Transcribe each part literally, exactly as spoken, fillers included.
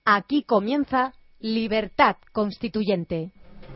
Aquí comienza Libertad Constituyente.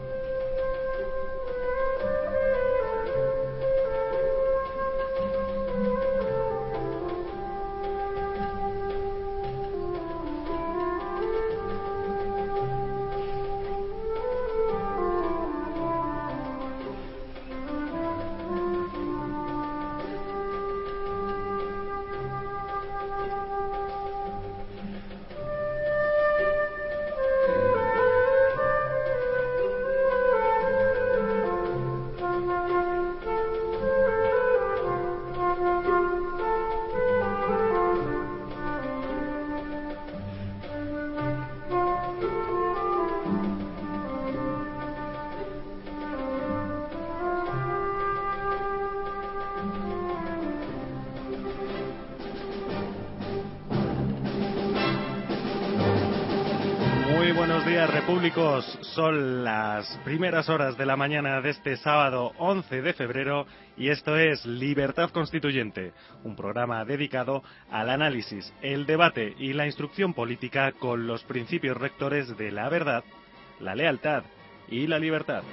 Son las primeras horas de la mañana de este sábado once de febrero y esto es Libertad Constituyente, un programa dedicado al análisis, el debate y la instrucción política con los principios rectores de la verdad, la lealtad y la libertad.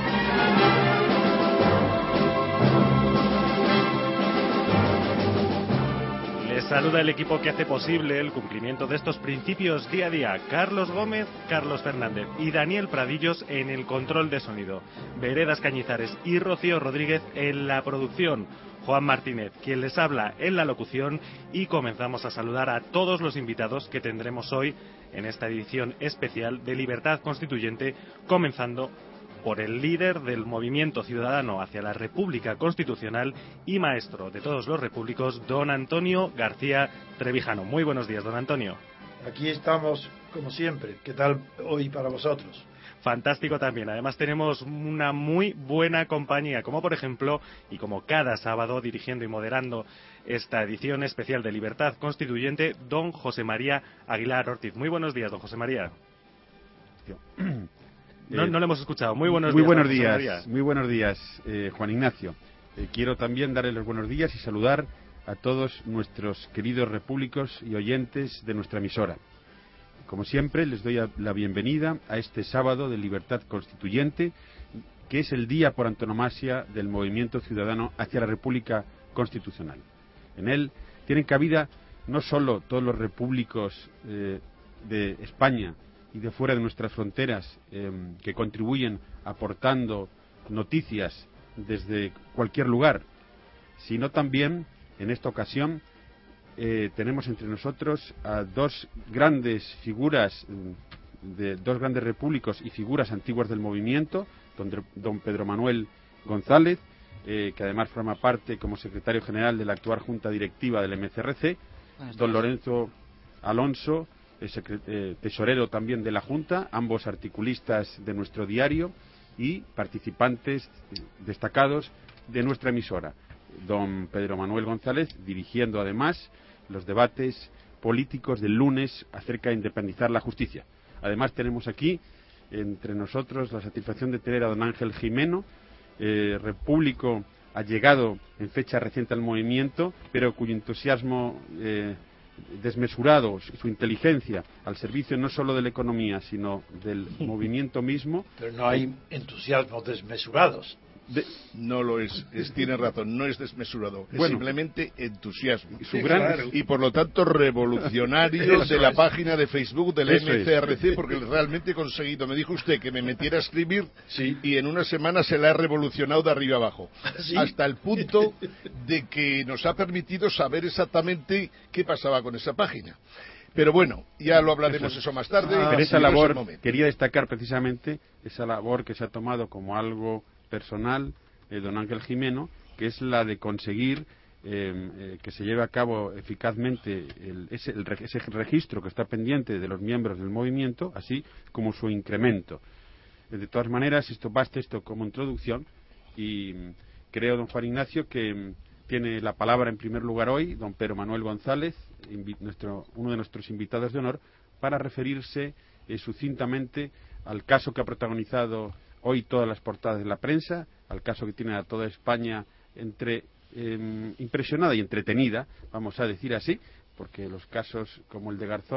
Les saluda el equipo que hace posible el cumplimiento de estos principios día a día. Carlos Gómez, Carlos Fernández y Daniel Pradillos en el control de sonido. Veredas Cañizares y Rocío Rodríguez en la producción. Juan Martínez, quien les habla en la locución. Y comenzamos a saludar a todos los invitados que tendremos hoy en esta edición especial de Libertad Constituyente, comenzando por el líder del movimiento ciudadano hacia la República Constitucional y maestro de todos los repúblicos, don Antonio García Trevijano. Muy buenos días, don Antonio. Aquí estamos, como siempre. ¿Qué tal hoy para vosotros? Fantástico también. Además tenemos una muy buena compañía, como por ejemplo, y como cada sábado, dirigiendo y moderando esta edición especial de Libertad Constituyente, don José María Aguilar Ortiz. Muy buenos días, don José María. No, no lo hemos escuchado. Muy buenos muy días. Buenos días muy buenos días, eh, Juan Ignacio. Eh, quiero también darle los buenos días y saludar a todos nuestros queridos repúblicos y oyentes de nuestra emisora. Como siempre, les doy la bienvenida a este sábado de Libertad Constituyente, que es el día por antonomasia del movimiento ciudadano hacia la República Constitucional. En él tienen cabida no solo todos los repúblicos eh, de España y de fuera de nuestras fronteras, eh, que contribuyen aportando noticias desde cualquier lugar, sino también, en esta ocasión, eh, tenemos entre nosotros a dos grandes figuras, de dos grandes repúblicos y figuras antiguas del movimiento, don, don Pedro Manuel González, eh, que además forma parte como secretario general de la actual Junta Directiva del M C R C, don Lorenzo Alonso, Eh, tesorero también de la Junta, ambos articulistas de nuestro diario y participantes destacados de nuestra emisora. Don Pedro Manuel González dirigiendo además los debates políticos del lunes acerca de independizar la justicia. Además tenemos aquí entre nosotros la satisfacción de tener a don Ángel Jimeno, eh, repúblico allegado en fecha reciente al movimiento, pero cuyo entusiasmo eh, desmesurado, su inteligencia al servicio no solo de la economía sino del movimiento mismo. Pero no hay entusiasmos desmesurados. De... No lo es, es, tiene razón, no es desmesurado, es bueno, simplemente entusiasmo. Su gran... claro. Y por lo tanto revolucionario de la página de Facebook del Eso M C R C, es. Porque realmente he conseguido, me dijo usted que me metiera a escribir, sí. Y en una semana se la ha revolucionado de arriba abajo, ¿sí? Hasta el punto de que nos ha permitido saber exactamente qué pasaba con esa página. Pero bueno, ya lo hablaremos eso, eso más tarde. Ah, pero esa labor, quería destacar precisamente esa labor que se ha tomado como algo personal, eh, don Ángel Jimeno, que es la de conseguir eh, eh, que se lleve a cabo eficazmente el, ese, el, ese registro que está pendiente de los miembros del movimiento, así como su incremento. Eh, de todas maneras, esto basta esto como introducción y creo, don Juan Ignacio, que tiene la palabra en primer lugar hoy don Pedro Manuel González, nuestro, uno de nuestros invitados de honor, para referirse eh, sucintamente al caso que ha protagonizado hoy todas las portadas de la prensa, al caso que tiene a toda España entre eh, impresionada y entretenida, vamos a decir así, porque los casos como el de Garzón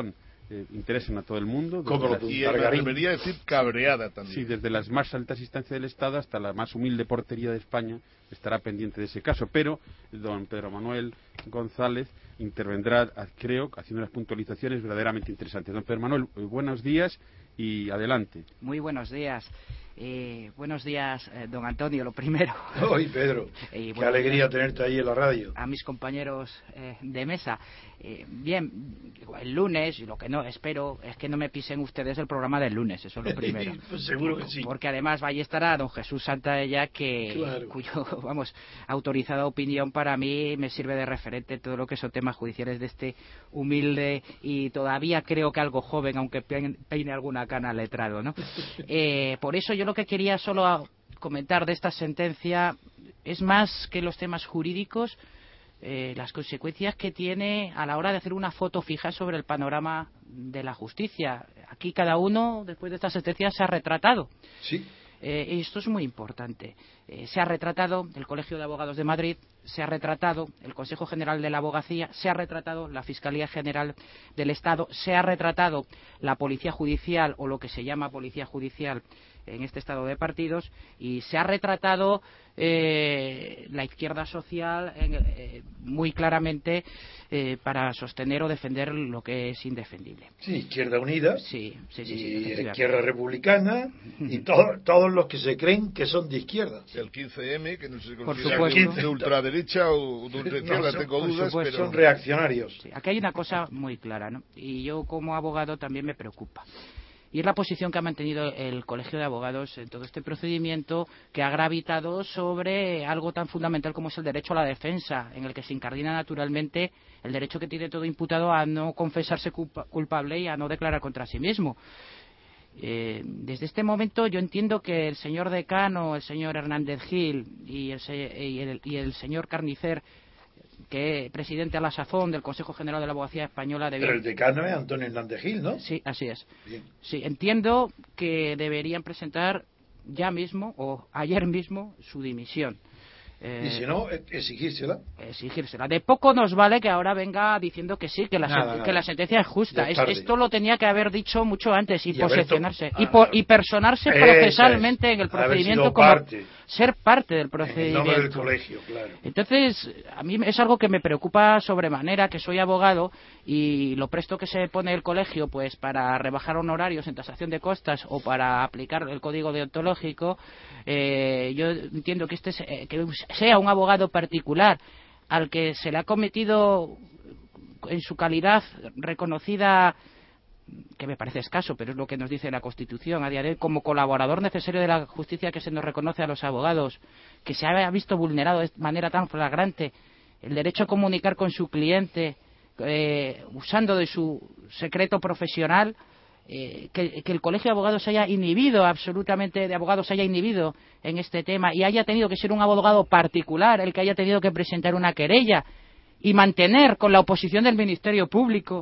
eh, interesan a todo el mundo. Como lo y me atrevería a decir cabreada también. Sí, desde las más altas instancias del Estado hasta la más humilde portería de España estará pendiente de ese caso. Pero don Pedro Manuel González intervendrá, creo, haciendo unas puntualizaciones verdaderamente interesantes. Don Pedro Manuel, buenos días y adelante. Muy buenos días. Eh, buenos días, eh, don Antonio, lo primero. Hoy, Pedro, eh, qué alegría días tenerte ahí en la radio. A mis compañeros eh, de mesa. Eh, bien, el lunes, y lo que no espero es que no me pisen ustedes el programa del lunes, eso es lo primero. Pues seguro que sí. Porque además ahí estará don Jesús Santaella, que claro. cuyo, vamos, autorizada opinión para mí me sirve de referente todo lo que son temas judiciales de este humilde y todavía creo que algo joven, aunque peine alguna cana letrado, ¿no? Eh, por eso yo lo que quería solo comentar de esta sentencia es más que los temas jurídicos, eh, las consecuencias que tiene a la hora de hacer una foto fija sobre el panorama de la justicia. Aquí cada uno, después de esta sentencia, se ha retratado. Sí. Eh, esto es muy importante. Eh, se ha retratado el Colegio de Abogados de Madrid, se ha retratado el Consejo General de la Abogacía, se ha retratado la Fiscalía General del Estado, se ha retratado la Policía Judicial, o lo que se llama Policía Judicial en este estado de partidos, y se ha retratado eh, la izquierda social en, eh, muy claramente eh, para sostener o defender lo que es indefendible. Sí, Izquierda Unida, sí, sí, sí, y sí, Izquierda Republicana, y todo, todos los que se creen que son de izquierda. El quince eme, que no se Por considera de ultraderecha o de ultraizquierda, no, tengo dudas, supuesto, pero... son reaccionarios. Sí, aquí hay una cosa muy clara, ¿no? Y yo como abogado también me preocupa. Y es la posición que ha mantenido el Colegio de Abogados en todo este procedimiento, que ha gravitado sobre algo tan fundamental como es el derecho a la defensa, en el que se incardina naturalmente el derecho que tiene todo imputado a no confesarse culpa, culpable y a no declarar contra sí mismo. Eh, desde este momento yo entiendo que el señor decano, el señor Hernández Gil y el, y el, y el señor Carnicer, que es presidente a la sazón del Consejo General de la Abogacía Española... Debía... Pero el decano es Antonio Hernández Gil, ¿no? Sí, así es. Bien. Sí, entiendo que deberían presentar ya mismo o ayer mismo su dimisión. Eh, y si no, exigírsela. Exigírsela. De poco nos vale que ahora venga diciendo que sí, que la, nada, sen- nada. que la sentencia es justa. Es, es esto lo tenía que haber dicho mucho antes y, y posicionarse. To- y, por, y personarse eh, procesalmente en el haber procedimiento sido como parte, ser parte del en procedimiento. el nombre del colegio, claro. Entonces, a mí es algo que me preocupa sobremanera, que soy abogado y lo presto que se pone el colegio pues para rebajar honorarios en tasación de costas o para aplicar el código deontológico. Eh, yo entiendo que este eh, que sea un abogado particular al que se le ha cometido en su calidad reconocida, que me parece escaso, pero es lo que nos dice la Constitución a día de hoy, como colaborador necesario de la justicia que se nos reconoce a los abogados, que se ha visto vulnerado de manera tan flagrante el derecho a comunicar con su cliente eh, usando de su secreto profesional, eh, que, que el Colegio de Abogados haya inhibido absolutamente, de abogados haya inhibido en este tema y haya tenido que ser un abogado particular el que haya tenido que presentar una querella y mantener con la oposición del Ministerio Público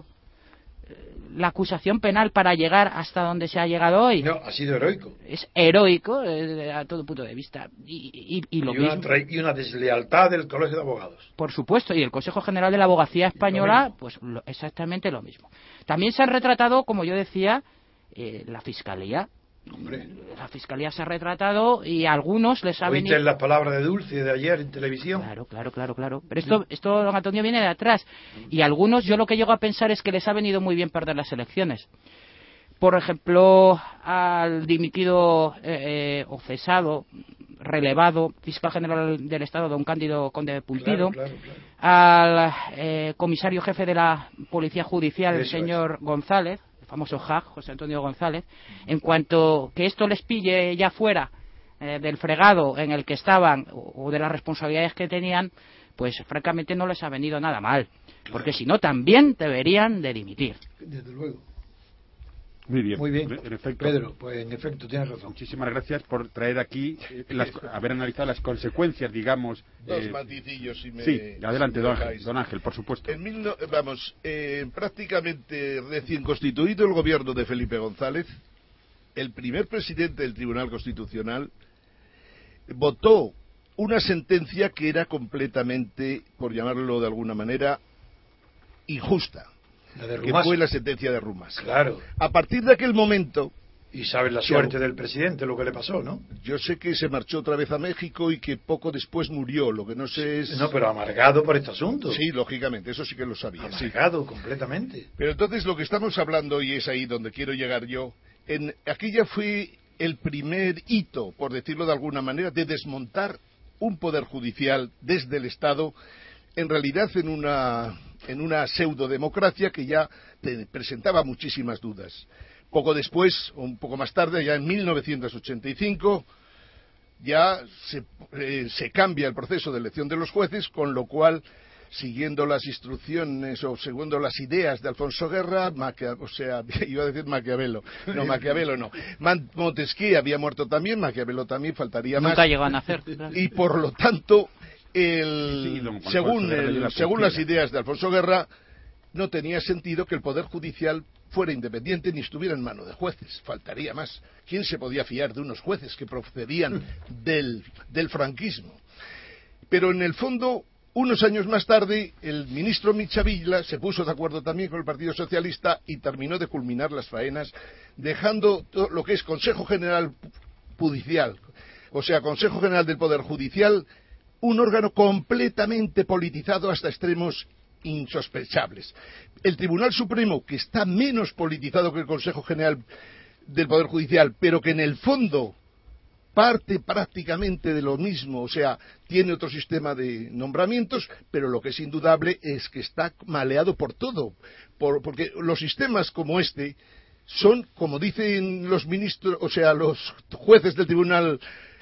la acusación penal para llegar hasta donde se ha llegado hoy. No, ha sido heroico. Es heroico eh, a todo punto de vista. Y, y, y lo y, mismo, una tra- y una deslealtad del Colegio de Abogados. por supuesto, y el Consejo General de la Abogacía Española, pues lo, exactamente lo mismo. También se han retratado, como yo decía, eh, la Fiscalía. Hombre. La Fiscalía se ha retratado y a algunos les ha ¿Oíste venido... las palabras de Dulce de ayer en televisión? Claro, claro, claro, claro. Pero esto, esto, don Antonio, viene de atrás. Y a algunos, yo lo que llego a pensar es que les ha venido muy bien perder las elecciones. Por ejemplo, al dimitido eh, eh, o cesado, relevado, fiscal general del Estado, don Cándido Conde Pultido, claro, claro, claro. al eh, comisario jefe de la Policía Judicial, el Eso señor es. González, el famoso J A G, José Antonio González, en cuanto que esto les pille ya fuera eh, del fregado en el que estaban o, o de las responsabilidades que tenían, pues francamente no les ha venido nada mal, claro. porque si no también deberían de dimitir. Desde luego. Muy bien, Muy bien. En efecto, Pedro, pues en efecto tienes razón. Muchísimas gracias por traer aquí, eh, las, haber analizado las consecuencias, digamos. Dos eh, maticillos, si me... Sí, adelante, si me don Ángel, dejáis. don Ángel, por supuesto. En mil no- vamos, eh, prácticamente recién constituido el gobierno de Felipe González, el primer presidente del Tribunal Constitucional votó una sentencia que era completamente, por llamarlo de alguna manera, injusta. que fue la sentencia de Rumás. Claro. A partir de aquel momento... Y sabes la suerte del presidente, lo que le pasó, ¿no? Yo sé que se marchó otra vez a México y que poco después murió, lo que no sé es... No, pero amargado por este asunto. Sí, lógicamente, eso sí que lo sabía. Amargado, sí. completamente. Pero entonces lo que estamos hablando, y es ahí donde quiero llegar yo, en aquella fue el primer hito, por decirlo de alguna manera, de desmontar un poder judicial desde el Estado, en realidad en una, en una pseudodemocracia que ya te presentaba muchísimas dudas. Poco después, o un poco más tarde, ya en mil novecientos ochenta y cinco, ya se, eh, se cambia el proceso de elección de los jueces, con lo cual, siguiendo las instrucciones o siguiendo las ideas de Alfonso Guerra, Maquia, o sea, iba a decir Maquiavelo, no, Maquiavelo no, Montesquieu había muerto también, Maquiavelo también, faltaría más. Nunca llegó a nacer. Y por lo tanto, el, sí, según, el, según las ideas de Alfonso Guerra, no tenía sentido que el Poder Judicial fuera independiente ni estuviera en manos de jueces. Faltaría más. ¿Quién se podía fiar de unos jueces que procedían del, del franquismo? Pero en el fondo, unos años más tarde, el ministro Michavilla se puso de acuerdo también con el Partido Socialista y terminó de culminar las faenas, dejando todo lo que es Consejo General Judicial, o sea, Consejo General del Poder Judicial, un órgano completamente politizado hasta extremos insospechables. El Tribunal Supremo, que está menos politizado que el Consejo General del Poder Judicial, pero que en el fondo parte prácticamente de lo mismo, o sea, tiene otro sistema de nombramientos, pero lo que es indudable es que está maleado por todo, por, porque los sistemas como este son, como dicen los ministros, o sea, los jueces del Tribunal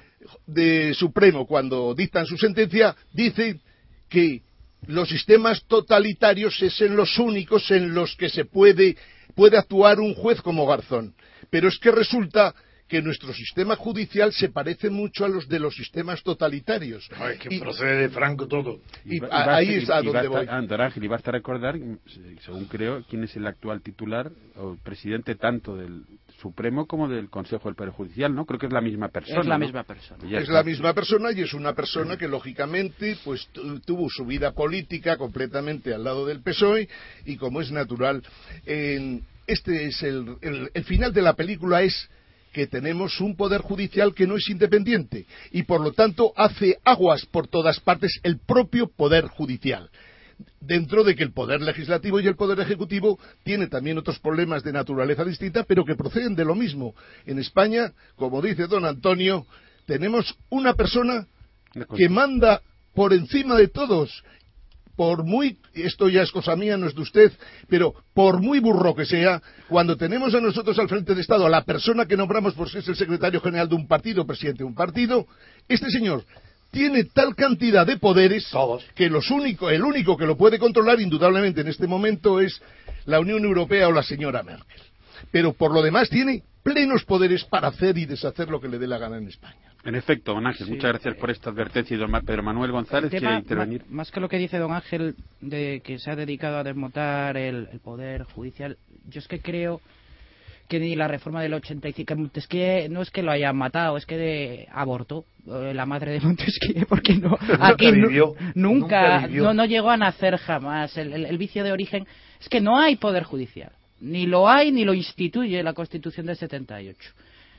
de Supremo cuando dictan su sentencia, dicen que los sistemas totalitarios es en los únicos en los que se puede, puede actuar un juez como Garzón. Pero es que resulta que nuestro sistema judicial se parece mucho a los de los sistemas totalitarios. No, es que y, procede de Franco todo. Y, y basta, ahí es a y, donde y basta, voy. Anton Ángel, y basta recordar, según creo, quién es el actual titular o presidente tanto del Supremo como del Consejo del Poder Judicial, ¿no? Creo que es la misma persona. Es la ¿no? misma persona. Es está. la misma persona y es una persona que, lógicamente, pues tuvo su vida política completamente al lado del P S O E y, como es natural, en, este es el, el, el final de la película es que tenemos un poder judicial que no es independiente y, por lo tanto, hace aguas por todas partes el propio poder judicial. Dentro de que el poder legislativo y el poder ejecutivo tienen también otros problemas de naturaleza distinta, pero que proceden de lo mismo. En España, como dice don Antonio, tenemos una persona que manda por encima de todos. Por muy, esto ya es cosa mía, no es de usted, pero por muy burro que sea, cuando tenemos a nosotros al frente de Estado a la persona que nombramos por ser el secretario general de un partido, presidente de un partido, este señor tiene tal cantidad de poderes Todos. que los único, el único que lo puede controlar indudablemente en este momento es la Unión Europea o la señora Merkel. Pero por lo demás tiene plenos poderes para hacer y deshacer lo que le dé la gana en España. En efecto, don Ángel, sí, muchas gracias por esta advertencia. Y don Pedro Manuel González quiere intervenir. Más, más que lo que dice don Ángel, de que se ha dedicado a desmontar el, el poder judicial, yo es que creo que ni la reforma del ochenta y cinco, Montesquieu no es que lo hayan matado, es que de, abortó eh, la madre de Montesquieu, porque no, aquí vivió, nu, nunca, nunca vivió. no, no llegó a nacer jamás. El, el, el vicio de origen es que no hay poder judicial, ni lo hay ni lo instituye la Constitución del setenta y ocho.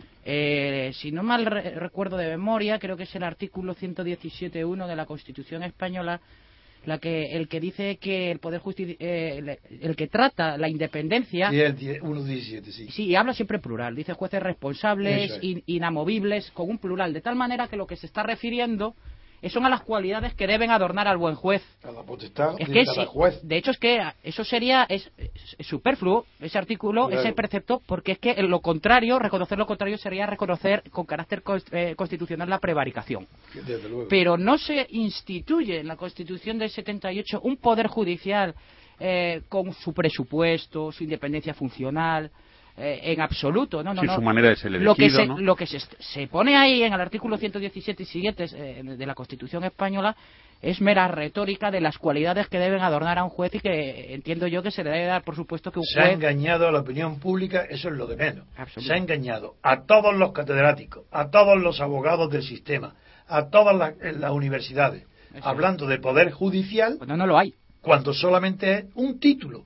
Eh, si no mal re recuerdo de memoria, creo que es el artículo ciento diecisiete punto uno de la Constitución española la que el que dice que el poder justici eh, el, el que trata la independencia. Sí, el ciento diecisiete, sí. Sí, y habla siempre plural. Dice jueces responsables, es. in, inamovibles, con un plural, de tal manera que lo que se está refiriendo son a las cualidades que deben adornar al buen juez. A la potestad es de que cada sí, juez. de hecho es que eso sería es, es, es superfluo ese artículo, claro. Ese precepto, porque es que lo contrario, reconocer lo contrario sería reconocer con carácter eh, constitucional la prevaricación. Desde luego. Pero no se instituye en la Constitución del setenta y ocho un poder judicial eh, con su presupuesto, su independencia funcional. Eh, en absoluto, no, no, sí, no. Su manera de ser elegido, lo que se, ¿no? lo que se, se pone ahí en el artículo ciento diecisiete y siguientes eh, de la Constitución española es mera retórica de las cualidades que deben adornar a un juez y que entiendo yo que se le debe dar por supuesto que un se juez... ha engañado a la opinión pública, eso es lo de menos. Se ha engañado a todos los catedráticos, a todos los abogados del sistema, a todas las, las universidades, eso. Hablando de poder judicial, pues no, no lo hay, cuando solamente es un título.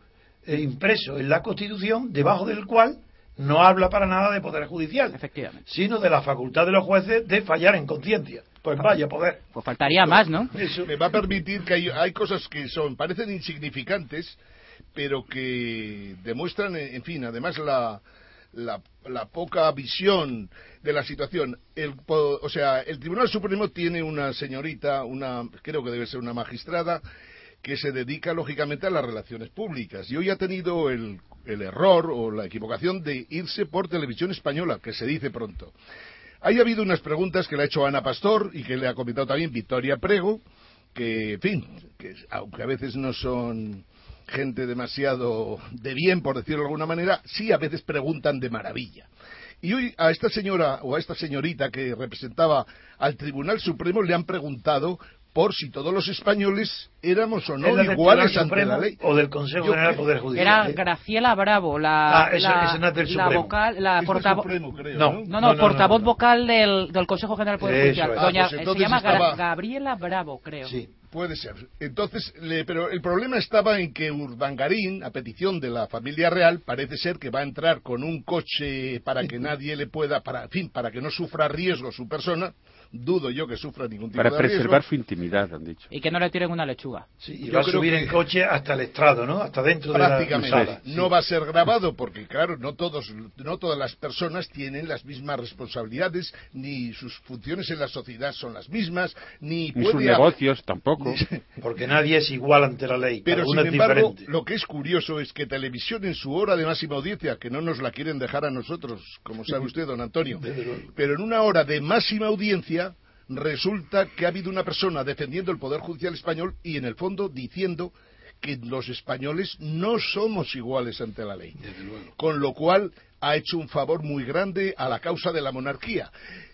eh, impreso en la Constitución, debajo del cual no habla para nada de poder judicial, efectivamente, sino de la facultad de los jueces de fallar en conciencia. Pues vaya poder. Pues faltaría más, ¿no? Eso me va a permitir que hay, hay cosas que son parecen insignificantes, pero que demuestran, en fin, además la, la, la poca visión de la situación. El, o sea, el Tribunal Supremo tiene una señorita, una creo que debe ser una magistrada, que se dedica lógicamente a las relaciones públicas, y hoy ha tenido el, el error o la equivocación de irse por Televisión Española, que se dice pronto. Ahí ha habido unas preguntas que le ha hecho Ana Pastor y que le ha comentado también Victoria Prego, que, en fin, que aunque a veces no son gente demasiado de bien, por decirlo de alguna manera, sí a veces preguntan de maravilla. Y hoy a esta señora o a esta señorita que representaba al Tribunal Supremo le han preguntado por si todos los españoles éramos o no iguales ante la ley. O del Consejo Yo, General del Poder Judicial. Era Graciela Bravo, la, ah, eso, la, eso no es del la Supremo. vocal, la portavoz. Supremo, creo, no, ¿no? No, no, no, no, portavoz no, no. vocal del, del Consejo General del Poder Eso Judicial. es. Doña, Ah, pues se llama estaba... Gabriela Bravo, creo. Sí. Puede ser. Entonces, le, pero el problema estaba en que Urdangarín, a petición de la familia real, parece ser que va a entrar con un coche para que nadie le pueda, para, en fin, para que no sufra riesgo su persona. Dudo yo que sufra ningún tipo Para de riesgo. Para preservar su intimidad, han dicho. Y que no le tiren una lechuga. Sí, y Yo va a creo subir que... en coche hasta el estrado, ¿no? Hasta dentro de la prácticamente. Sí. No va a ser grabado porque, claro, no todos, no todas las personas tienen las mismas responsabilidades, ni sus funciones en la sociedad son las mismas, ni, Ni puede sus haber... negocios tampoco. Porque nadie es igual ante la ley. Pero sin Alguno es embargo, diferente. lo que es curioso es que Televisión en su hora de máxima audiencia, que no nos la quieren dejar a nosotros, como sabe usted, don Antonio, pero en una hora de máxima audiencia resulta que ha habido una persona defendiendo el Poder Judicial español y en el fondo diciendo que los españoles no somos iguales ante la ley. Con lo cual ha hecho un favor muy grande a la causa de la monarquía,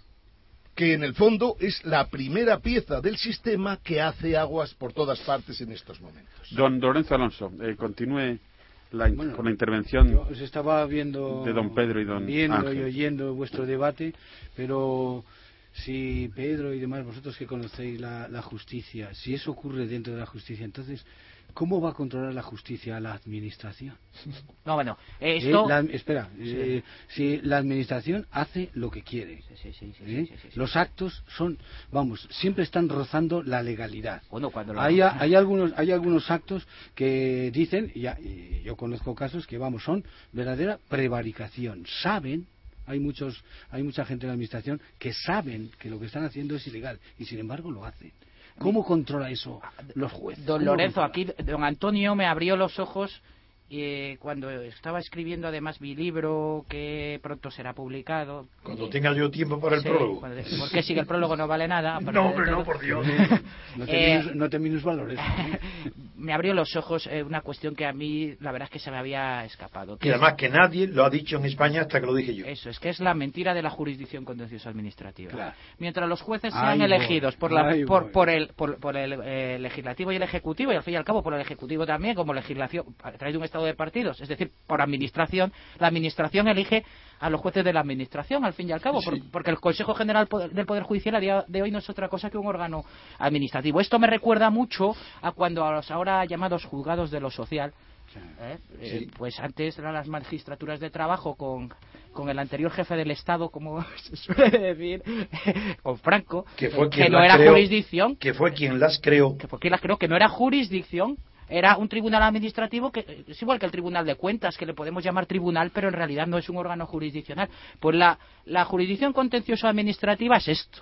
que en el fondo es la primera pieza del sistema que hace aguas por todas partes en estos momentos. Don Lorenzo Alonso, eh, continúe la, bueno, con la intervención yo os estaba viendo, de don Pedro y don viendo Ángel. y oyendo vuestro debate, pero si Pedro y demás, vosotros que conocéis la, la justicia, si eso ocurre dentro de la justicia, entonces, ¿cómo va a controlar la justicia a la administración? No, bueno, esto... Eh, la, espera, sí. eh, si la administración hace lo que quiere, sí, sí, sí, sí, ¿eh? sí, sí, sí. Los actos son, vamos, siempre están rozando la legalidad. Bueno, cuando lo... hay, hay algunos hay algunos actos que dicen, y, ya, y yo conozco casos que, vamos, son verdadera prevaricación. Saben, hay muchos hay mucha gente en la administración que saben que lo que están haciendo es ilegal y sin embargo lo hacen. ¿Cómo controla eso los jueces? Don Lorenzo, aquí don Antonio me abrió los ojos eh, cuando estaba escribiendo además mi libro que pronto será publicado. Cuando tenga yo tiempo para el sí, prólogo. Cuando, porque si el prólogo no vale nada. No, hombre, no, por Dios. No te, Eh, minus, no te minusvalores. Me abrió los ojos eh, una cuestión que a mí la verdad es que se me había escapado. Y además que nadie lo ha dicho en España hasta que lo dije yo. Eso, es que es la mentira de la jurisdicción contencioso administrativa. Claro. Mientras los jueces sean Ahí elegidos voy, por, la, ahí por, voy. por el, por, por el eh, legislativo y el ejecutivo, y al fin y al cabo por el ejecutivo también, como legislación, a través de un estado de partidos, es decir, por administración, la administración elige a los jueces de la administración, al fin y al cabo, Sí. por, porque el Consejo General del Poder Judicial a día de hoy no es otra cosa que un órgano administrativo. Esto me recuerda mucho a cuando a los ahora llamados juzgados de lo social, ¿eh? Eh, Sí. pues antes eran las magistraturas de trabajo con, con el anterior jefe del Estado, como se suele decir, con Franco, Que fue que quien no las era creó, jurisdicción, que fue quien las creó. que porque las creo que no era jurisdicción, era un tribunal administrativo que es igual que el Tribunal de Cuentas, que le podemos llamar tribunal, pero en realidad no es un órgano jurisdiccional. Pues la, la jurisdicción contencioso administrativa es esto.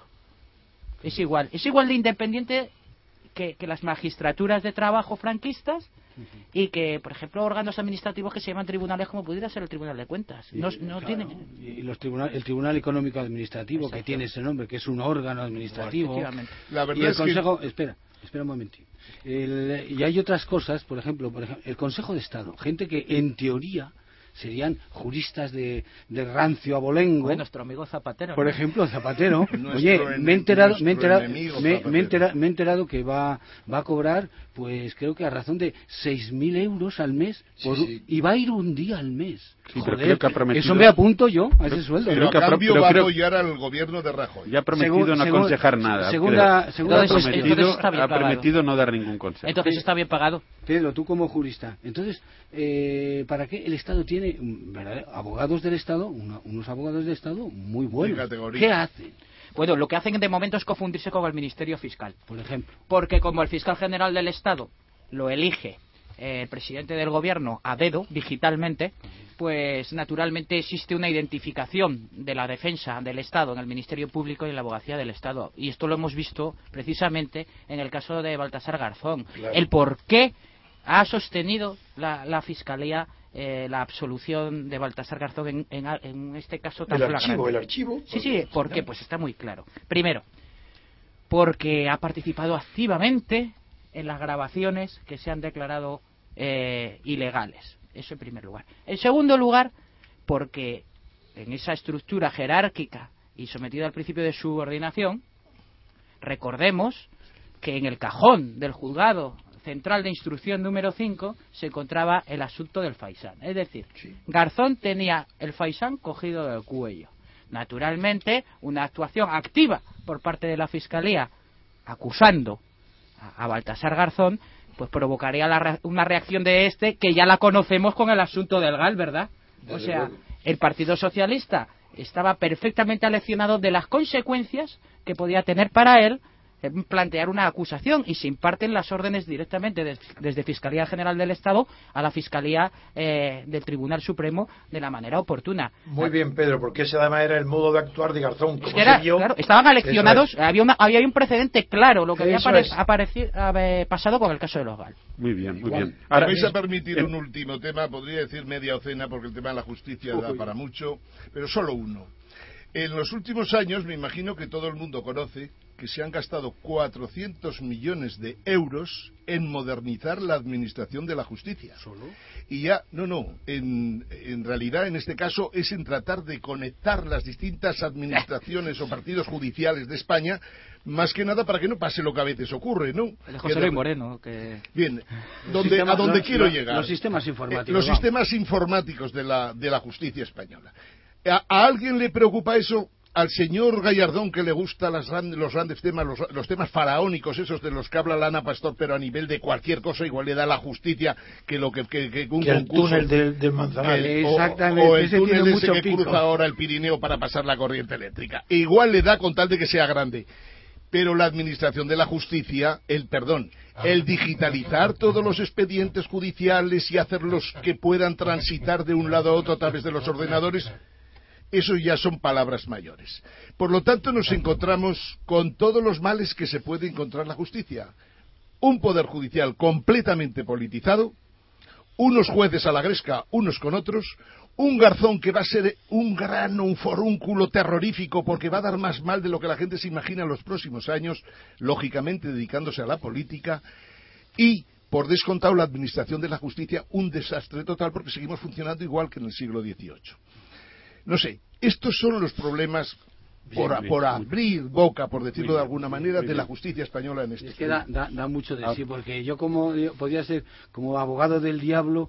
Es igual, es igual de independiente que, que las magistraturas de trabajo franquistas y que, por ejemplo, órganos administrativos que se llaman tribunales como pudiera ser el Tribunal de Cuentas. No, no Claro, tiene... y los tribunal, el Tribunal Económico Administrativo, Exacto. que tiene ese nombre, que es un órgano administrativo. Efectivamente. La Y verdad el es que Consejo, espera, espera un momentito. El- y hay otras cosas, por ejemplo, por ejemplo, el Consejo de Estado, gente que en teoría serían juristas de, de rancio abolengo. Bueno, nuestro amigo Zapatero. Por ¿no? ejemplo, Zapatero. Nuestro Oye, en- me he enterado, me he nuestro enterado, enemigo me, Zapatero. me he enterado, me he enterado que va, va a cobrar pues creo que a razón de seis mil euros al mes, por, sí, sí. y va a ir un día al mes. Sí, Joder, pero creo que ha prometido... eso me apunto yo a ese sueldo. Pero Creo a cambio pero va a creo... apoyar al gobierno de Rajoy. Ya ha prometido Según- no según- aconsejar nada. segunda- creo. segunda ha Entonces- prometido, entonces está bien ha pagado. prometido no dar ningún consejo. Entonces está bien pagado. Pedro, tú como jurista, entonces, eh, ¿para qué el Estado tiene mm, ¿verdad? abogados del Estado, una- unos abogados del Estado muy buenos? De categoría. ¿Qué hacen, Bueno, lo que hacen de momento es confundirse con el Ministerio Fiscal. por ejemplo? Porque como el fiscal general del Estado lo elige eh, el presidente del gobierno a dedo, digitalmente, pues naturalmente existe una identificación de la defensa del Estado en el Ministerio Público y en la abogacía del Estado. Y esto lo hemos visto precisamente en el caso de Baltasar Garzón. Claro. El por qué ha sostenido la, la Fiscalía eh, la absolución de Baltasar Garzón en, en, en este caso tan El flagrante. archivo, el archivo. Sí, sí, ¿por qué? Pues está muy claro. Primero, porque ha participado activamente en las grabaciones que se han declarado eh, ilegales. Eso en primer lugar. En segundo lugar, porque en esa estructura jerárquica y sometida al principio de subordinación, recordemos que en el cajón del juzgado central de instrucción número cinco se encontraba el asunto del Faisán. Es decir, Sí. Garzón tenía el Faisán cogido del cuello. Naturalmente, una actuación activa por parte de la Fiscalía acusando a, a Baltasar Garzón, pues provocaría la re- una reacción de este que ya la conocemos con el asunto del Gal, ¿verdad? O Desde sea, luego. el Partido Socialista estaba perfectamente aleccionado de las consecuencias que podía tener para él eh, plantear una acusación, y se imparten las órdenes directamente des- desde Fiscalía General del Estado a la Fiscalía eh, del Tribunal Supremo de la manera oportuna. Muy bien, Pedro, porque ese además era el modo de actuar de Garzón. Es Como que era, se vio, claro, estaban aleccionados, eso es. había, una, había un precedente claro, lo que había Eso apare- es. apareci- habe- pasado con el caso de los Gal. Muy bien, muy Igual. bien. Me Ahora, vais a permitir el- un último tema, podría decir media docena porque el tema de la justicia da Uy. para mucho, pero solo uno. En los últimos años, me imagino que todo el mundo conoce que se han gastado cuatrocientos millones de euros en modernizar la administración de la justicia. ¿Solo? Y ya, no, no, en, en realidad en este caso es en tratar de conectar las distintas administraciones o partidos judiciales de España, más que nada para que no pase lo que a veces ocurre, ¿no? El de José Que Luis de- Moreno, que... Bien, Los donde, sistemas- a donde los- quiero los- llegar. los sistemas informáticos, Eh, los vamos. sistemas informáticos de la, de la justicia española. ¿A, a alguien le preocupa eso? Al señor Gallardón, que le gustan las gran- los grandes temas, los, los temas faraónicos, esos de los que habla Lana Pastor, pero a nivel de cualquier cosa, igual le da la justicia que lo que, que, que un que el concurso... túnel del, del Manzanares. El- o- Exactamente, o, el ese túnel tiene ese mucho que pico. cruza ahora el Pirineo para pasar la corriente eléctrica. E igual le da con tal de que sea grande. Pero la administración de la justicia, el perdón, el digitalizar todos los expedientes judiciales y hacerlos que puedan transitar de un lado a otro a través de los ordenadores, eso ya son palabras mayores. Por lo tanto, nos encontramos con todos los males que se puede encontrar la justicia. Un poder judicial completamente politizado, unos jueces a la gresca, unos con otros, un Garzón que va a ser un grano, un forúnculo terrorífico porque va a dar más mal de lo que la gente se imagina en los próximos años, lógicamente dedicándose a la política, y, por descontado, la administración de la justicia, un desastre total porque seguimos funcionando igual que en el siglo dieciocho. No sé, estos son los problemas por, Bien, bien, por muy- abrir boca, por decirlo muy de bien, alguna muy manera, de bien. la justicia española en este Es que da, da, da mucho de Ah. sí, porque yo como yo podía ser como abogado del diablo,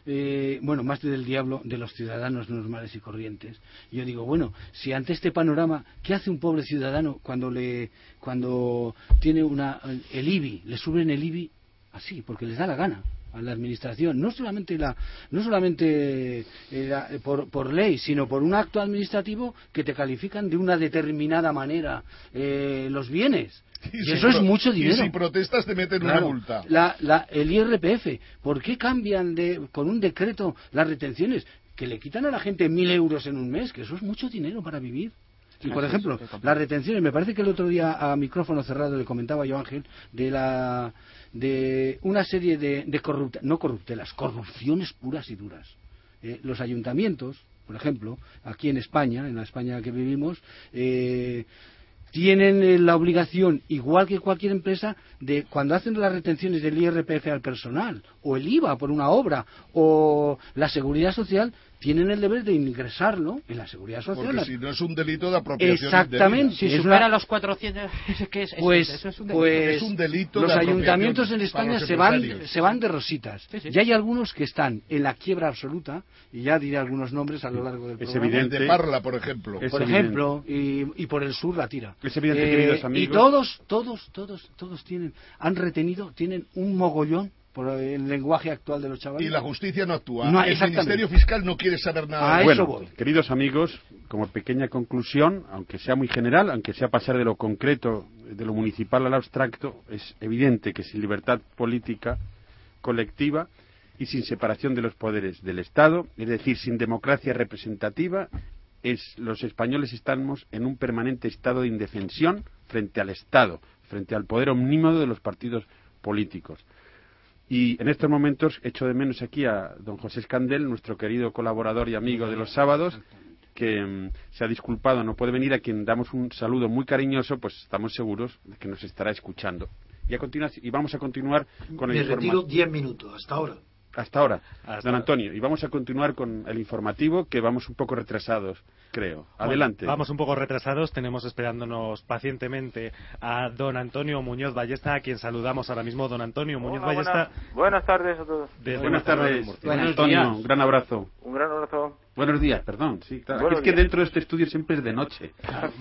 eh, bueno, más del diablo, de los ciudadanos normales y corrientes. Yo digo, bueno, si ante este panorama, ¿qué hace un pobre ciudadano cuando le cuando tiene una el I B I, le suben el I B I así, porque les da la gana a la administración, no solamente la no solamente eh, la- por, por ley, sino por un acto administrativo que te califican de una determinada manera eh, los bienes. Y, si eso es pro- mucho dinero. Y si protestas te meten Claro, una multa. La, la, el I R P F, ¿por qué cambian de, con un decreto las retenciones? Que le quitan a la gente mil euros en un mes, que eso es mucho dinero para vivir. Y por Eso es ejemplo, complicado. las retenciones, me parece que el otro día a micrófono cerrado le comentaba yo, Ángel, de la de una serie de, de corrupta, no corruptelas, corrupciones puras y duras. Eh, los ayuntamientos, por ejemplo, aquí en España, en la España que vivimos, eh, tienen eh, la obligación, igual que cualquier empresa, de cuando hacen las retenciones del I R P F al personal, o el I V A por una obra, o la seguridad social, tienen el deber de ingresarlo en la seguridad social. Porque si no es un delito de apropiación. Exactamente. Si supera una... los cuatrocientos, es que es, pues, eso es un delito. Pues es un delito los de ayuntamientos en España se van, se van de rositas. Sí, sí. Y hay algunos que están en la quiebra absoluta, y ya diré algunos nombres a lo largo del es programa. evidente. De Parla, por ejemplo. Es por evidente. ejemplo, y, y por el sur la tira. Es evidente, eh, queridos amigos. Y todos, todos, todos, todos tienen, han retenido, tienen un mogollón por el lenguaje actual de los chavales. Y la justicia no actúa. No, el Ministerio Fiscal no quiere saber nada. A de eso bueno, voy. Queridos amigos, como pequeña conclusión, aunque sea muy general, aunque sea pasar de lo concreto, de lo municipal al abstracto, es evidente que sin libertad política colectiva y sin separación de los poderes del Estado, es decir, sin democracia representativa, es, los españoles estamos en un permanente estado de indefensión frente al Estado, frente al poder omnímodo de los partidos políticos. Y en estos momentos echo de menos aquí a don José Escandel, nuestro querido colaborador y amigo de los sábados, que um, se ha disculpado, no puede venir, a quien damos un saludo muy cariñoso, pues estamos seguros de que nos estará escuchando. Y, a continuación, y vamos a continuar con el Me informativo. retiro diez minutos, hasta ahora. Hasta ahora, Hasta don Antonio. Y vamos a continuar con el informativo, que vamos un poco retrasados, creo. Adelante. Bueno, vamos un poco retrasados. Tenemos esperándonos pacientemente a don Antonio Muñoz Ballesta, a quien saludamos ahora mismo. Don Antonio Muñoz Hola, Ballesta. Buenas, buenas tardes a todos. Desde Buenas tardes, don Buenos Antonio. días. Un gran abrazo. Un gran abrazo. Buenos días, perdón. Sí, claro. Buenos Es que días. dentro de este estudio siempre es de noche.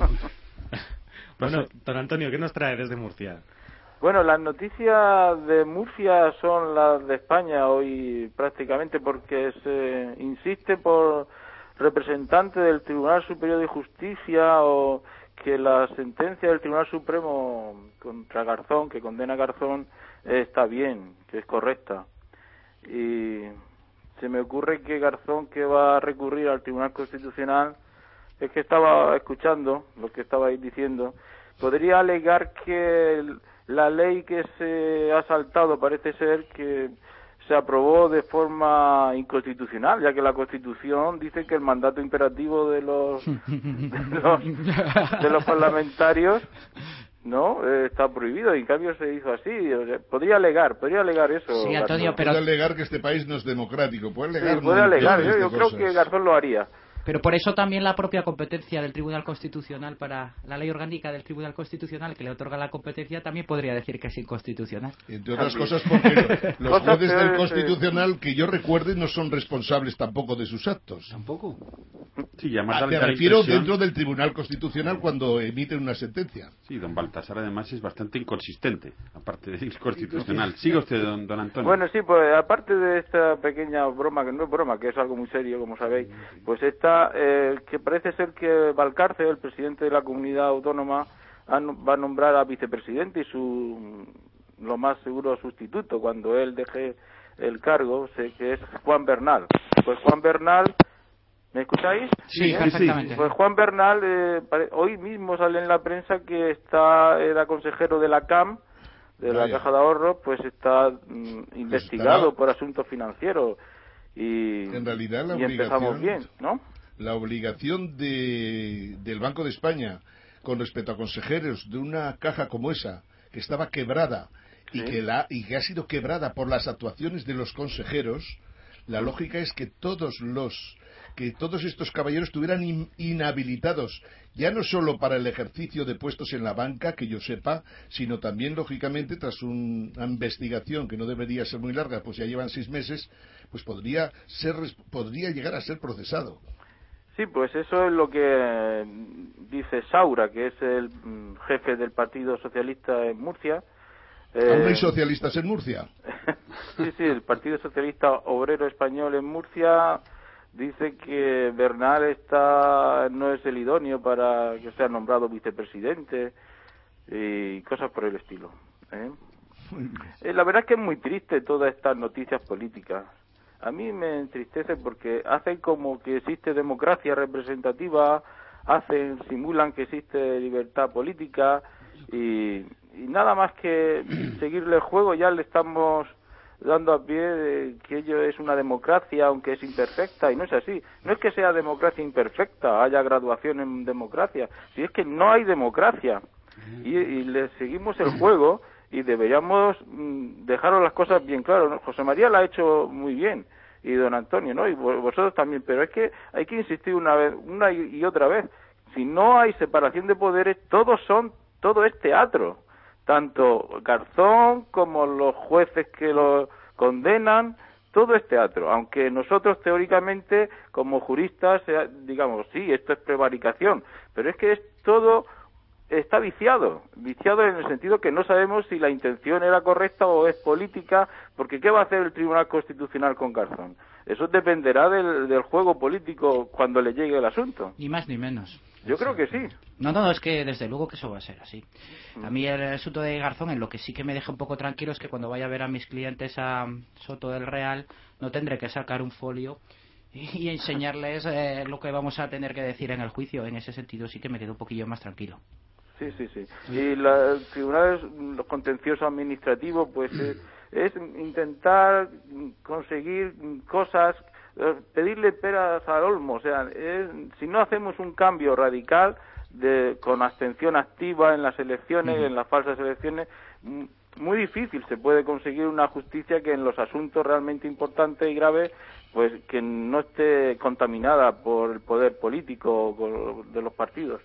Bueno, don Antonio, ¿qué nos trae desde Murcia? Bueno, las noticias de Murcia son las de España hoy prácticamente, porque se insiste por representantes del Tribunal Superior de Justicia o que la sentencia del Tribunal Supremo contra Garzón, que condena a Garzón, eh, está bien, que es correcta. Y se me ocurre que Garzón, que va a recurrir al Tribunal Constitucional, es que estaba escuchando lo que estabais diciendo, podría alegar que el, la ley que se ha saltado parece ser que se aprobó de forma inconstitucional, ya que la Constitución dice que el mandato imperativo de los de los, de los parlamentarios no eh, está prohibido, y en cambio se hizo así. O sea, podría alegar, podría alegar eso. Sí, Antonio, Garzón. pero... Puede alegar que este país no es democrático. Puede alegar. Sí, puede alegar. Yo, yo creo cosas. que Garzón lo haría. Pero por eso también la propia competencia del Tribunal Constitucional, para la ley orgánica del Tribunal Constitucional que le otorga la competencia, también podría decir que es inconstitucional. Entre otras cosas porque los Cosas jueces del peores, Constitucional, que yo recuerde, no son responsables tampoco de sus actos. Tampoco. Sí, ya más Ah, da- me da la refiero impresión- dentro del Tribunal Constitucional cuando emiten una sentencia. Sí, don Baltasar además es bastante inconsistente, aparte de inconstitucional. Siga usted, don, don Antonio. Bueno, sí, pues aparte de esta pequeña broma, que no es broma, que es algo muy serio, como sabéis, pues esta, eh, que parece ser que Valcárcel, el presidente de la comunidad autónoma, ha no- va a nombrar a vicepresidente y su, lo más seguro, sustituto, cuando él deje el cargo, sé que es Juan Bernal. Pues Juan Bernal, ¿me escucháis? Sí, ¿Eh? perfectamente. Pues Juan Bernal, eh, pare- hoy mismo sale en la prensa que está era consejero de la C A M, de la Vaya. Caja de Ahorros, pues está mm, investigado estará- por asuntos financieros. Y, En realidad la y empezamos obligación- bien, ¿no? La obligación de, del Banco de España con respecto a consejeros de una caja como esa, que estaba quebrada y, Sí. que la, y que ha sido quebrada por las actuaciones de los consejeros, la lógica es que todos los que todos estos caballeros estuvieran in- inhabilitados, ya no solo para el ejercicio de puestos en la banca, que yo sepa, sino también, lógicamente, tras un- una investigación que no debería ser muy larga, pues ya llevan seis meses, pues podría ser podría llegar a ser procesado. Sí, pues eso es lo que eh, dice Saura, que es el mm, jefe del Partido Socialista en Murcia. Eh, ¿Aún hay socialistas en Murcia? sí, sí, el Partido Socialista Obrero Español en Murcia dice que Bernal está no es el idóneo para que sea nombrado vicepresidente y cosas por el estilo. ¿eh? Eh, la verdad es que es muy triste todas estas noticias políticas. A mí me entristece porque hacen como que existe democracia representativa, hacen simulan que existe libertad política y, y nada más que seguirle el juego ya le estamos dando a pie de que ello es una democracia, aunque es imperfecta, y no es así. No es que sea democracia imperfecta, haya graduación en democracia, si es que no hay democracia. Y, y le seguimos el juego y deberíamos mm, dejaros las cosas bien claras, ¿no? José María la ha hecho muy bien. y don Antonio, ¿no? Y vosotros también, pero es que hay que insistir una vez, una y otra vez. Si no hay separación de poderes, todos son, todo es teatro. Tanto Garzón como los jueces que lo condenan, todo es teatro. Aunque nosotros teóricamente, como juristas, digamos, sí, esto es prevaricación, pero es que es todo... está viciado, viciado en el sentido que no sabemos si la intención era correcta o es política, porque ¿qué va a hacer el Tribunal Constitucional con Garzón? Eso dependerá del, del juego político cuando le llegue el asunto. Ni más ni menos. Yo creo que sí. No, no, es que desde luego que eso va a ser así. A mí el asunto de Garzón, en lo que sí que me deja un poco tranquilo, es que cuando vaya a ver a mis clientes a Soto del Real, no tendré que sacar un folio y enseñarles eh, lo que vamos a tener que decir en el juicio. En ese sentido sí que me quedo un poquillo más tranquilo. Sí, sí, sí. Y la, el Tribunal los contenciosos administrativos, pues es, es intentar conseguir cosas, pedirle peras al olmo. O sea, es, si no hacemos un cambio radical de con abstención activa en las elecciones, uh-huh. en las falsas elecciones, muy difícil se puede conseguir una justicia que en los asuntos realmente importantes y graves, pues que no esté contaminada por el poder político de los partidos.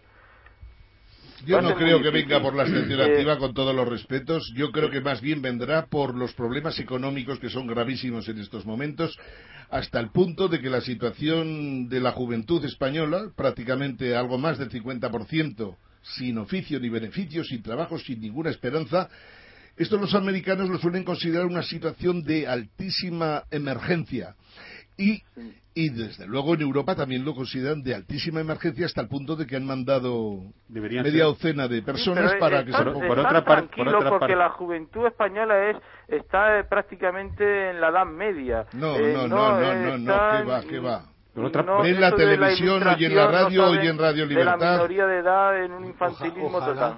Yo no creo que venga por la abstención activa, con todos los respetos. Yo creo que más bien vendrá por los problemas económicos que son gravísimos en estos momentos, hasta el punto de que la situación de la juventud española, prácticamente algo más del cincuenta por ciento, sin oficio ni beneficio, sin trabajo, sin ninguna esperanza, esto los americanos lo suelen considerar una situación de altísima emergencia. Y, y desde luego en Europa también lo consideran de altísima emergencia, hasta el punto de que han mandado Deberían media ser. docena de personas sí, para están, que se... Por otra parte, por otra porque parte. La juventud española es está prácticamente en la Edad Media. No, eh, no, no, no, no, no, no, que va, que va. Por otra, no, en la televisión, hoy en la radio, hoy en Radio Libertad. De la minoría de edad en un infantilismo Oja, total.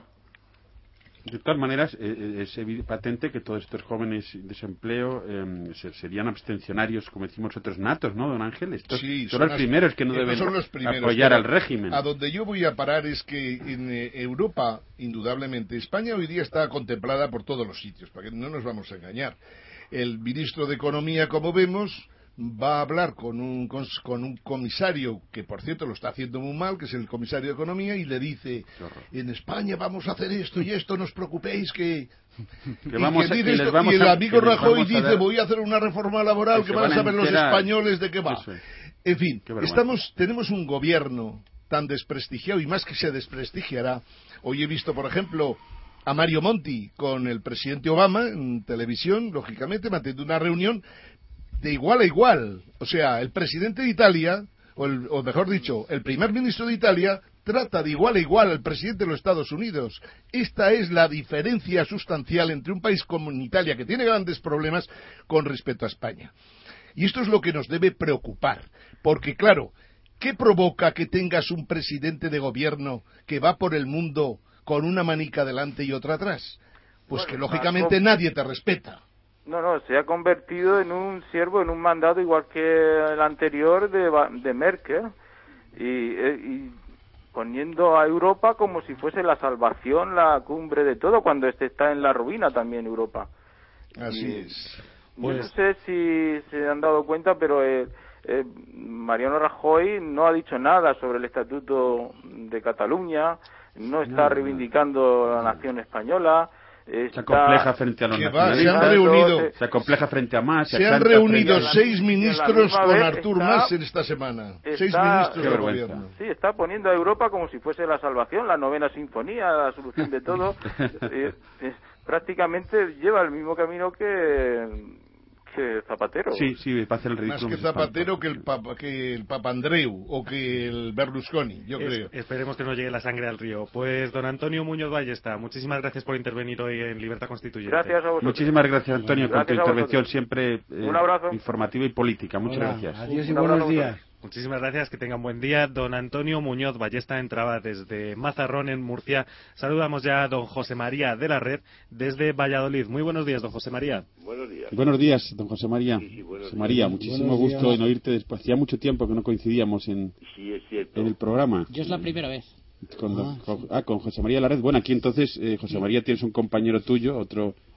De todas maneras, eh, es patente que todos estos jóvenes de desempleo eh, serían abstencionarios, como decimos nosotros, natos, ¿no, don Ángel? Estos sí, son, son los primeros que no deben son los primeros, apoyar al régimen. A donde yo voy a parar es que en eh, Europa, indudablemente, España hoy día está contemplada por todos los sitios, para que no nos vamos a engañar. El ministro de Economía, como vemos, va a hablar con un, con, con un comisario, que por cierto lo está haciendo muy mal, que es el comisario de Economía, y le dice, en España vamos a hacer esto y esto, no os preocupéis que... que vamos y, a, que y, les vamos y el amigo a, Rajoy dice, dar... voy a hacer una reforma laboral que, que van a saber los españoles de qué va. Es. En fin, estamos tenemos un gobierno tan desprestigiado, y más que se desprestigiará. Hoy he visto, por ejemplo, a Mario Monti con el presidente Obama en televisión, lógicamente, manteniendo una reunión de igual a igual. O sea, el presidente de Italia, o, el, o mejor dicho, el primer ministro de Italia, trata de igual a igual al presidente de los Estados Unidos. Esta es la diferencia sustancial entre un país como Italia, que tiene grandes problemas, con respecto a España. Y esto es lo que nos debe preocupar. Porque, claro, ¿qué provoca que tengas un presidente de gobierno que va por el mundo con una manica delante y otra atrás? Pues bueno, que lógicamente como... nadie te respeta. No, no, se ha convertido en un siervo, en un mandado igual que el anterior de, de Merkel, y, y poniendo a Europa como si fuese la salvación, la cumbre de todo, cuando este está en la ruina también Europa. Así y, es. Pues... Yo no sé si se han dado cuenta, pero eh, eh, Mariano Rajoy no ha dicho nada sobre el Estatuto de Cataluña, no está no, reivindicando no. la nación española. Está... Se acompleja frente a los nacionalistas. Se han reunido. Se acompleja frente a Mas. Se, se han reunido seis ministros con Artur Mas en esta semana. Está, seis ministros del gobierno. Sí, está poniendo a Europa como si fuese la salvación, la novena sinfonía, la solución de todo. eh, eh, prácticamente lleva el mismo camino que... que Zapatero. Sí, sí, para hacer el ridículo. Más que Zapatero que el, papa, que el Papandreou o que el Berlusconi, yo es, creo. Esperemos que no llegue la sangre al río. Pues don Antonio Muñoz Ballesta, muchísimas gracias por intervenir hoy en Libertad Constituyente. Gracias a vosotros. Muchísimas gracias, Antonio, gracias por tu intervención siempre eh, un abrazo. informativa y política. Muchas Hola, gracias. Adiós y buenos días. Muchísimas gracias, que tengan buen día. Don Antonio Muñoz Ballesta entraba desde Mazarrón, en Murcia. Saludamos ya a don José María de la Red, desde Valladolid. Muy buenos días, don José María. Buenos días. Buenos días, don José María. Sí, sí, José María, muchísimo buenos gusto días. En oírte después. Hacía mucho tiempo que no coincidíamos en, sí, es cierto. en el programa. Yo es la primera vez. Con, ah, con, ah, con José María de la Red. Bueno, aquí entonces, eh, José María, tienes un compañero tuyo, otro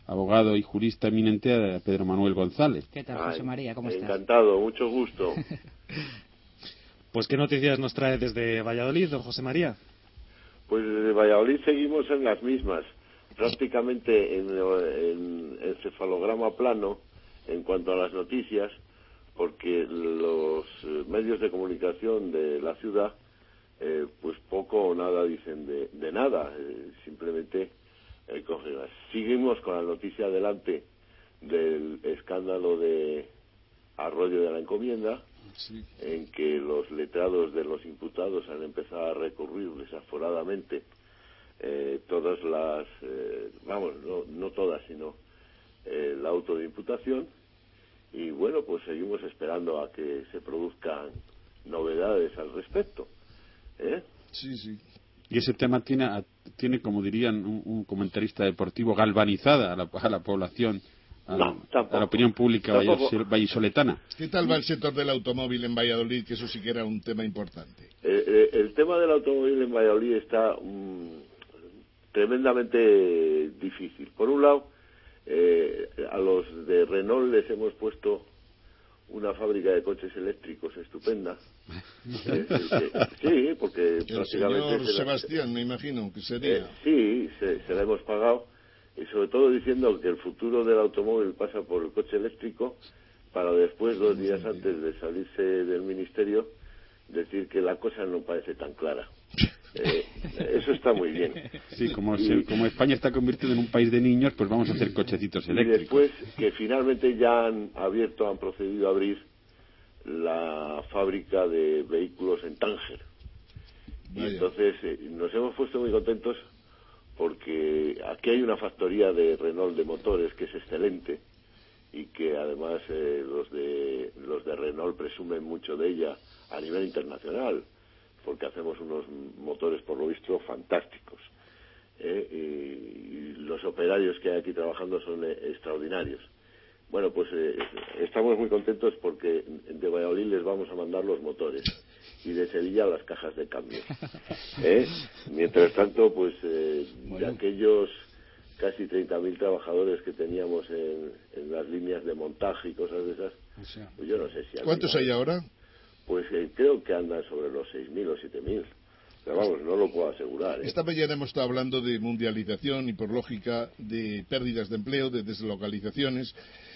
abogado y jurista eminente, a Pedro Manuel González. ¿Qué tal, José María? ¿Cómo estás? Encantado, mucho gusto. Pues, ¿qué noticias nos trae desde Valladolid, don José María? Pues desde Valladolid seguimos en las mismas, prácticamente en, en encefalograma plano en cuanto a las noticias, porque los medios de comunicación de la ciudad, eh, pues poco o nada dicen de, de nada, eh, simplemente eh, cogen. Seguimos con la noticia adelante del escándalo de Arroyo de la Encomienda, sí, en que los letrados de los imputados han empezado a recurrir desaforadamente eh, todas las, eh, vamos, no, no todas, sino eh, el auto de imputación, y bueno, pues seguimos esperando a que se produzcan novedades al respecto. ¿Eh? Sí, sí. Y ese tema tiene, tiene como dirían un, un comentarista deportivo, galvanizada a la, a la población, a, no, a la opinión pública vallisoletana. ¿Qué tal va el sector del automóvil en Valladolid? Que eso sí que era un tema importante. Eh, eh, el tema del automóvil en Valladolid está um, tremendamente difícil. Por un lado, eh, a los de Renault les hemos puesto una fábrica de coches eléctricos estupenda. Eh, eh, sí, porque el prácticamente... señor se la, Sebastián, me imagino, que sería... Eh, sí, se, se la hemos pagado, y sobre todo diciendo que el futuro del automóvil pasa por el coche eléctrico, para después, dos días antes de salirse del ministerio, decir que la cosa no parece tan clara. Eh, eso está muy bien. Sí, como, y, se, como España está convirtiendo en un país de niños, pues vamos a hacer cochecitos eléctricos. Y después que finalmente ya han abierto, han procedido a abrir la fábrica de vehículos en Tánger. Vaya. Y entonces eh, nos hemos puesto muy contentos porque aquí hay una factoría de Renault de motores que es excelente y que además eh, los de los de Renault presumen mucho de ella a nivel internacional, porque hacemos unos motores, por lo visto, fantásticos. ¿eh? Y, y los operarios que hay aquí trabajando son eh, extraordinarios. Bueno, pues eh, estamos muy contentos porque de Valladolid les vamos a mandar los motores y de Sevilla las cajas de cambio. ¿eh? Mientras tanto, pues eh, bueno. de aquellos casi treinta mil trabajadores que teníamos en, en las líneas de montaje y cosas de esas, o sea, pues yo no sé si... ¿Cuántos hay ahora? Pues eh, creo que andan sobre los seis mil o siete mil. Pero vamos, no lo puedo asegurar. ¿eh? Esta mañana hemos estado hablando de mundialización y, por lógica, de pérdidas de empleo, de deslocalizaciones.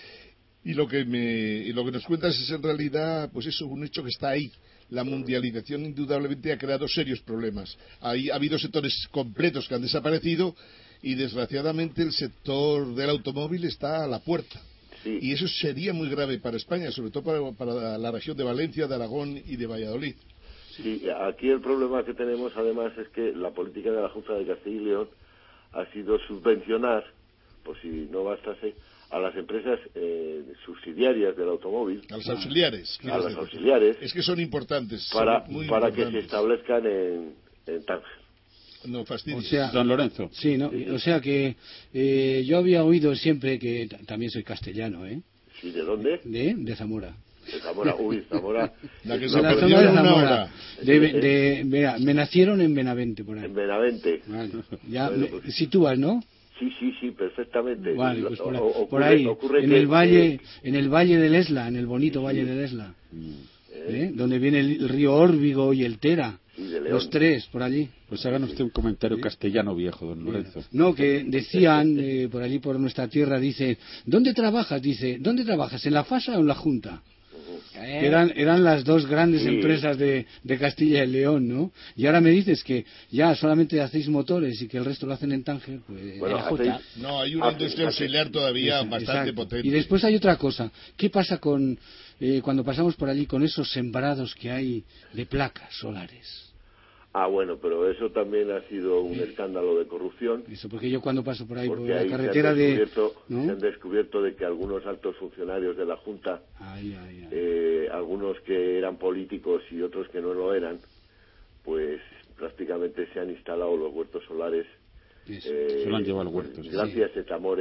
Y lo que me, y lo que nos cuentas es en realidad, pues eso, un hecho que está ahí. La mundialización indudablemente ha creado serios problemas. Hay, ha habido sectores completos que han desaparecido y, desgraciadamente, el sector del automóvil está a la puerta. Sí. Y eso sería muy grave para España, sobre todo para, para la región de Valencia, de Aragón y de Valladolid. Sí, aquí el problema que tenemos además es que la política de la Junta de Castilla y León ha sido subvencionar, por si no bastase, a las empresas eh, subsidiarias del automóvil. A los auxiliares. A los auxiliares. Es que son importantes. Para, son muy para importantes. que se establezcan en, en Tánger. No fastidies. O sea, Don Lorenzo. Sí, ¿no? Sí. O sea que eh, yo había oído siempre que también soy castellano, ¿eh? Sí, ¿de dónde? De, de Zamora. De Zamora, uy, Zamora. La que de se la perdió zona de en una Zamora. hora. De, de, mira, me nacieron en Benavente, por ahí. En Benavente. Vale. Ya Bueno, me pues, sitúas, ¿no? Sí, sí, sí, perfectamente. Vale, pues por, o, ocurre, por ahí, ocurre en que, el valle, eh, en el valle del Esla, en el bonito sí, valle del Esla, eh, ¿eh? Donde viene el río Órbigo y el Tera, sí, de León. los tres por allí. Pues hagan usted un comentario ¿Sí? castellano viejo, don Lorenzo. No, que decían eh, por allí por nuestra tierra, dice, ¿dónde trabajas? Dice, ¿dónde trabajas? ¿En la Fasa o en la Junta? Que eran, eran las dos grandes sí. empresas de, de Castilla y León, ¿no? Y ahora me dices que ya solamente hacéis motores y que el resto lo hacen en Tánger, pues... Bueno, hacéis... No, hay una industria auxiliar todavía Exacto. bastante potente. Y después hay otra cosa. ¿Qué pasa con eh, cuando pasamos por allí con esos sembrados que hay de placas solares? Ah, bueno, pero eso también ha sido un escándalo de corrupción. Eso, porque yo cuando paso por ahí por Porque la ahí carretera se han, de... ¿no? se han descubierto de que algunos altos funcionarios de la Junta, ay, ay, ay. Eh, algunos que eran políticos y otros que no lo eran, pues prácticamente se han instalado los huertos solares. Eh, se lo han llevado al huerto. Gracias sí. a Zamore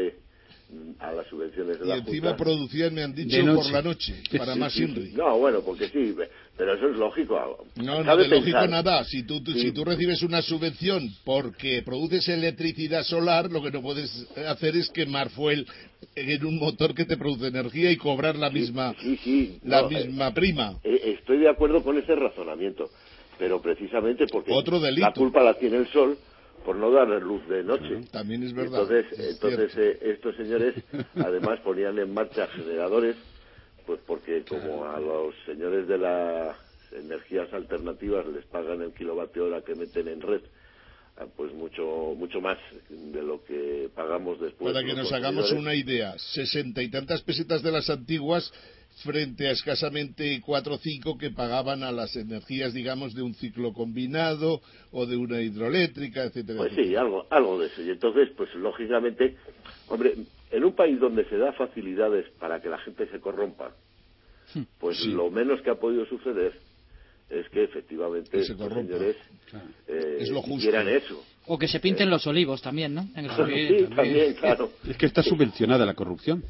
a las subvenciones de y la encima Junta. producían, me han dicho, por la noche, para sí, más sí, INRI. No, bueno, porque sí, pero eso es lógico. No, no Cabe de lógico pensar. nada. Si tú, tú- Sí. si tú recibes una subvención porque produces electricidad solar, lo que no puedes hacer es quemar fuel en un motor que te produce energía y cobrar la misma, Sí, sí, la no, misma eh, prima. eh, estoy de acuerdo con ese razonamiento, pero precisamente porque Otro delito. la culpa la tiene el sol por no darle luz de noche. También es verdad. Entonces, es entonces cierto. eh, estos señores además ponían en marcha generadores, pues porque como a los señores de las energías alternativas les pagan el kilovatio hora que meten en red, pues mucho mucho más de lo que pagamos después. Para que los nos hagamos consumidores. una idea, sesenta y tantas pesetas de las antiguas frente a escasamente cuatro o cinco que pagaban a las energías, digamos, de un ciclo combinado o de una hidroeléctrica, etcétera. Pues etcétera. sí, algo, algo de eso. Y entonces, pues lógicamente, hombre, en un país donde se da facilidades para que la gente se corrompa, pues Sí. lo menos que ha podido suceder es que efectivamente Que se estos corrompa. señores Claro. eh, Es lo justo. hicieran eso. O que se pinten los olivos también, ¿no? En el sol. Sí, también, claro. Es que está subvencionada la corrupción.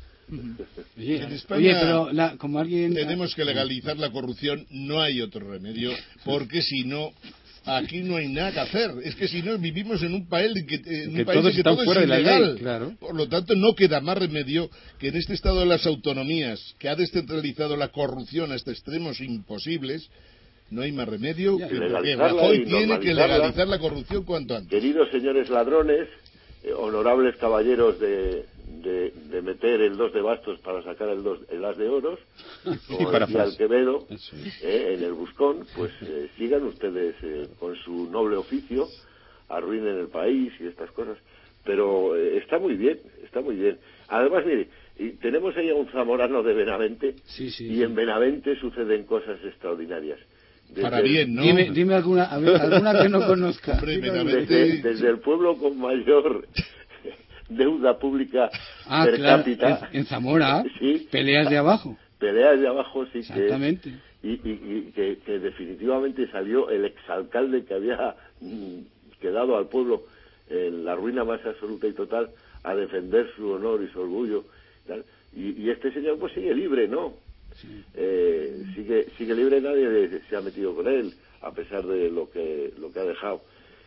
Oye, En España oye, pero la- como alguien... tenemos que legalizar la corrupción, no hay otro remedio, porque si no, aquí no hay nada que hacer. Es que si no, vivimos en un país en que, en Que un país todos en que están todo fuera es de la ilegal. ley, claro. Por lo tanto, no queda más remedio que en este estado de las autonomías, que ha descentralizado la corrupción hasta extremos imposibles, no hay más remedio que, que Legalizarla Rajoy y tiene que normalizarla. legalizar la corrupción cuanto antes. Queridos señores ladrones, eh, honorables caballeros de, de, de meter el dos de bastos para sacar el, dos, el as de oros, como para decía el frase. Quevedo, Eso es. eh, en el buscón, pues eh, sigan ustedes eh, con su noble oficio, arruinen el país y estas cosas, pero eh, está muy bien, está muy bien. Además, mire, y tenemos ahí a un zamorano de Benavente, Sí, sí, y sí. en Benavente suceden cosas extraordinarias. Desde Para el- bien, ¿no? Dime, dime alguna, a ver, alguna que no conozca. Hombre, Dime Benavente- alguna. desde, desde el pueblo con mayor deuda pública Ah, per claro, cápita, en, en Zamora, Sí. peleas de abajo. peleas de abajo, sí que Exactamente. y, y, y que, que definitivamente salió el exalcalde que había mm, quedado al pueblo en la ruina más absoluta y total a defender su honor y su orgullo, tal. Y, y este señor pues sigue libre, ¿no? Eh, sigue sigue libre, nadie le- se ha metido con él a pesar de lo que lo que ha dejado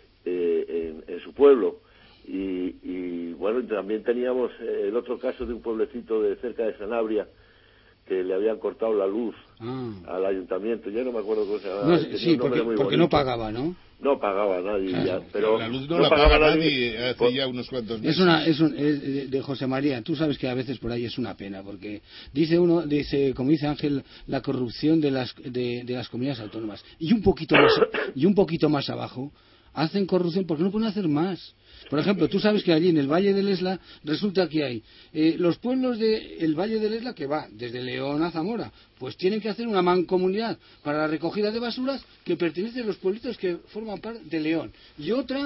eh, en, en su pueblo. Y, y bueno, también teníamos eh, el otro caso de un pueblecito de cerca de Sanabria que le habían cortado la luz Ah. al ayuntamiento. Yo no me acuerdo cómo se llamaba. No, tenía sí, un nombre porque, muy porque no bonito. pagaba, ¿no? No pagaba nadie, ya, pero la luz no, no la pagaba paga nadie nadie hace por- ya unos cuantos meses. Es una, es un, es de de José María. Tú sabes que a veces por ahí es una pena, porque dice uno, dice, como dice Ángel, la corrupción de las, de, de las comunidades autónomas. Y un poquito más, y un poquito más abajo, hacen corrupción porque no pueden hacer más. Por ejemplo, tú sabes que allí en el Valle del Esla resulta que hay eh, los pueblos del Valle del Esla que va desde León a Zamora, pues tienen que hacer una mancomunidad para la recogida de basuras que pertenece a los pueblitos que forman parte de León y otra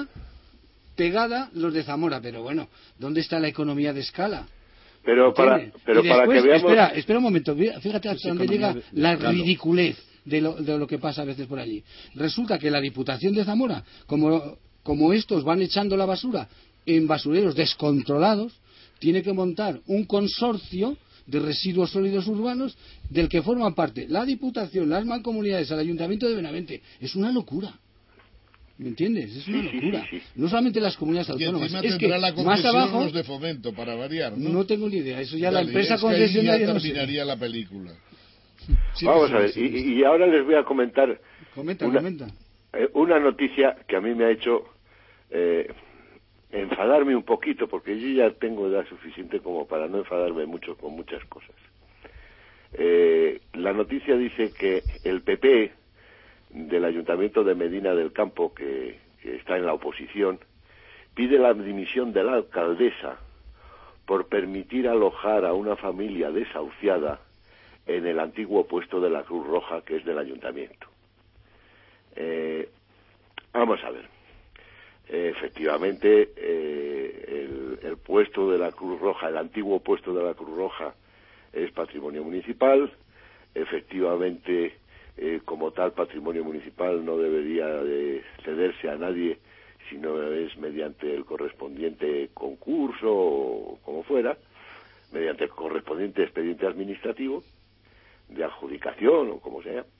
pegada los de Zamora. Pero bueno, ¿dónde está la economía de escala? pero para ¿Entiendes? pero Y para después, que veamos espera, espera un momento, fíjate hasta Esa dónde economía llega de- de la escala. ridiculez de lo, de lo que pasa a veces por allí. Resulta que la Diputación de Zamora, como, como estos van echando la basura en basureros descontrolados, tiene que montar un consorcio de residuos sólidos urbanos del que forman parte la Diputación, las mancomunidades, el Ayuntamiento de Benavente. Es una locura. ¿Me entiendes? Es una Sí, sí, locura. sí, sí. No solamente las comunidades Y autónomas, encima es que tendrá la más concesión abajo los de fomento, para variar, ¿no? no tengo ni idea. Eso ya la Dale, empresa es que ahí concesionaria ya no sé. terminaría la película. Sí, vamos sí, a ver, sí, y, sí. y ahora les voy a comentar Comenta, una, comenta. eh, una noticia que a mí me ha hecho eh, enfadarme un poquito, porque yo ya tengo edad suficiente como para no enfadarme mucho con muchas cosas. Eh, la noticia dice que el P P del Ayuntamiento de Medina del Campo, que, que está en la oposición, pide la dimisión de la alcaldesa por permitir alojar a una familia desahuciada en el antiguo puesto de la Cruz Roja, que es del Ayuntamiento. Eh, vamos a ver. Eh, efectivamente, eh, el, el puesto de la Cruz Roja, el antiguo puesto de la Cruz Roja, es patrimonio municipal. Efectivamente, eh, como tal patrimonio municipal no debería de cederse a nadie si no es mediante el correspondiente concurso o como fuera. mediante el correspondiente expediente administrativo de adjudicación o como sea.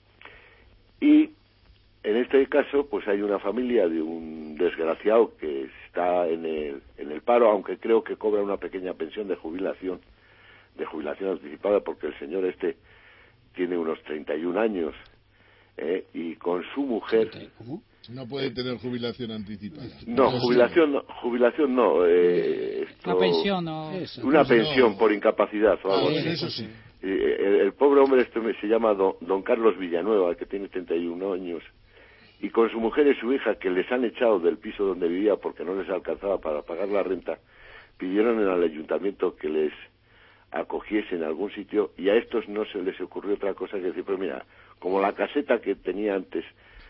Y en este caso, pues hay una familia de un desgraciado que está en el, en el paro, aunque creo que cobra una pequeña pensión de jubilación, de jubilación anticipada, porque el señor este tiene unos treinta y un años, eh, y con su mujer... ¿Cómo? No puede tener jubilación anticipada. No, jubilación no, jubilación no. Eh, esto, una pensión no. Una pensión no. por incapacidad o algo ah, así. Eso sí. Eh, el, el pobre hombre este se llama don, don Carlos Villanueva, que tiene treinta y un años, y con su mujer y su hija, que les han echado del piso donde vivía porque no les alcanzaba para pagar la renta, pidieron en el ayuntamiento que les acogiese en algún sitio, y a estos no se les ocurrió otra cosa que decir, pero mira, como la caseta que tenía antes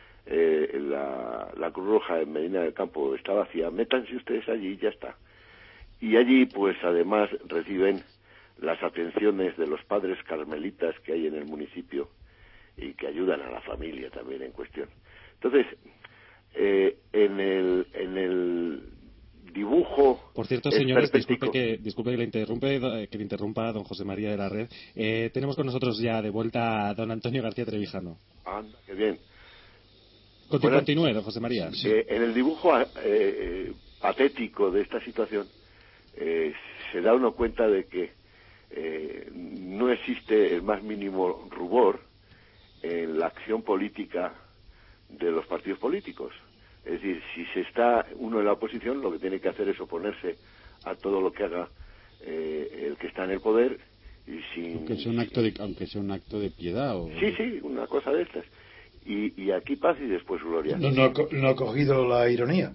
eh, la, la Cruz Roja en Medina del Campo está vacía, métanse ustedes allí y ya está. Y allí pues además reciben las atenciones de los padres carmelitas que hay en el municipio y que ayudan a la familia también en cuestión. Entonces, eh, en el en el dibujo... Por cierto, señores, disculpe que, disculpe que le interrumpe, que le interrumpa don José María de la Red. Eh, tenemos con nosotros ya de vuelta a don Antonio García Trevijano. Anda, qué bien. Continúe, bueno, continúe don José María. Sí. Eh, en el dibujo eh, patético de esta situación, eh, se da uno cuenta de que eh, no existe el más mínimo rubor en la acción política de los partidos políticos. Es decir, si se está uno en la oposición, lo que tiene que hacer es oponerse a todo lo que haga eh, el que está en el poder, y sin aunque sea un acto de aunque sea un acto de piedad o sí sí una cosa de estas, y, y aquí paz y después gloria. No, no, no ha cogido la ironía.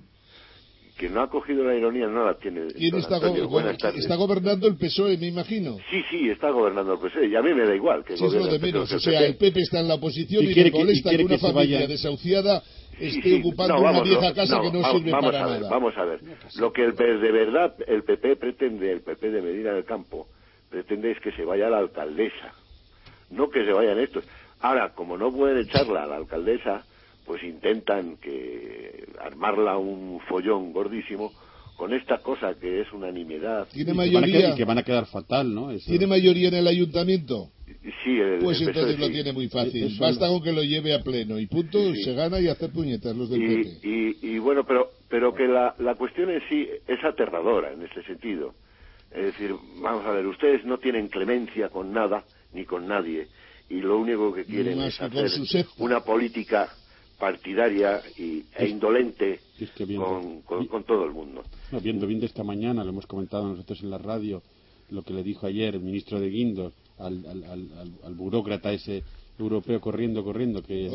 Que no ha cogido la ironía no la tiene. ¿Quién está, Antonio, go está gobernando el P S O E, me imagino? Sí, sí, está gobernando el P S O E, y a mí me da igual. Que sí, es lo de menos, o sea, el P P está en la oposición y, y le molesta que, que una familia vaya... desahuciada esté sí, sí. ocupando no, vamos, una vieja no, casa no, que no vamos, sirve vamos para a ver, nada. Vamos a ver, lo que el, de verdad el P P pretende, el P P de Medina del Campo, pretende es que se vaya la alcaldesa, no que se vayan estos. Ahora, como no pueden echarla a la alcaldesa, pues intentan que armarla un follón gordísimo con esta cosa que es una nimiedad. ¿Tiene y mayoría? Que van, quedar, que van a quedar fatal, ¿no? Eso. ¿Tiene mayoría en el ayuntamiento? Sí, el, pues el entonces sí. lo tiene muy fácil. Eso Basta no. con que lo lleve a pleno y punto, sí, sí. se gana y hacer puñetas los del y, P P. Y, y bueno, pero pero que la, la cuestión en sí es aterradora en ese sentido. Es decir, vamos a ver, ustedes no tienen clemencia con nada ni con nadie, y lo único que quieren Más es que hacer una política partidaria y, e indolente es que viendo, con, con, con todo el mundo. No, viendo, viendo esta mañana, lo hemos comentado nosotros en la radio, lo que le dijo ayer el ministro de Guindos al, al, al, al burócrata ese europeo corriendo, corriendo, que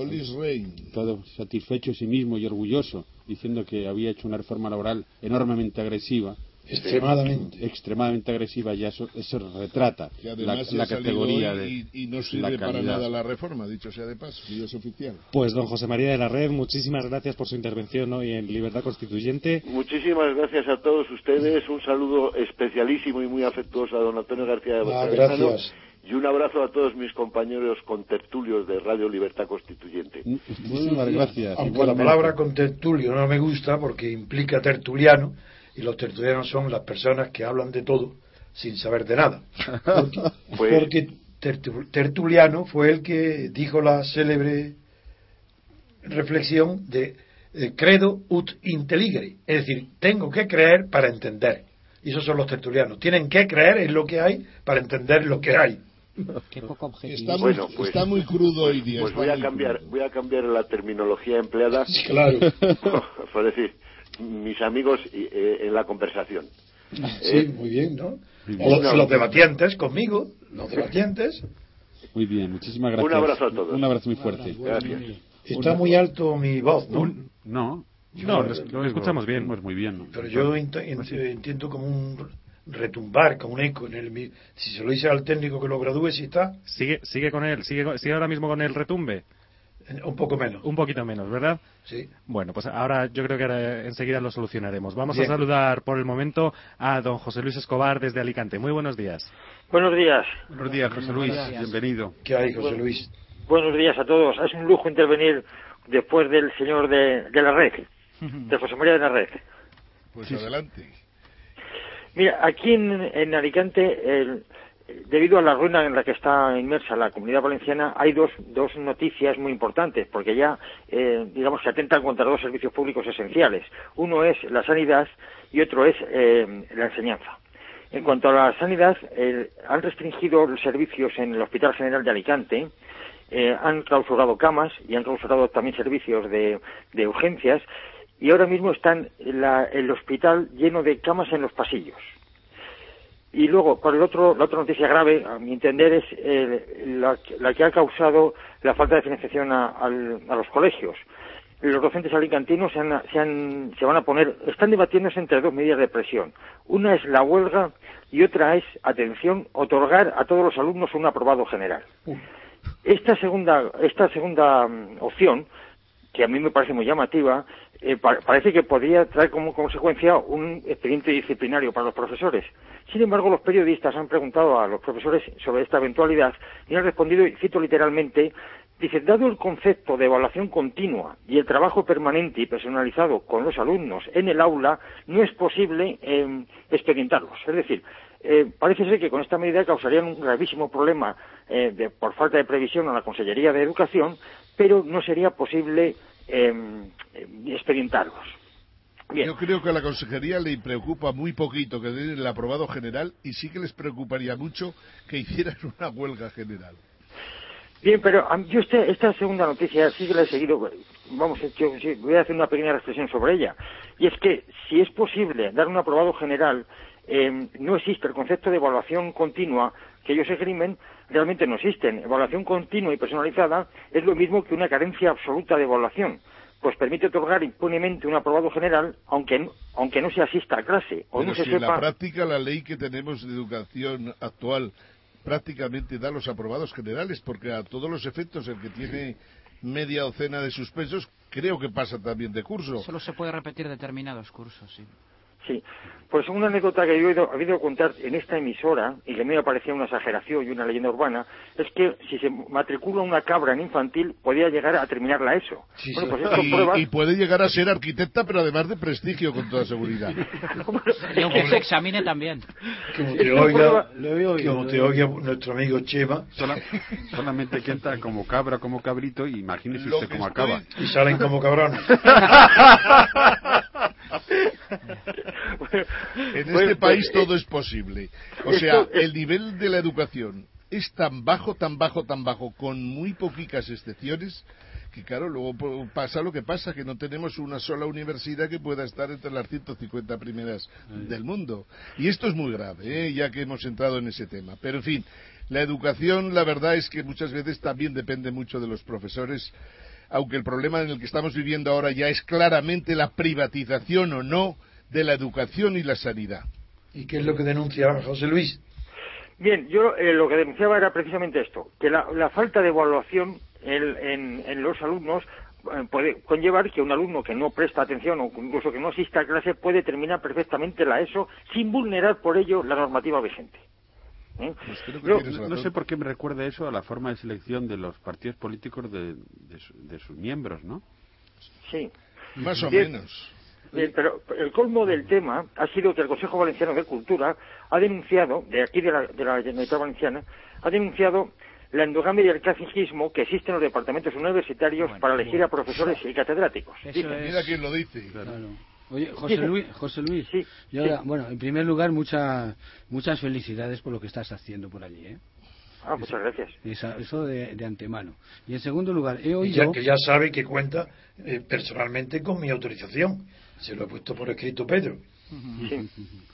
todo satisfecho de sí mismo y orgulloso, diciendo que había hecho una reforma laboral enormemente agresiva. Extremadamente. Extremadamente agresiva, ya eso, eso retrata la, la categoría de. Y, y no sirve para nada la reforma, dicho sea de paso, y es oficial. Pues don José María de la Red, muchísimas gracias por su intervención hoy en Libertad Constituyente. Muchísimas gracias a todos ustedes, un saludo especialísimo y muy afectuoso a don Antonio García de ah, gracias. Y un abrazo a todos mis compañeros contertulios de Radio Libertad Constituyente. Muchísimas gracias. Aunque igualmente. La palabra contertulio no me gusta porque implica tertuliano, y los tertulianos son las personas que hablan de todo sin saber de nada. Porque, pues, porque Tertuliano fue el que dijo la célebre reflexión de eh, credo ut intelligere, es decir, tengo que creer para entender. Y esos son los tertulianos. Tienen que creer en lo que hay para entender lo que hay. Qué poco objetivo. Está muy, bueno, pues, está muy crudo hoy día. Pues voy a cambiar, crudo. voy a cambiar la terminología empleada. Sí, claro. Por decir, mis amigos eh, en la conversación. Sí, eh, muy bien, ¿no? Bien. Los, los debatientes conmigo, los debatientes. Muy bien, muchísimas gracias. Un abrazo a todos. Un abrazo muy fuerte. Gracias. Está muy alto mi voz, ¿no? Un, no, no, lo, lo escuchamos bien. Pues muy bien. ¿no? Pero yo ent ent entiendo como un retumbar, como un eco en el. Si se lo dice al técnico que lo gradúe, si está. Sigue, sigue con él, sigue, sigue ahora mismo con el retumbe. Un poco menos. Un poquito menos, ¿verdad? Sí. Bueno, pues ahora yo creo que ahora enseguida lo solucionaremos. Vamos Bien. a saludar por el momento a don José Luis Escobar desde Alicante. Muy buenos días. Buenos días. Buenos días, José Luis. Días. Bienvenido. ¿Qué hay, José Luis? Buenos días a todos. Es un lujo intervenir después del señor de, de la Red, de José María de la Red. Pues sí. Adelante. Mira, aquí en, en Alicante, el, debido a la ruina en la que está inmersa la Comunidad Valenciana, hay dos, dos noticias muy importantes, porque ya, eh, digamos, se atentan contra dos servicios públicos esenciales. Uno es la sanidad y otro es eh, la enseñanza. En cuanto a la sanidad, eh, han restringido los servicios en el Hospital General de Alicante, eh, han clausurado camas y han clausurado también servicios de, de urgencias, y ahora mismo están la, el hospital lleno de camas en los pasillos. Y luego, por el otro, la otra noticia grave, a mi entender, es eh, la, la que ha causado la falta de financiación a, a, a los colegios. Los docentes alicantinos se, han, se, han, se van a poner, están debatiéndose entre dos medidas de presión. Una es la huelga y otra es, atención, otorgar a todos los alumnos un aprobado general. Uh. Esta segunda, esta segunda um, opción, que a mí me parece muy llamativa, eh, pa parece que podría traer como consecuencia un expediente disciplinario para los profesores. Sin embargo, los periodistas han preguntado a los profesores sobre esta eventualidad y han respondido, y cito literalmente, dice, dado el concepto de evaluación continua y el trabajo permanente y personalizado con los alumnos en el aula, no es posible eh, expedientarlos. Es decir, eh, parece ser que con esta medida causarían un gravísimo problema eh, de, por falta de previsión a la Consellería de Educación, pero no sería posible eh, expedientarlos. Bien. Yo creo que a la Consejería le preocupa muy poquito que den el aprobado general y sí que les preocuparía mucho que hicieran una huelga general. Bien, pero yo este, esta segunda noticia sí que la he seguido, vamos, yo, yo voy a hacer una pequeña reflexión sobre ella, y es que si es posible dar un aprobado general, eh, no existe el concepto de evaluación continua que ellos esgrimen, realmente no existen. Evaluación continua y personalizada es lo mismo que una carencia absoluta de evaluación, pues permite otorgar impunemente un aprobado general, aunque, aunque no se asista a clase, o pero no se si sepa... en la práctica la ley que tenemos de educación actual prácticamente da los aprobados generales, porque a todos los efectos el que tiene media docena de suspensos creo que pasa también de curso. Solo se puede repetir determinados cursos, sí. Sí, pues una anécdota que yo he habido contar en esta emisora, y que a mí me parecía una exageración y una leyenda urbana, es que si se matricula una cabra en infantil, podía llegar a terminar la ESO. Sí, bueno, pues y, pruebas... y puede llegar a ser arquitecta, pero además de prestigio, con toda seguridad. Y aunque se examine también. Como te oiga, como te oiga nuestro amigo Chema. Sola, solamente que entra como cabra, como cabrito, y imagínese Lo usted cómo estoy... acaba. Y salen como cabrones. En este bueno, país pues, todo es posible. O sea, el nivel de la educación es tan bajo, tan bajo, tan bajo, con muy poquitas excepciones, que claro, luego pasa lo que pasa, que no tenemos una sola universidad que pueda estar entre las ciento cincuenta primeras del mundo. Y esto es muy grave, ¿eh? Ya que hemos entrado en ese tema. Pero en fin, la educación, la verdad es que muchas veces también depende mucho de los profesores, aunque el problema en el que estamos viviendo ahora ya es claramente la privatización o no de la educación y la sanidad. ¿Y qué es lo que denuncia José Luis? Bien, yo eh, lo que denunciaba era precisamente esto, que la, la falta de evaluación en, en, en los alumnos eh, puede conllevar que un alumno que no presta atención o incluso que no asista a clase puede terminar perfectamente la ESO sin vulnerar por ello la normativa vigente. ¿Eh? Pues creo que Yo, no, no sé por qué me recuerda eso a la forma de selección de los partidos políticos de, de, su, de sus miembros, ¿no? Sí. Más o Bien. menos. Bien, pero el colmo del tema ha sido que el Consejo Valenciano de Cultura ha denunciado, de aquí de la, de la Generalitat Valenciana, ha denunciado la endogamia y el caciquismo que existen en los departamentos universitarios bueno, para elegir bueno. a profesores y catedráticos. Eso es... Mira quién lo dice. Claro. Oye, José Luis, José Luis sí, yo ahora, sí. bueno, en primer lugar, mucha, muchas felicidades por lo que estás haciendo por allí, ¿eh? Ah, muchas eso, gracias. Esa, eso de, de antemano. Y en segundo lugar, he oído... Ya, que ya sabe que cuenta eh, personalmente con mi autorización. Se lo he puesto por escrito Pedro. Sí.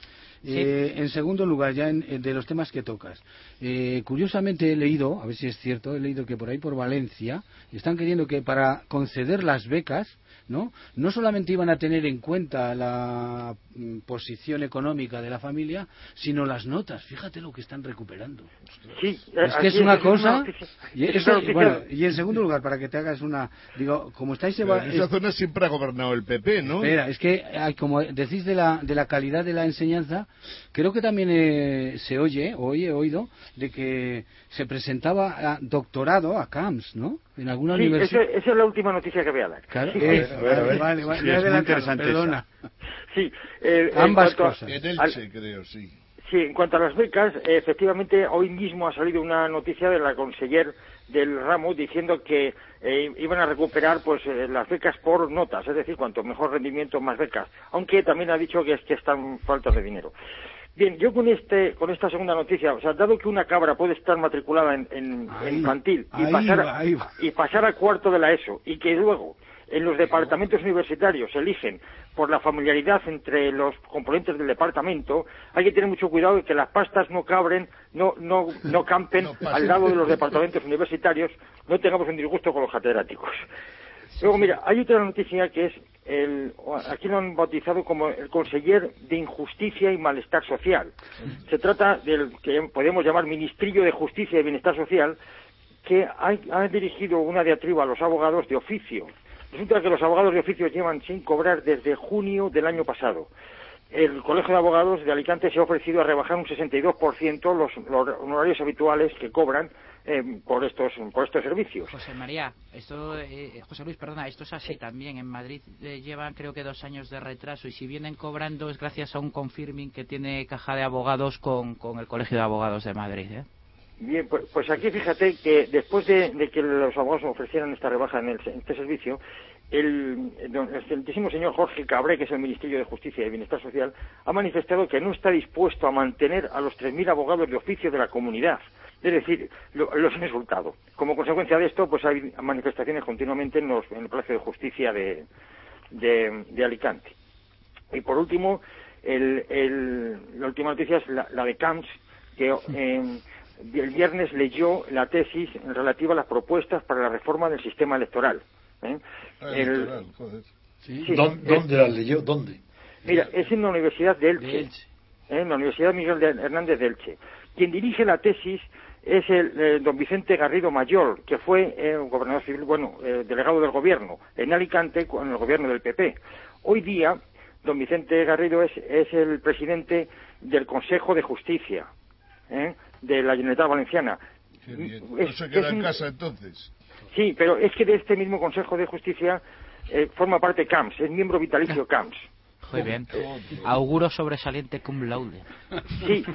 Eh, en segundo lugar, ya en, en de los temas que tocas, eh, curiosamente he leído, a ver si es cierto, he leído que por ahí por Valencia están queriendo que para conceder las becas, ¿no? No solamente iban a tener en cuenta la mm, posición económica de la familia, sino las notas. Fíjate lo que están recuperando. Sí, es que es una cosa. Y, eso, bueno, y en segundo lugar, para que te hagas una, digo, como estáis en esa zona siempre ha gobernado el P P, ¿no? Espera, es que como decís de la de la calidad de la enseñanza, creo que también eh, se oye, hoy he oído, de que se presentaba a doctorado a Camps, ¿no? En alguna sí, universidad. Esa, esa es la última noticia que voy a dar. Claro, sí, eh, a ver, a ver. Vale, vale, sí, es muy interesante perdona. Sí. Eh, Ambas en cosas. A, en Elche, al, creo, sí. Sí, en cuanto a las becas, efectivamente, hoy mismo ha salido una noticia de la conseller del ramo diciendo que eh, iban a recuperar pues eh, las becas por notas, es decir, cuanto mejor rendimiento, más becas. Aunque también ha dicho que es que están faltas de dinero. Bien, yo con este con esta segunda noticia, o sea, dado que una cabra puede estar matriculada en, en, ahí, en infantil y pasar, va, y pasar a cuarto de la ESO y que luego en los departamentos universitarios se eligen por la familiaridad entre los componentes del departamento, hay que tener mucho cuidado de que las pastas no cabren, no no no campen no al lado de los departamentos universitarios, no tengamos un disgusto con los catedráticos. Luego, mira, hay otra noticia que es, el, aquí lo han bautizado como el conseller de Injusticia y Malestar Social. Se trata del que podemos llamar Ministrillo de Justicia y Bienestar Social, que ha, ha dirigido una diatriba a los abogados de oficio. Resulta que los abogados de oficio llevan sin cobrar desde junio del año pasado. El Colegio de Abogados de Alicante se ha ofrecido a rebajar un sesenta y dos por ciento los, los honorarios habituales que cobran eh, por estos por estos servicios. José María, esto, eh, José Luis, perdona, esto es así también. En Madrid eh, llevan creo que dos años de retraso y si vienen cobrando es gracias a un confirming que tiene Caja de Abogados con, con el Colegio de Abogados de Madrid, ¿eh? Bien, pues, pues aquí fíjate que después de, de que los abogados ofrecieran esta rebaja en, el, en este servicio, el, el excelentísimo señor Jorge Cabré, que es el Ministerio de Justicia y Bienestar Social, ha manifestado que no está dispuesto a mantener a los tres mil abogados de oficio de la comunidad. Es decir, lo, los han insultado. Como consecuencia de esto, pues hay manifestaciones continuamente en, los, en el Palacio de Justicia de, de, de Alicante. Y por último, el, el, la última noticia es la, la de Camps, que eh, el viernes leyó la tesis relativa a las propuestas para la reforma del sistema electoral. ¿eh? Ah, el, electoral, joder. ¿Sí? Sí, ¿Dónde, ¿Dónde la leyó? ¿Dónde? Mira, es en la Universidad de Elche, de Elche. ¿eh? en la Universidad Miguel de Hernández de Elche. Quien dirige la tesis es el eh, don Vicente Garrido Mayor, que fue eh, gobernador civil, bueno, eh, delegado del gobierno en Alicante con el gobierno del P P. Hoy día, don Vicente Garrido es, es el presidente del Consejo de Justicia, ¿eh? de la Generalitat Valenciana. Qué bien. ¿No se queda en casa entonces? Sí, pero es que de este mismo Consejo de Justicia eh, forma parte Camps, es miembro vitalicio Camps. Muy bien. Auguro sobresaliente cum laude. Sí.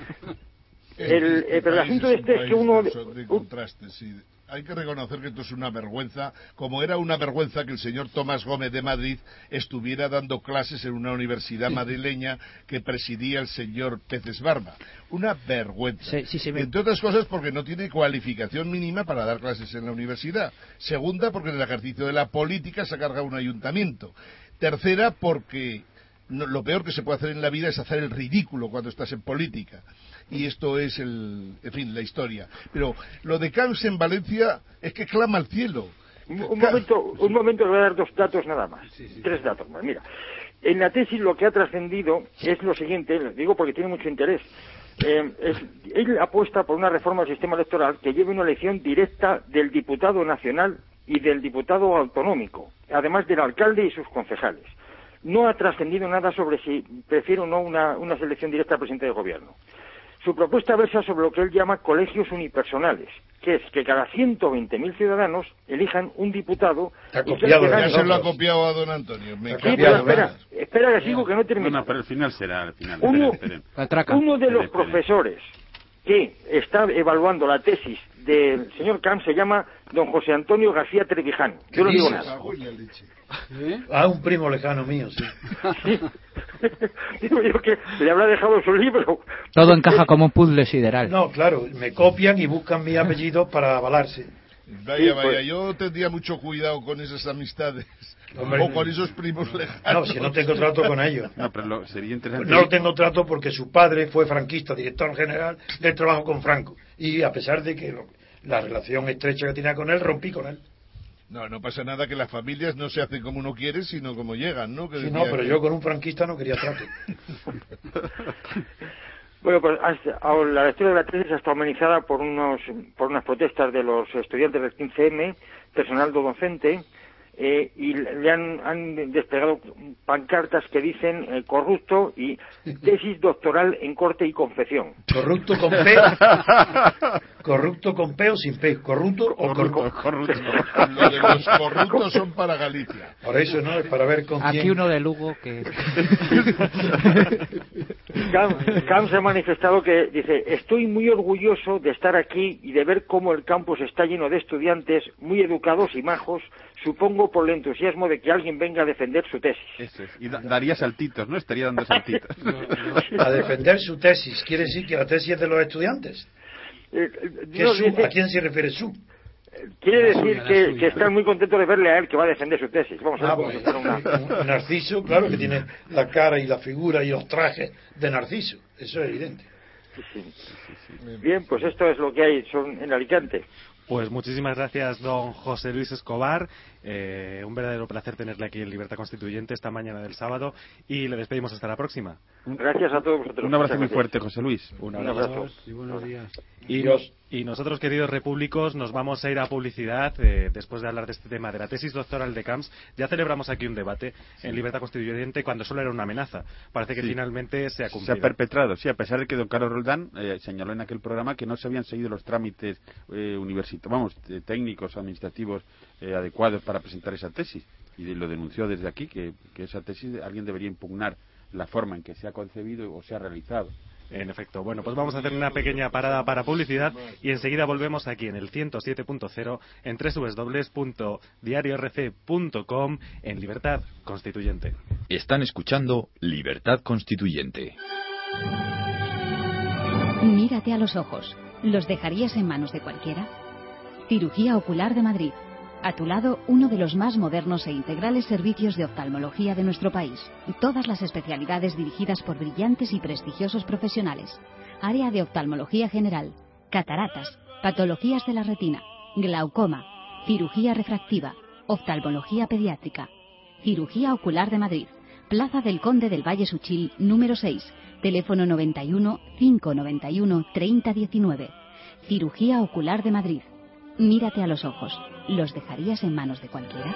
El, eh, pero el asunto de este es que uno... De contraste, sí. Hay que reconocer que esto es una vergüenza, como era una vergüenza que el señor Tomás Gómez de Madrid estuviera dando clases en una universidad madrileña que presidía el señor Peces Barba. Una vergüenza. Sí, sí, sí, me... Entre otras cosas porque no tiene cualificación mínima para dar clases en la universidad. Segunda, porque en el ejercicio de la política se carga un ayuntamiento. Tercera, porque no, lo peor que se puede hacer en la vida es hacer el ridículo cuando estás en política. Y esto es el, en fin, la historia. Pero lo de Camps en Valencia es que clama al cielo. Un, un momento, un momento, le voy a dar dos datos nada más. Sí, sí, Tres datos más. Mira, en la tesis lo que ha trascendido es lo siguiente, les digo porque tiene mucho interés. Eh, es, él apuesta por una reforma del sistema electoral que lleve una elección directa del diputado nacional y del diputado autonómico, además del alcalde y sus concejales. No ha trascendido nada sobre si prefiere o no una, una selección directa al presidente del gobierno. Su propuesta versa sobre lo que él llama colegios unipersonales, que es que cada ciento veinte mil ciudadanos elijan un diputado... Y que ya se lo ha copiado a don Antonio. Me sí, pero espera, espera que sigo que no termino. No, no, pero al final será, al final. Uno, esperen, esperen. uno de los profesores que está evaluando la tesis del señor Camps se llama don José Antonio García Trevijano. Yo no digo nada. ¿Eh? Ah, un primo lejano mío, sí. sí. Digo yo que le habrá dejado su libro. Todo encaja como un puzzle sideral. No, claro, me copian y buscan mi apellido para avalarse. Vaya, sí, vaya, pues... yo tendría mucho cuidado con esas amistades. Hombre, o con esos primos lejanos. No, si no tengo trato con ellos. No, pero lo, sería interesante. Pues no tengo trato porque su padre fue franquista, director general del trabajo con Franco. Y a pesar de que lo, la relación estrecha que tenía con él, rompí con él. No, no pasa nada, que las familias no se hacen como uno quiere, sino como llegan, ¿no? Que sí, no, pero que... yo con un franquista no quería trato. Bueno, pues hasta, la lectura de la tesis ha estado amenizada por unos por unas protestas de los estudiantes del quince eme, personal docente, eh, y le han, han desplegado pancartas que dicen eh, corrupto y tesis doctoral en corte y confección. ¿Corrupto con P? ¿Corrupto con P o sin P? ¿Corrupto o corrupto? Corrupto. Lo de los corruptos son para Galicia. Por eso, ¿no? Es para ver con Aquí quién... uno de Lugo que... Camps ha manifestado que dice: estoy muy orgulloso de estar aquí y de ver cómo el campus está lleno de estudiantes muy educados y majos, supongo por el entusiasmo de que alguien venga a defender su tesis. Eso es. Y da daría saltitos, ¿no? Estaría dando saltitos. A defender su tesis. ¿Quiere decir que la tesis es de los estudiantes? Eh, ¿Qué no, su? dice, ¿A quién se refiere su? Quiere decir que, que están muy contentos de verle a él que va a defender su tesis. Vamos a ah, ver pues, una... Narciso, claro, que tiene la cara y la figura y los trajes de Narciso. Eso es evidente. Sí, sí. Bien, pues esto es lo que hay son en Alicante. Pues muchísimas gracias, don José Luis Escobar. Eh, un verdadero placer tenerle aquí en Libertad Constituyente esta mañana del sábado y le despedimos hasta la próxima. Gracias a todos vosotros. Un abrazo muy fuerte, José Luis. Un abrazo. Un abrazo. Y buenos días. Y, nos, y nosotros, queridos repúblicos, nos vamos a ir a publicidad eh, después de hablar de este tema de la tesis doctoral de Camps. Ya celebramos aquí un debate sí. en Libertad Constituyente cuando solo era una amenaza. Parece que sí. finalmente se ha cumplido. Se ha perpetrado, sí, a pesar de que don Carlos Roldán eh, señaló en aquel programa que no se habían seguido los trámites eh, universitarios, vamos, eh, técnicos, administrativos eh, adecuados para presentar esa tesis. Y lo denunció desde aquí, que, que esa tesis alguien debería impugnar la forma en que se ha concebido o se ha realizado. En efecto. Bueno, pues vamos a hacer una pequeña parada para publicidad y enseguida volvemos aquí en el ciento siete punto cero en doble u doble u doble u punto diario r c punto com en Libertad Constituyente. Están escuchando Libertad Constituyente. Mírate a los ojos. ¿Los dejarías en manos de cualquiera? Cirugía Ocular de Madrid. A tu lado, uno de los más modernos e integrales servicios de oftalmología de nuestro país. Todas las especialidades dirigidas por brillantes y prestigiosos profesionales. Área de oftalmología general, cataratas, patologías de la retina, glaucoma, cirugía refractiva, oftalmología pediátrica. Cirugía Ocular de Madrid. Plaza del Conde del Valle Suchil, número seis. Teléfono noventa y uno, cinco noventa y uno, treinta diecinueve. Cirugía Ocular de Madrid. Mírate a los ojos. ¿Los dejarías en manos de cualquiera?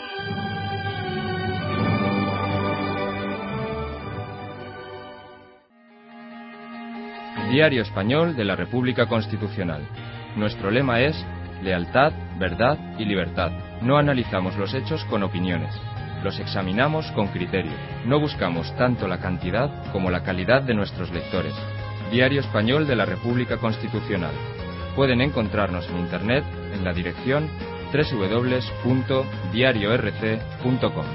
Diario Español de la República Constitucional. Nuestro lema es lealtad, verdad y libertad. No analizamos los hechos con opiniones. Los examinamos con criterio. No buscamos tanto la cantidad como la calidad de nuestros lectores. Diario Español de la República Constitucional. Pueden encontrarnos en Internet en la dirección doble u doble u doble u punto diario r c punto com.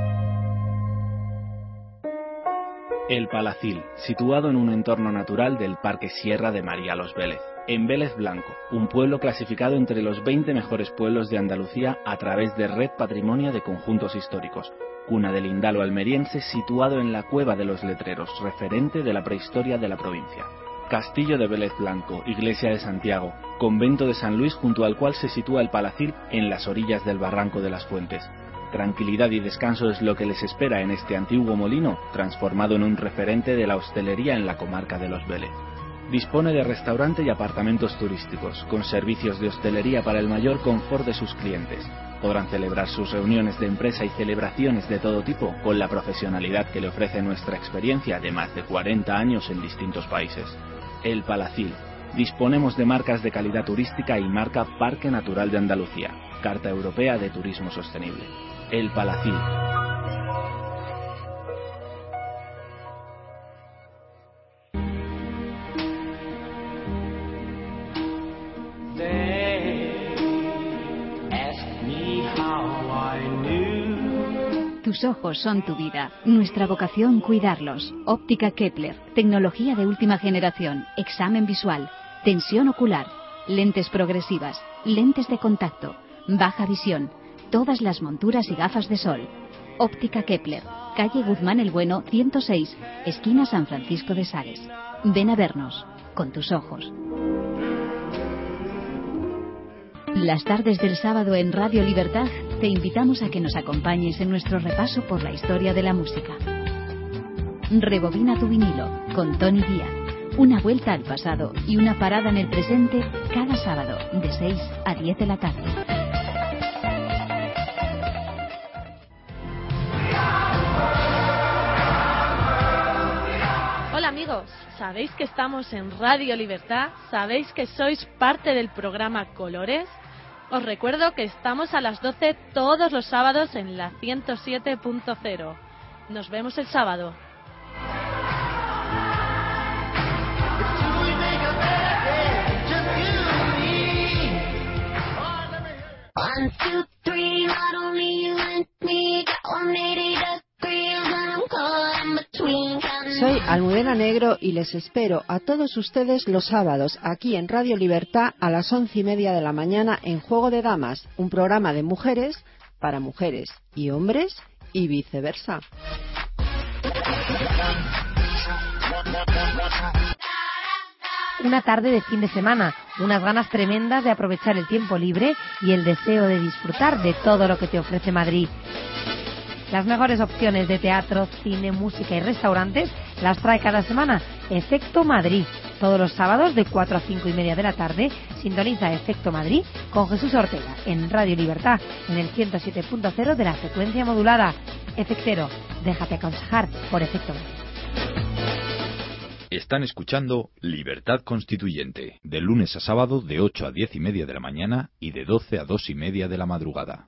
El Palacil, situado en un entorno natural del Parque Sierra de María Los Vélez, en Vélez Blanco, un pueblo clasificado entre los veinte mejores pueblos de Andalucía a través de Red Patrimonio de Conjuntos Históricos, cuna del Indalo almeriense situado en la Cueva de los Letreros, referente de la prehistoria de la provincia. Castillo de Vélez Blanco, Iglesia de Santiago, Convento de San Luis junto al cual se sitúa el Palacil en las orillas del Barranco de las Fuentes. Tranquilidad y descanso es lo que les espera en este antiguo molino, transformado en un referente de la hostelería en la comarca de Los Vélez. Dispone de restaurante y apartamentos turísticos, con servicios de hostelería para el mayor confort de sus clientes. Podrán celebrar sus reuniones de empresa y celebraciones de todo tipo con la profesionalidad que le ofrece nuestra experiencia de más de cuarenta años en distintos países. El Palacil. Disponemos de marcas de calidad turística y marca Parque Natural de Andalucía, Carta Europea de Turismo Sostenible. El Palacil. Tus ojos son tu vida. Nuestra vocación, cuidarlos. Óptica Kepler. Tecnología de última generación. Examen visual. Tensión ocular. Lentes progresivas. Lentes de contacto. Baja visión. Todas las monturas y gafas de sol. Óptica Kepler. Calle Guzmán el Bueno, ciento seis. Esquina San Francisco de Sales. Ven a vernos. Con tus ojos. Las tardes del sábado en Radio Libertad te invitamos a que nos acompañes en nuestro repaso por la historia de la música. Rebobina tu vinilo con Tony Díaz. Una vuelta al pasado y una parada en el presente cada sábado de seis a diez de la tarde. amigos, ¿sabéis que estamos en Radio Libertad? ¿Sabéis que sois parte del programa Colores? Os recuerdo que estamos a las doce todos los sábados en la ciento siete punto cero. Nos vemos el sábado. One, two, three, not only you and me, got one eighty degrees and I'm caught in between. Soy Almudena Negro y les espero a todos ustedes los sábados aquí en Radio Libertad a las once y media de la mañana en Juego de Damas, un programa de mujeres para mujeres y hombres y viceversa. Una tarde de fin de semana, unas ganas tremendas de aprovechar el tiempo libre y el deseo de disfrutar de todo lo que te ofrece Madrid. Las mejores opciones de teatro, cine, música y restaurantes las trae cada semana Efecto Madrid. Todos los sábados de cuatro a cinco y media de la tarde sintoniza Efecto Madrid con Jesús Ortega en Radio Libertad en el ciento siete punto cero de la frecuencia modulada. Efectero, déjate aconsejar por Efecto Madrid. Están escuchando Libertad Constituyente, de lunes a sábado de ocho a diez y media de la mañana y de doce a dos y media de la madrugada.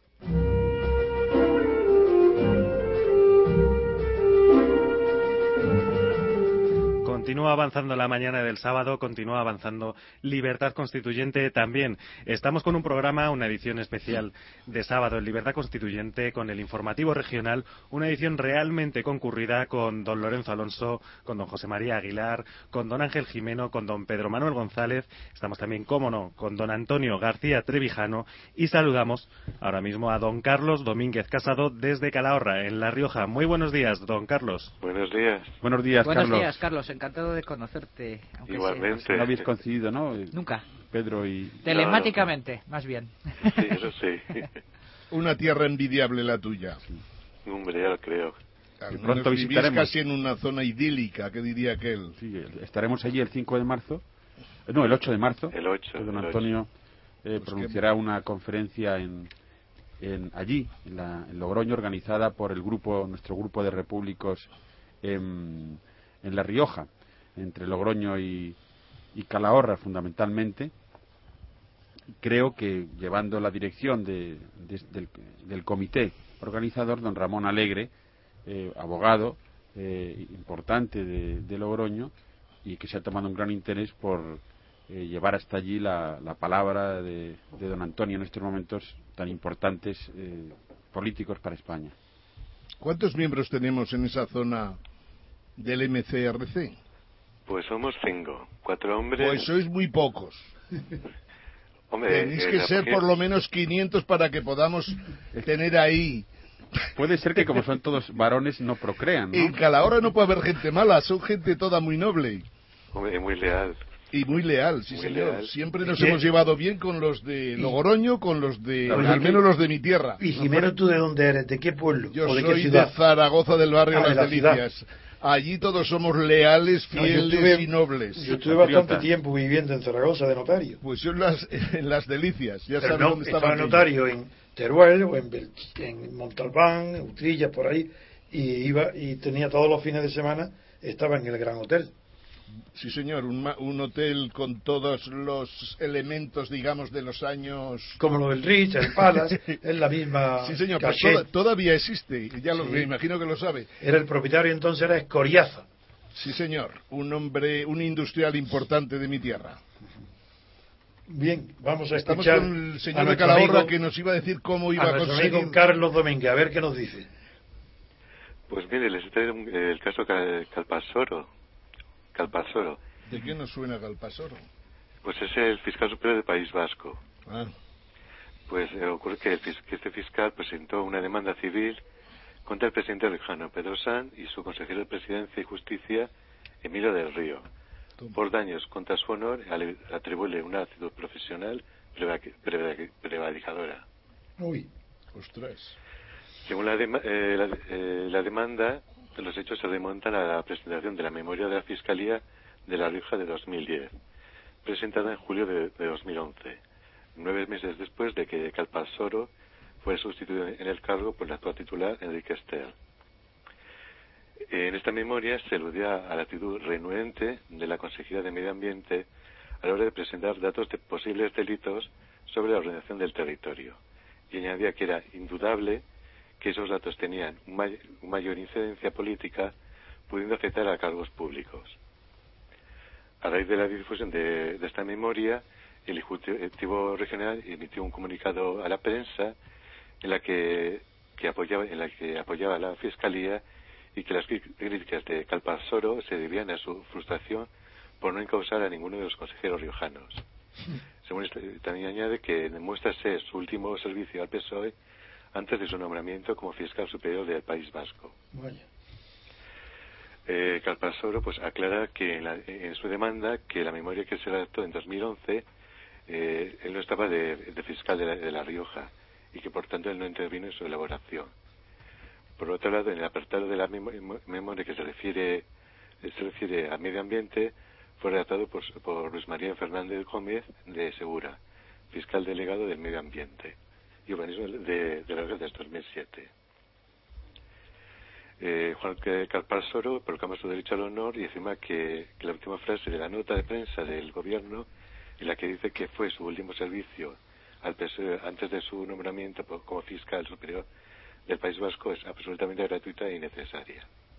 Continúa avanzando la mañana del sábado, continúa avanzando Libertad Constituyente también. Estamos con un programa, una edición especial de sábado en Libertad Constituyente con el informativo regional, una edición realmente concurrida con don Lorenzo Alonso, con don José María Aguilar, con don Ángel Jimeno, con don Pedro Manuel González. Estamos también, cómo no, con don Antonio García Trevijano y saludamos ahora mismo a don Carlos Domínguez Casado desde Calahorra, en La Rioja. Muy buenos días, don Carlos. Buenos días. Buenos días, Buenos Carlos. días, Carlos. Encantado de conocerte. Aunque Igualmente. Sea, no habéis coincidido, ¿no? Nunca. Pedro y... Telemáticamente, no, no. Más bien. Sí, eso sí. Una tierra envidiable la tuya. Sí. Hombre, ya lo creo. Y pronto visitaremos. Casi en una zona idílica, que diría aquel. Sí, estaremos allí el cinco de marzo. No, el ocho de marzo. El ocho. Don el Antonio ocho. Eh, pues pronunciará que... una conferencia en, en allí, en, la, en Logroño, organizada por el grupo, nuestro grupo de repúblicos en, en La Rioja, entre Logroño y, y Calahorra fundamentalmente. Creo que llevando la dirección de, de, del, del comité organizador, don Ramón Alegre, eh, abogado eh, importante de, de Logroño, y que se ha tomado un gran interés por eh, llevar hasta allí la, la palabra de, de don Antonio en estos momentos tan importantes eh, políticos para España. ¿Cuántos miembros tenemos en esa zona del M C R C? Pues somos cinco, cuatro hombres. Pues sois muy pocos. Hombre, tenéis eh, que ser por lo menos quinientos para que podamos tener ahí. Puede ser que como son todos varones no procrean, ¿no? En Calahorra no puede haber gente mala, son gente toda muy noble. Hombre, muy leal. Y muy leal, sí muy señor. Leal. Siempre nos hemos llevado bien con los de Logroño, con los de, Oye, al menos los de mi tierra. Y Jimeno, ¿tú de dónde eres? ¿De qué pueblo? Yo ¿O de soy qué ciudad? de Zaragoza, del barrio Ah, de Las la ciudad. Delicias. Allí todos somos leales, No, yo fieles estuve- y nobles. Yo estuve bastante tiempo viviendo en Zaragoza de notario. Pues yo en las, en las Delicias, ya Pero sabes no, dónde estaba estaba aquello. notario en Teruel o en, Bel- en Montalbán, en Utrilla, por ahí, y iba y tenía todos los fines de semana, estaba en el Gran Hotel. Sí, señor, un, ma- un hotel con todos los elementos, digamos, de los años... Como lo del Ritz, el Palace, es la misma Sí, señor, pues caché. toda- todavía existe, ya lo, Sí. me imagino que lo sabe. Era el propietario entonces, era Escoriaza. Sí, señor, un hombre, un industrial importante de mi tierra. Bien, vamos a Estamos escuchar con el a señor de nuestro Calahorra amigo- que nos iba a decir cómo iba a a, nuestro conseguir... amigo Carlos Domínguez, a ver qué nos dice. Pues mire, les trae un- el caso Cal- Calpasoro. Calpasoro. ¿De qué nos suena Calpasoro? Pues es el fiscal superior del País Vasco. Ah. Pues eh, ocurre que, el fis- que este fiscal presentó una demanda civil contra el presidente rioja Pedro Sanz y su consejero de Presidencia y Justicia, Emilio del Río, por daños contra su honor al atribuirle una actitud profesional preva- preva- prevaricadora. Uy. Ostras. Según la, dema- eh, la, eh, la demanda, los hechos se remontan a la presentación de la memoria de la Fiscalía de La Rioja de dos mil diez, presentada en julio de, de dos mil once, nueve meses después de que Calpasoro fue sustituido en el cargo por el actual titular Enrique Ester. En esta memoria se aludía a la actitud renuente de la Consejería de Medio Ambiente a la hora de presentar datos de posibles delitos sobre la ordenación del territorio, y añadía que era indudable que esos datos tenían una may mayor incidencia política, pudiendo afectar a cargos públicos. A raíz de la difusión de, de esta memoria, el Ejecutivo Regional emitió un comunicado a la prensa en la que, que apoyaba en la que apoyaba a la Fiscalía, y que las críticas de Calparsoro se debían a su frustración por no encausar a ninguno de los consejeros riojanos. Según este, también añade que demuestra ser su último servicio al P S O E antes de su nombramiento como fiscal superior del País Vasco. Vaya. Eh, Calparsoro pues aclara que en, la, en su demanda que la memoria que se redactó en dos mil once eh, él no estaba de, de fiscal de la, de la Rioja, y que por tanto él no intervino en su elaboración. Por otro lado, en el apartado de la memoria que se refiere se refiere a medio ambiente, fue redactado por, por Luis María Fernández Gómez de Segura, fiscal delegado del medio ambiente y urbanismo de, de la Rioja desde dos mil siete. Eh, Juan Calparsoro proclama su derecho al honor y afirma que, que la última frase de la nota de prensa del gobierno, en la que dice que fue su último servicio al P S O E antes de su nombramiento como fiscal superior del País Vasco, es absolutamente gratuita e innecesaria.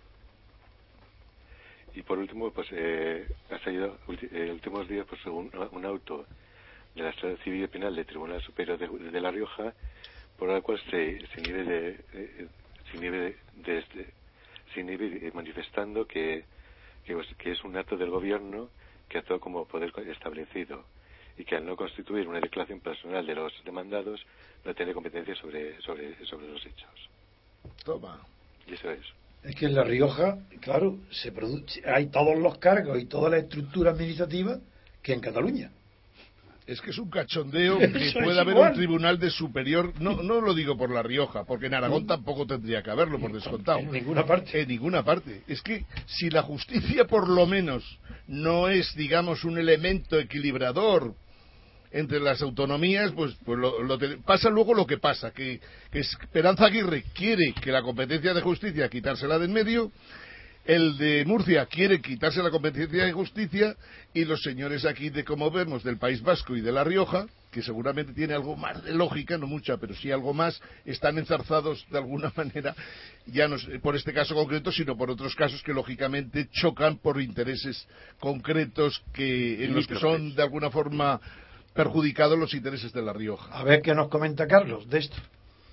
Y por último, pues eh, ha salido en los últimos días pues un, un auto de la Sala Civil y Penal del Tribunal Superior de, de La Rioja, por el cual se, se inhibe de, eh, se inhibe de, de este, se inhibe manifestando que, que, que es un acto del gobierno que actuó como poder establecido, y que al no constituir una declaración personal de los demandados no tiene competencia sobre sobre sobre los hechos. Toma. Y eso es. Es que en La Rioja, claro, se produce, hay todos los cargos y toda la estructura administrativa que en Cataluña. Es que es un cachondeo que pueda haber igual. Un tribunal de superior, no no lo digo por La Rioja, porque en Aragón tampoco tendría que haberlo, por descontado. En ninguna parte. En ninguna parte. Es que si la justicia por lo menos no es, digamos, un elemento equilibrador entre las autonomías, pues, pues lo, lo te, pasa luego lo que pasa, que, que Esperanza Aguirre quiere que la competencia de justicia quitársela de en medio, el de Murcia quiere quitarse la competencia de justicia, y los señores aquí, de como vemos, del País Vasco y de La Rioja, que seguramente tiene algo más de lógica, no mucha, pero sí algo más, están enzarzados de alguna manera, ya no por este caso concreto, sino por otros casos que lógicamente chocan por intereses concretos que en los que son de alguna forma perjudicados los intereses de La Rioja. A ver qué nos comenta Carlos de esto.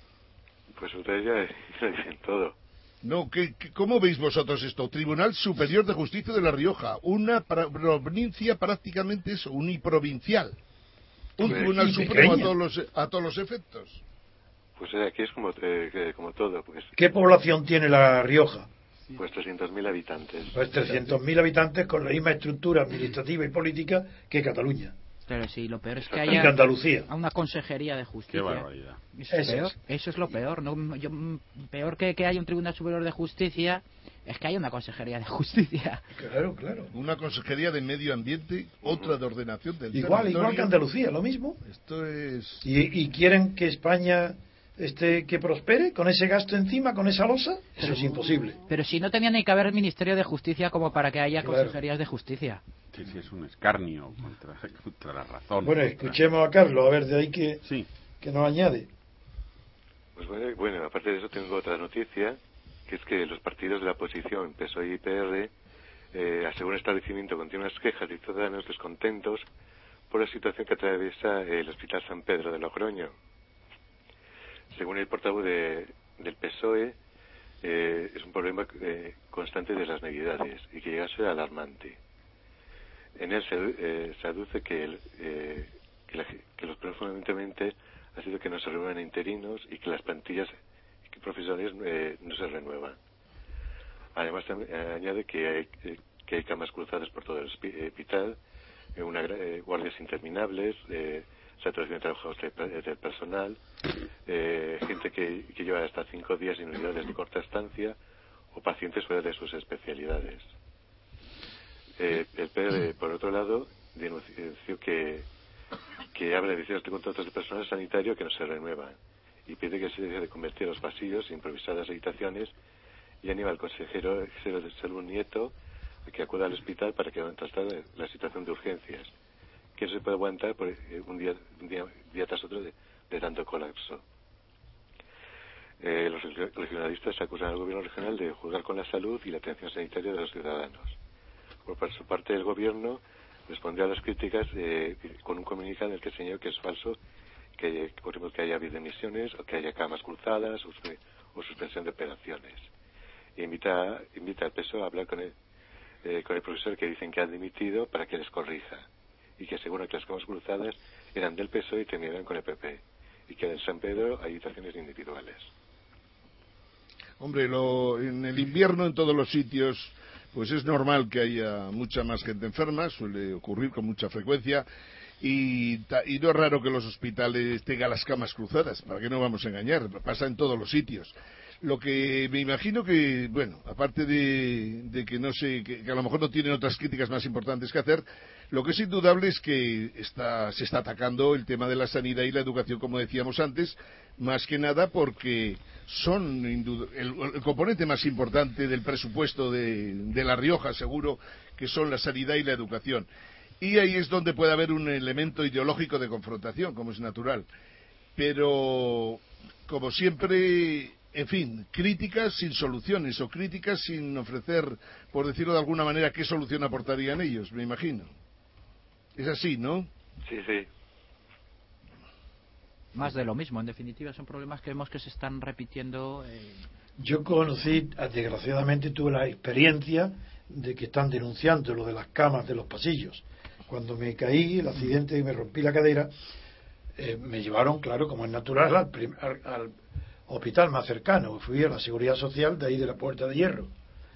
Pues ustedes ya dicen todo. No, ¿qué, qué, ¿cómo veis vosotros esto? Tribunal Superior de Justicia de La Rioja, una provincia prácticamente eso, uniprovincial. Un pues, Tribunal Supremo a todos, los, a todos los efectos. Pues aquí es como, eh, como todo. Pues. ¿Qué población tiene La Rioja? Pues trescientos mil habitantes. Pues trescientos mil habitantes con la misma estructura administrativa y política que Cataluña. Pero sí, lo peor es que haya Andalucía. a una consejería de justicia. Qué barbaridad. Eso es, peor. Eso es lo peor. No, yo, peor que que haya un Tribunal Superior de Justicia es que haya una consejería de justicia. Claro, claro. Una consejería de medio ambiente, otra de ordenación del igual, territorio. Igual que Andalucía, lo mismo. Esto es. ¿Y, y quieren que España este que prospere con ese gasto encima, con esa losa? Eso pero, es imposible. Pero si no tenía ni que haber Ministerio de Justicia como para que haya claro. consejerías de justicia. Sí, sí, es un escarnio contra, contra la razón. Bueno, contra... escuchemos a Carlos, a ver de ahí que, sí. que nos añade. Pues bueno, bueno, aparte de eso tengo otra noticia, que es que los partidos de la oposición, P S O E y P R, eh, aseguran establecimiento continuas quejas de ciudadanos descontentos por la situación que atraviesa el Hospital San Pedro de Logroño. Según el portavoz de, del P S O E, eh, es un problema eh, constante de las navidades y que llega a ser alarmante. En él se, eh, se aduce que, el, eh, que, la, que los problemas fundamentalmente ha sido que no se renuevan interinos y que las plantillas que profesionales eh, no se renuevan. Además también, eh, añade que hay, eh, que hay camas cruzadas por todo el hospital, eh, una, eh, guardias interminables, eh, saturación de trabajos de, del personal, eh, gente que, que lleva hasta cinco días en unidades de corta estancia o pacientes fuera de sus especialidades. Eh, el P R, por otro lado, denunció que, que habla de decenas de contratos de personal sanitario que no se renuevan y pide que se deje de convertir los pasillos en improvisadas habitaciones y anima al consejero de salud Nieto a que acuda al hospital para que traslade la situación de urgencias, que no se puede aguantar por un día, un día, día tras otro de, de tanto colapso. Eh, los regionalistas acusan al gobierno regional de jugar con la salud y la atención sanitaria de los ciudadanos. Por su parte, el gobierno respondió a las críticas eh, con un comunicado en el que señaló que es falso que, por ejemplo, que haya habido emisiones o que haya camas cruzadas o, o suspensión de operaciones. E invita, invita al P S O E a hablar con el, eh, con el profesor que dicen que han dimitido para que les corrija y que asegura que las camas cruzadas eran del P S O E y terminaron con el P P y que en San Pedro hay habitaciones individuales. Hombre, lo, en el invierno en todos los sitios pues es normal que haya mucha más gente enferma, suele ocurrir con mucha frecuencia, y, y no es raro que los hospitales tengan las camas cruzadas, ¿para qué no vamos a engañar? Pasa en todos los sitios. Lo que me imagino que, bueno, aparte de, de que no sé, que, que a lo mejor no tienen otras críticas más importantes que hacer, lo que es indudable es que está, se está atacando el tema de la sanidad y la educación, como decíamos antes, más que nada porque son el, el componente más importante del presupuesto de, de La Rioja, seguro, que son la sanidad y la educación. Y ahí es donde puede haber un elemento ideológico de confrontación, como es natural. Pero, como siempre, en fin, críticas sin soluciones o críticas sin ofrecer, por decirlo de alguna manera, qué solución aportarían ellos, me imagino. Es así, ¿no? Sí, sí. Más de lo mismo, en definitiva son problemas que vemos que se están repitiendo. Eh... Yo conocí, desgraciadamente tuve la experiencia de que están denunciando lo de las camas de los pasillos. Cuando me caí, el accidente y me rompí la cadera, eh, me llevaron, claro, como es natural, al, prim- al, al hospital más cercano. Fui a la Seguridad Social de ahí de la Puerta de Hierro.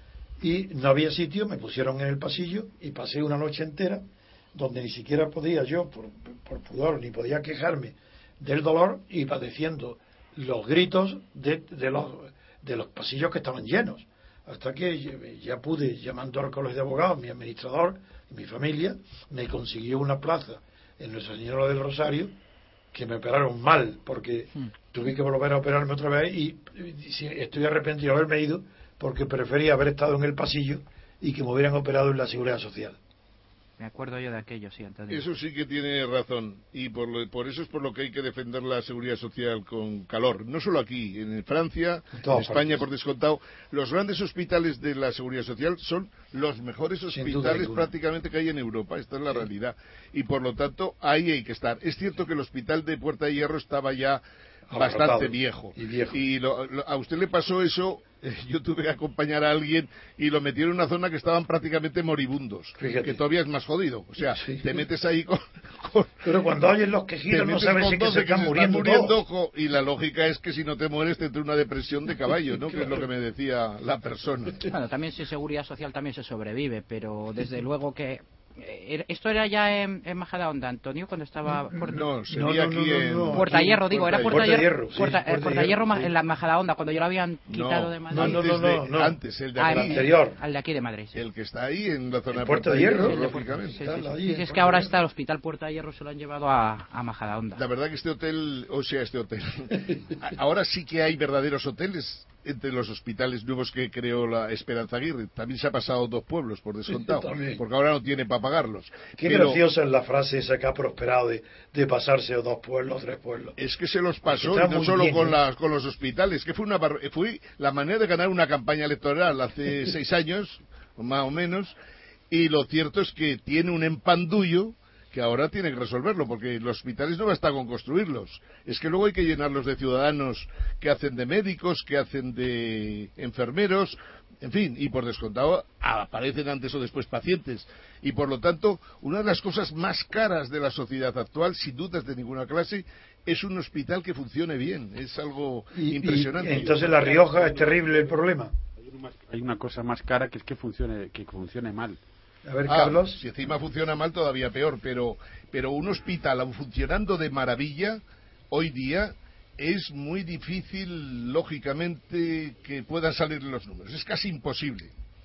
Y no había sitio, me pusieron en el pasillo y pasé una noche entera donde ni siquiera podía yo, por, por pudor, ni podía quejarme del dolor y padeciendo los gritos de, de, los, de los pasillos que estaban llenos. Hasta que ya pude, llamando al colegio de abogados, mi administrador y mi familia, me consiguió una plaza en Nuestra Señora del Rosario, que me operaron mal, porque mm. tuve que volver a operarme otra vez y, y estoy arrepentido de haberme ido, porque prefería haber estado en el pasillo y que me hubieran operado en la Seguridad Social. Me acuerdo yo de aquello, sí, Antonio. Eso sí que tiene razón, y por, lo, por eso es por lo que hay que defender la seguridad social con calor. No solo aquí, en Francia, en, en España, partes. Por descontado, los grandes hospitales de la seguridad social son los mejores hospitales prácticamente que hay en Europa. Esta es la sí. realidad. Y por lo tanto, ahí hay que estar. Es cierto que el hospital de Puerta de Hierro estaba ya bastante viejo. Y, viejo. y lo, lo, a usted le pasó eso. Yo tuve que acompañar a alguien y lo metieron en una zona que estaban prácticamente moribundos. Fíjate. Que todavía es más jodido. O sea, sí. te metes ahí con, con... Pero cuando oyes los quejidos no sabes si que se están muriendo, muriendo jo, y la lógica es que si no te mueres te entra una depresión de caballo, ¿no? Claro. Que es lo que me decía la persona. Bueno, también sin seguridad social también se sobrevive, pero desde luego que... ¿Esto era ya en, en Majadahonda, Antonio, cuando estaba...? Por... No, sería no, no, aquí en... No, no, Puerta Hierro, digo, era Puerta Hierro. Puerta Hierro, sí, Puerta Hierro sí. En la Majadahonda, cuando ya lo habían quitado no, de Madrid. No, no, no, no, no. Antes, el de ah, aquí. El anterior. El de aquí de Madrid, sí. El que está ahí, en la zona de Puerta de Hierro, Hierro lógicamente. Sí, sí, sí, sí, sí, es que ahora está el Hospital Puerta de Hierro, se lo han llevado a, a Majadahonda. La verdad que este hotel, o sea, este hotel, ahora sí que hay verdaderos hoteles entre los hospitales nuevos que creó la Esperanza Aguirre. También se ha pasado dos pueblos, por descontado, sí, porque ahora no tiene para pagarlos. Qué Pero, graciosa es la frase esa que ha prosperado de, de pasarse a dos pueblos, tres pueblos. Es que se los pasó, y no solo bien, con, ¿eh? las, con los hospitales, que fue, una, fue la manera de ganar una campaña electoral hace seis años, más o menos, y lo cierto es que tiene un empandullo que ahora tiene que resolverlo, porque los hospitales no basta con construirlos, es que luego hay que llenarlos de ciudadanos que hacen de médicos, que hacen de enfermeros, en fin, y por descontado aparecen antes o después pacientes, y por lo tanto una de las cosas más caras de la sociedad actual, sin dudas de ninguna clase, es un hospital que funcione bien, es algo y, impresionante. Y entonces La Rioja es terrible el problema. Hay una cosa más cara que es que funcione, que funcione mal. A ver, ah, Carlos. Si encima funciona mal, todavía peor, pero, pero un hospital aun funcionando de maravilla, hoy día es muy difícil, lógicamente, que puedan salir los números. Es casi imposible.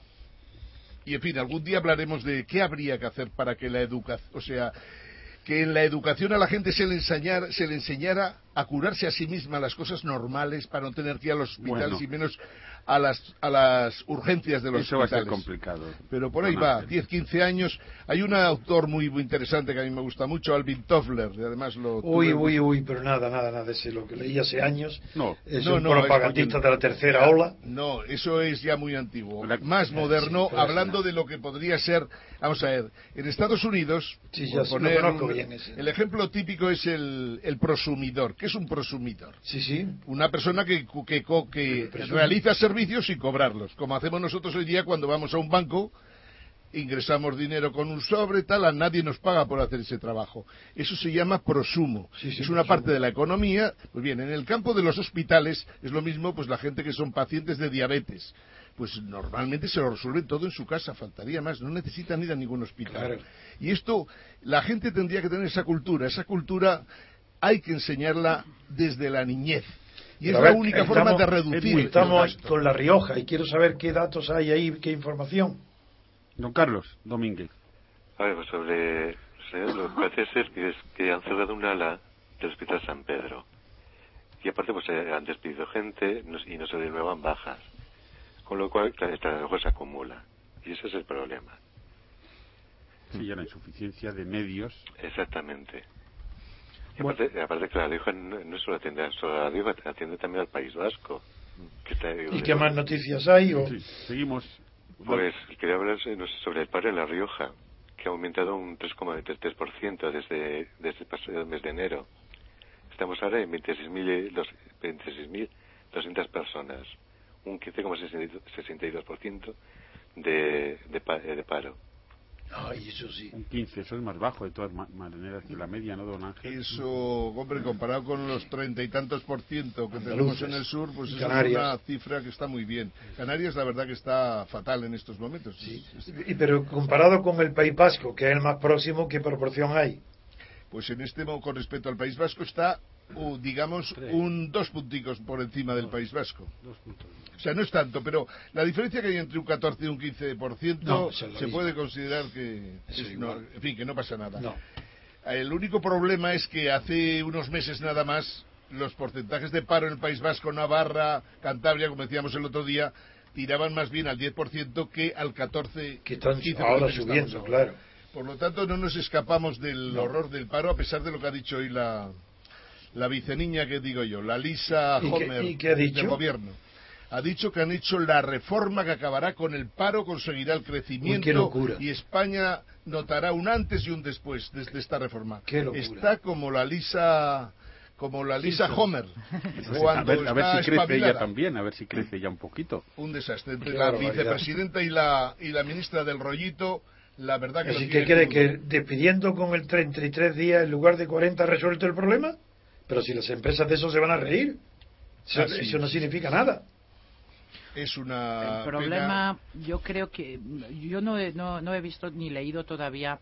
Y, en fin, algún día hablaremos de qué habría que hacer para que la educación, o sea, que en la educación a la gente se le enseñara, se le enseñara a curarse a sí misma las cosas normales para no tener que ir a los hospitales Bueno. y menos a las a las urgencias de los Eso va a hospitales. ser complicado. Pero por ahí Van a va, ser. diez, quince años. Hay un autor muy, muy interesante que a mí me gusta mucho, Alvin Toffler, y además lo... Uy, tuve- uy, uy, pero nada, nada, nada, ese lo que leí hace años. No, es No, un no, propagandista es de la tercera ola. No, eso es ya muy antiguo. La- Más moderno, sí, puede hablando ser. de lo que podría ser... Vamos a ver, en Estados Unidos, Sí, por ya sí, lo poner conozco un- bien ese. el ejemplo típico es el, el prosumidor. ¿Qué es un prosumidor? Sí, sí. Una persona que, que, que, que presume. realiza servicios sin cobrarlos, como hacemos nosotros hoy día cuando vamos a un banco, ingresamos dinero con un sobre, tal, a nadie nos paga por hacer ese trabajo. Eso se llama prosumo. Sí, sí, es una prosumo. parte de la economía. Pues bien, en el campo de los hospitales es lo mismo, pues la gente que son pacientes de diabetes. Pues normalmente se lo resuelven todo en su casa, faltaría más, no necesitan ir a ningún hospital. Claro. Y esto, la gente tendría que tener esa cultura, esa cultura hay que enseñarla desde la niñez. Y es Pero a la ver, única estamos- forma de reducir el Estamos gasto. con La Rioja y quiero saber qué datos hay ahí, qué información. Don Carlos Domínguez. A ver, pues sobre, sobre lo que parece ser que es que han cerrado un ala del Hospital San Pedro. Y aparte, pues eh, han despedido gente no- y no se renuevan bajas. Con lo cual, claro, esta trabajo se acumula. Y ese es el problema. Sí, ya la insuficiencia de medios. Exactamente. Y Bueno. aparte, aparte que la Rioja no, no solo atiende solo a la Rioja, atiende también al País Vasco. Que está, ¿Y qué más noticias hay? O... Sí, seguimos. Pues quería hablar eh, no sé, sobre el paro en La Rioja, que ha aumentado un tres coma veintitrés por ciento desde, desde el pasado mes de enero. Estamos ahora en veintiséis mil doscientas personas, un quince coma sesenta y dos por ciento de, de, pa- eh, de paro. Ay, eso sí. Un quince, eso es más bajo de todas ma- maneras que la media, ¿no, don Ángel? Eso, hombre, comparado con los treinta y tantos por ciento que Andaluces, tenemos en el sur, pues y eso es Canarias. una cifra que está muy bien. Canarias, la verdad que está fatal en estos momentos. Sí. Y, pero comparado con el País Vasco, que es el más próximo, ¿qué proporción hay? Pues en este mo- con respecto al País Vasco está, uh, digamos, un dos punticos por encima del País Vasco. O sea, no es tanto, pero la diferencia que hay entre un catorce y un quince por ciento No, es la se misma. puede considerar que, Es es igual. no- en fin, que no pasa nada. No. El único problema es que hace unos meses nada más los porcentajes de paro en el País Vasco, Navarra, Cantabria, como decíamos el otro día, tiraban más bien al diez por ciento que al catorce Que están quince por ciento ahora que estamos subiendo, ahora. claro. Por lo tanto, no nos escapamos del No. horror del paro, a pesar de lo que ha dicho hoy la, la viceniña que digo yo, la Lisa ¿Y qué- Homer y qué ha dicho? del gobierno. Ha dicho que han hecho la reforma que acabará con el paro, conseguirá el Uy, qué crecimiento locura. y España notará un antes y un después desde esta reforma. Qué locura. Está como la Lisa como la Lisa Sí, Homer. A cuando ver, a ver está si crece espabilada. ella también, a ver si crece ya un poquito. Un desastre. Entre Qué la barbaridad. vicepresidenta y la, y la ministra del rollito, la verdad que... Así lo que tiene cree crudo. que despidiendo con el treinta y tres días en lugar de cuarenta ha resuelto el problema. Pero si las empresas de eso se van a reír, eso, Así eso no es. significa nada. Es una El problema, yo creo que yo no he, no, no he visto ni leído todavía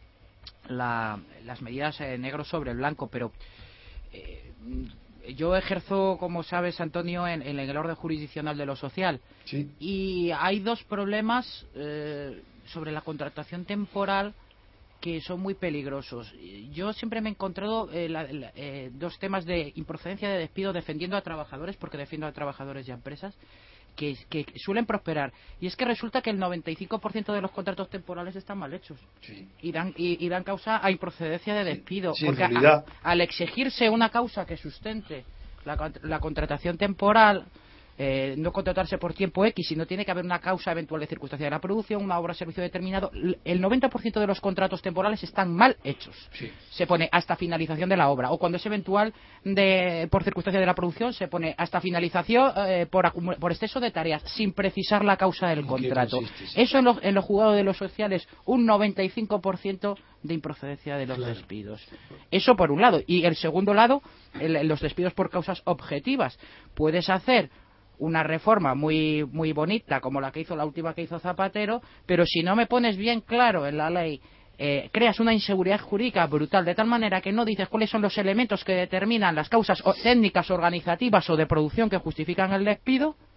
la, las medidas en negro sobre blanco, pero eh, yo ejerzo, como sabes, Antonio, en, en el orden jurisdiccional de lo social. Sí. Y hay dos problemas eh, sobre la contratación temporal que son muy peligrosos. Yo siempre me he encontrado eh, la- la- eh, dos temas de improcedencia de despido defendiendo a trabajadores, porque defiendo a trabajadores y a empresas, que, que suelen prosperar. Y es que resulta que el noventa y cinco por ciento de los contratos temporales están mal hechos. Sí. Y dan, y, y dan causa a improcedencia de despido. sí, porque en realidad. a- al exigirse una causa que sustente la, con- la contratación temporal, eh, no contratarse por tiempo X, sino tiene que haber una causa eventual de circunstancia de la producción, una obra o servicio determinado, l- el noventa por ciento de los contratos temporales están mal hechos. Sí. Se pone hasta finalización de la obra, o cuando es eventual de, por circunstancia de la producción, se pone hasta finalización eh, por, acumu- por exceso de tareas, sin precisar la causa del ¿En qué contrato. consiste, sí? Eso en lo, en lo juzgado de los sociales, un noventa y cinco por ciento de improcedencia de los Claro. despidos. Eso por un lado. Y el segundo lado, el- los despidos por causas objetivas. Puedes hacer una reforma muy muy bonita como la que hizo la última que hizo Zapatero, pero si no me pones bien claro en la ley, eh, creas una inseguridad jurídica brutal, de tal manera que no dices cuáles son los elementos que determinan las causas o- técnicas, organizativas o de producción que justifican el despido,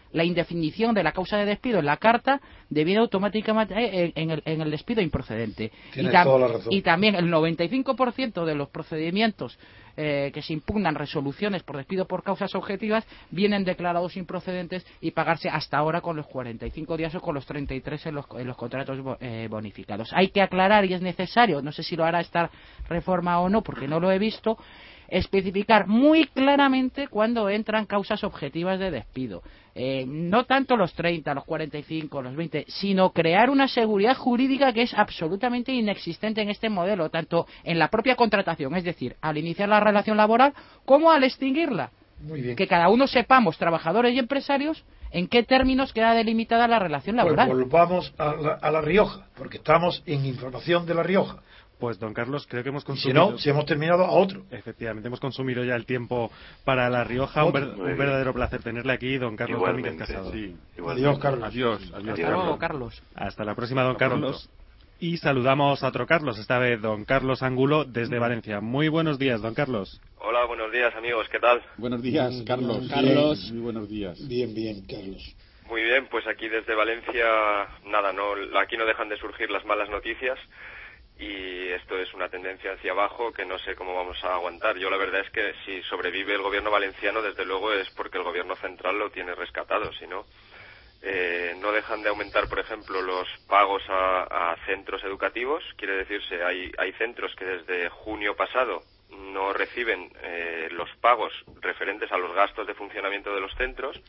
la indefinición de la causa de despido en la carta deviene automáticamente en, en, el, en el despido improcedente. Tienes y, tam toda la razón. y también el noventa y cinco por ciento de los procedimientos eh, que se impugnan, resoluciones por despido por causas objetivas, vienen declarados improcedentes y pagarse hasta ahora con los cuarenta y cinco días o con los treinta y tres en los, en los contratos eh, bonificados. Hay que aclarar, y es necesario, no sé si lo hará esta reforma o no, porque no lo he visto, especificar muy claramente cuándo entran causas objetivas de despido. Eh, no tanto los treinta, los cuarenta y cinco, los veinte, sino crear una seguridad jurídica que es absolutamente inexistente en este modelo, tanto en la propia contratación, es decir, al iniciar la relación laboral, como al extinguirla. Muy bien. Que cada uno sepamos, trabajadores y empresarios, en qué términos queda delimitada la relación laboral. Pues volvamos a la, a la Rioja, porque estamos en información de La Rioja. Pues, don Carlos, creo que hemos consumido... Si no, si hemos terminado a otro. Efectivamente, hemos consumido ya el tiempo para La Rioja. Un, ver, un verdadero placer tenerle aquí, don Carlos Domínguez Casado. Sí. Adiós, Carlos. Adiós, adiós. Hasta luego, Carlos. Hasta la próxima, don Hasta Carlos. Pronto. Y saludamos a otro Carlos, esta vez don Carlos Angulo, desde Valencia. Muy buenos días, don Carlos. Hola, buenos días, amigos. ¿Qué tal? Buenos días, bien, Carlos. Bien, Carlos. Muy buenos días. Bien, bien, Carlos. Muy bien, pues aquí desde Valencia, nada, no, aquí no dejan de surgir las malas noticias. Y esto es una tendencia hacia abajo que no sé cómo vamos a aguantar. Yo la verdad es que si sobrevive el gobierno valenciano, desde luego es porque el gobierno central lo tiene rescatado, si no, eh, no dejan de aumentar, por ejemplo, los pagos a, a centros educativos. Quiere decirse, hay, hay centros que desde junio pasado no reciben eh, los pagos referentes a los gastos de funcionamiento de los centros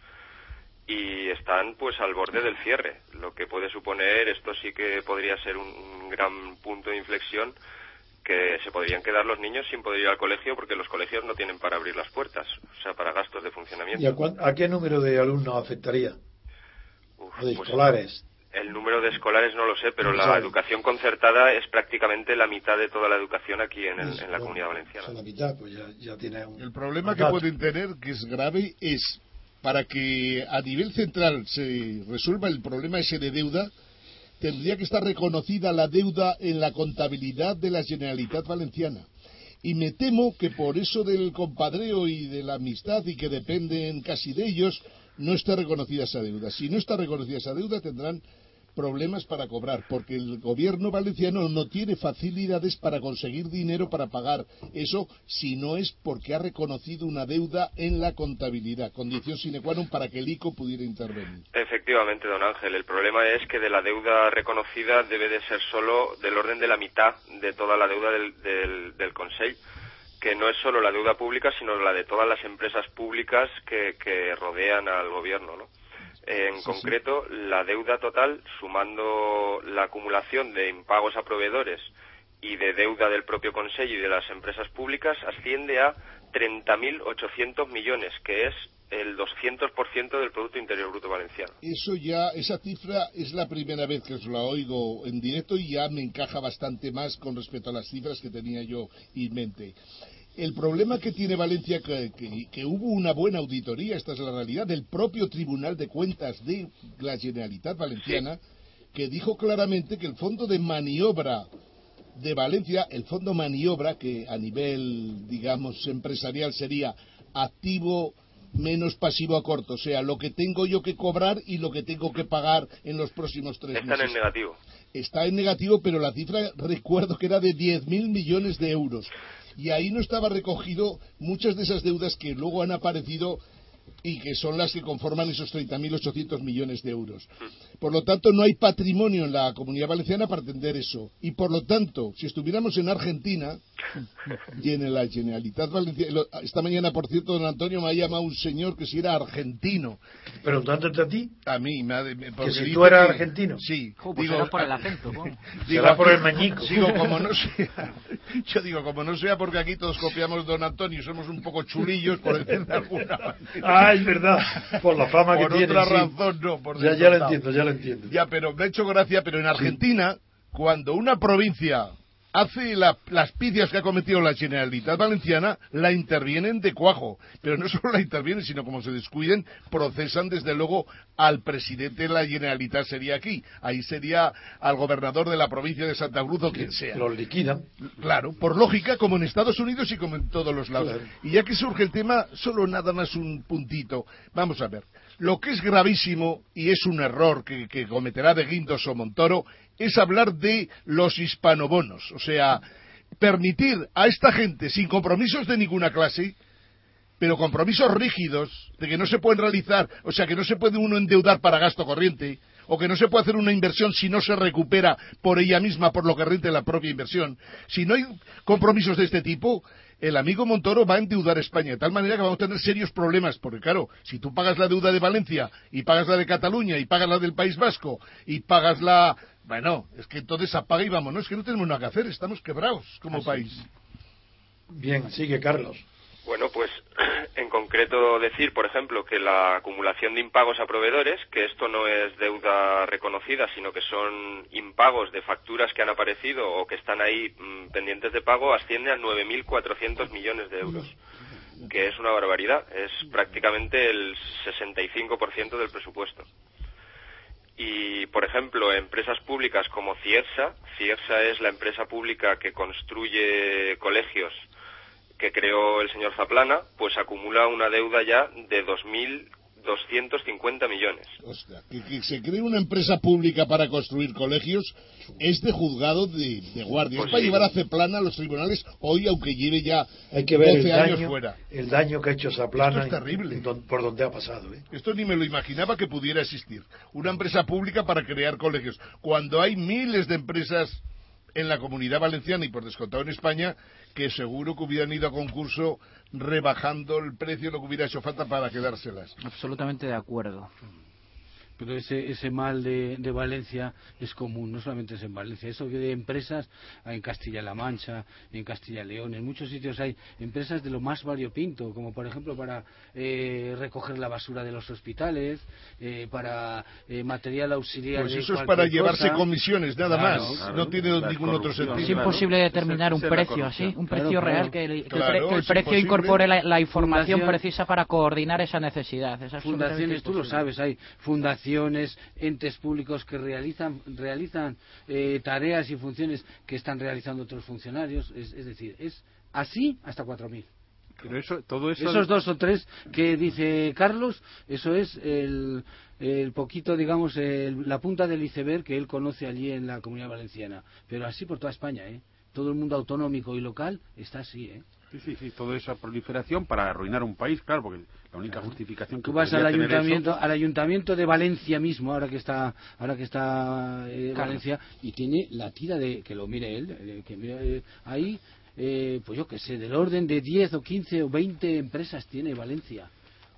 y están pues al borde del cierre, lo que puede suponer, esto sí que podría ser un, un gran punto de inflexión, que se podrían quedar los niños sin poder ir al colegio porque los colegios no tienen para abrir las puertas, o sea, para gastos de funcionamiento. ¿Y a, cuán, a qué número de alumnos afectaría? Uf, ¿O de pues, escolares? El número de escolares no lo sé, pero no la sabe. educación concertada es prácticamente la mitad de toda la educación aquí en, el, en la Comunidad Valenciana. O sea, la mitad, pues ya, ya tiene un... El problema que pueden tener, que es grave, es para que a nivel central se resuelva el problema ese de deuda, tendría que estar reconocida la deuda en la contabilidad de la Generalitat Valenciana. Y me temo que por eso del compadreo y de la amistad y que dependen casi de ellos, no está reconocida esa deuda. Si no está reconocida esa deuda, tendrán problemas para cobrar, porque el gobierno valenciano no tiene facilidades para conseguir dinero para pagar eso, si no es porque ha reconocido una deuda en la contabilidad, condición sine qua non para que el I C O pudiera intervenir. Efectivamente, don Ángel, el problema es que de la deuda reconocida debe de ser solo del orden de la mitad de toda la deuda del, del, del Consell, que no es solo la deuda pública, sino la de todas las empresas públicas que, que rodean al gobierno, ¿no? En sí, concreto, sí. La deuda total, sumando la acumulación de impagos a proveedores y de deuda del propio Consejo y de las empresas públicas, asciende a treinta mil ochocientos millones, que es el doscientos por ciento del Producto Interior Bruto valenciano. Eso ya, esa cifra es la primera vez que os la oigo en directo y ya me encaja bastante más con respecto a las cifras que tenía yo en mente. El problema que tiene Valencia, que, que, que hubo una buena auditoría, esta es la realidad, del propio Tribunal de Cuentas de la Generalitat Valenciana, sí, que dijo claramente que el fondo de maniobra de Valencia, el fondo maniobra, que a nivel, digamos, empresarial sería activo menos pasivo a corto, o sea, lo que tengo yo que cobrar y lo que tengo que pagar en los próximos tres Están meses. Está en negativo. Está en negativo, pero la cifra, recuerdo que era de diez mil millones de euros. Y ahí no estaba recogido muchas de esas deudas que luego han aparecido y que son las que conforman esos treinta mil ochocientos millones de euros. Por lo tanto, no hay patrimonio en la Comunidad Valenciana para atender eso. Y por lo tanto, si estuviéramos en Argentina y en la Generalitat Valenciana... Esta mañana, por cierto, don Antonio me ha llamado un señor que si era argentino. ¿Preguntándote a ti? A mí. Me ha, ¿Que si tú eras que, argentino? Sí. Oh, pues digo, será por el acento. ¿Cómo? Digo, será por el mañico. Digo, como no sea... Yo digo, como no sea porque aquí todos copiamos don Antonio y somos un poco chulillos, por decir de alguna manera. Ah, es verdad. Por la fama por que tiene. Por otra sí. razón, no. Por ya, ya lo entiendo, ya lo entiendo. Ya, pero me ha hecho gracia, pero en Argentina, sí, cuando una provincia hace la, las picias que ha cometido la Generalitat Valenciana, la intervienen de cuajo. Pero no solo la intervienen, sino como se descuiden, procesan desde luego al presidente de la Generalitat, sería aquí. Ahí sería al gobernador de la provincia de Santa Cruz o quien sea. Los liquidan. Claro, por lógica, como en Estados Unidos y como en todos los lados. Claro. Y ya que surge el tema, solo nada más un puntito. Vamos a ver. Lo que es gravísimo, y es un error que, que cometerá de Guindos o Montoro, es hablar de los hispanobonos. O sea, permitir a esta gente, sin compromisos de ninguna clase, pero compromisos rígidos, de que no se pueden realizar, o sea, que no se puede uno endeudar para gasto corriente, o que no se puede hacer una inversión si no se recupera por ella misma, por lo que rente la propia inversión. Si no hay compromisos de este tipo, el amigo Montoro va a endeudar a España, de tal manera que vamos a tener serios problemas, porque claro, si tú pagas la deuda de Valencia, y pagas la de Cataluña, y pagas la del País Vasco, y pagas la... Bueno, es que entonces apaga y vámonos, es que no tenemos nada que hacer, estamos quebrados como Así. país. Bien, sigue Carlos. Bueno, pues en concreto decir, por ejemplo, que la acumulación de impagos a proveedores, que esto no es deuda reconocida, sino que son impagos de facturas que han aparecido o que están ahí mmm, pendientes de pago, asciende a nueve mil cuatrocientos millones de euros, que es una barbaridad, es prácticamente el sesenta y cinco por ciento del presupuesto. Y, por ejemplo, empresas públicas como Ciegsa, Ciegsa es la empresa pública que construye colegios que creó el señor Zaplana, pues acumula una deuda ya de dos mil doscientos cincuenta millones. Hostia, que, que se cree una empresa pública para construir colegios es de juzgado de, de guardia. Pues es para sí. llevar a Zaplana a los tribunales hoy, aunque lleve ya Hay que ver doce el años daño, fuera. El daño que ha hecho Zaplana. Esto es terrible. En, en, por donde ha pasado. ¿eh? Esto ni me lo imaginaba que pudiera existir. Una empresa pública para crear colegios. Cuando hay miles de empresas en la Comunidad Valenciana y por descontado en España, que seguro que hubieran ido a concurso rebajando el precio, lo que hubiera hecho falta para quedárselas. Absolutamente de acuerdo. Pero ese, ese mal de, de Valencia es común, no solamente es en Valencia. Eso que de empresas en Castilla-La Mancha, en Castilla-León, en muchos sitios hay empresas de lo más variopinto, como por ejemplo para eh, recoger la basura de los hospitales, eh, para eh, material auxiliar. Pues de eso es para cosa. llevarse comisiones, nada claro, más. claro, no tiene ningún otro sentido. Es imposible determinar un precio así, un precio claro, real, claro. que el, que Claro, el, pre, que el precio imposible. incorpore la, la información Fundación, precisa para coordinar esa necesidad. Es fundaciones, tú lo sabes, hay fundaciones, entes públicos que realizan realizan eh, tareas y funciones que están realizando otros funcionarios, es, es decir, es así hasta cuatro mil. Pero eso, todo eso... Esos dos o tres que dice Carlos, eso es el, el poquito, digamos, el, la punta del iceberg que él conoce allí en la Comunidad Valenciana. Pero así por toda España, ¿eh? Todo el mundo autonómico y local está así, ¿eh? Sí, sí, sí, toda esa proliferación para arruinar un país, claro, porque la única justificación que tú vas al tener ayuntamiento, eso... al ayuntamiento de Valencia mismo, ahora que está, ahora que está eh, claro. Valencia, y tiene la tira de, que lo mire él, eh, que mire, eh, ahí, eh, pues yo que sé, del orden de diez o quince o veinte empresas tiene Valencia.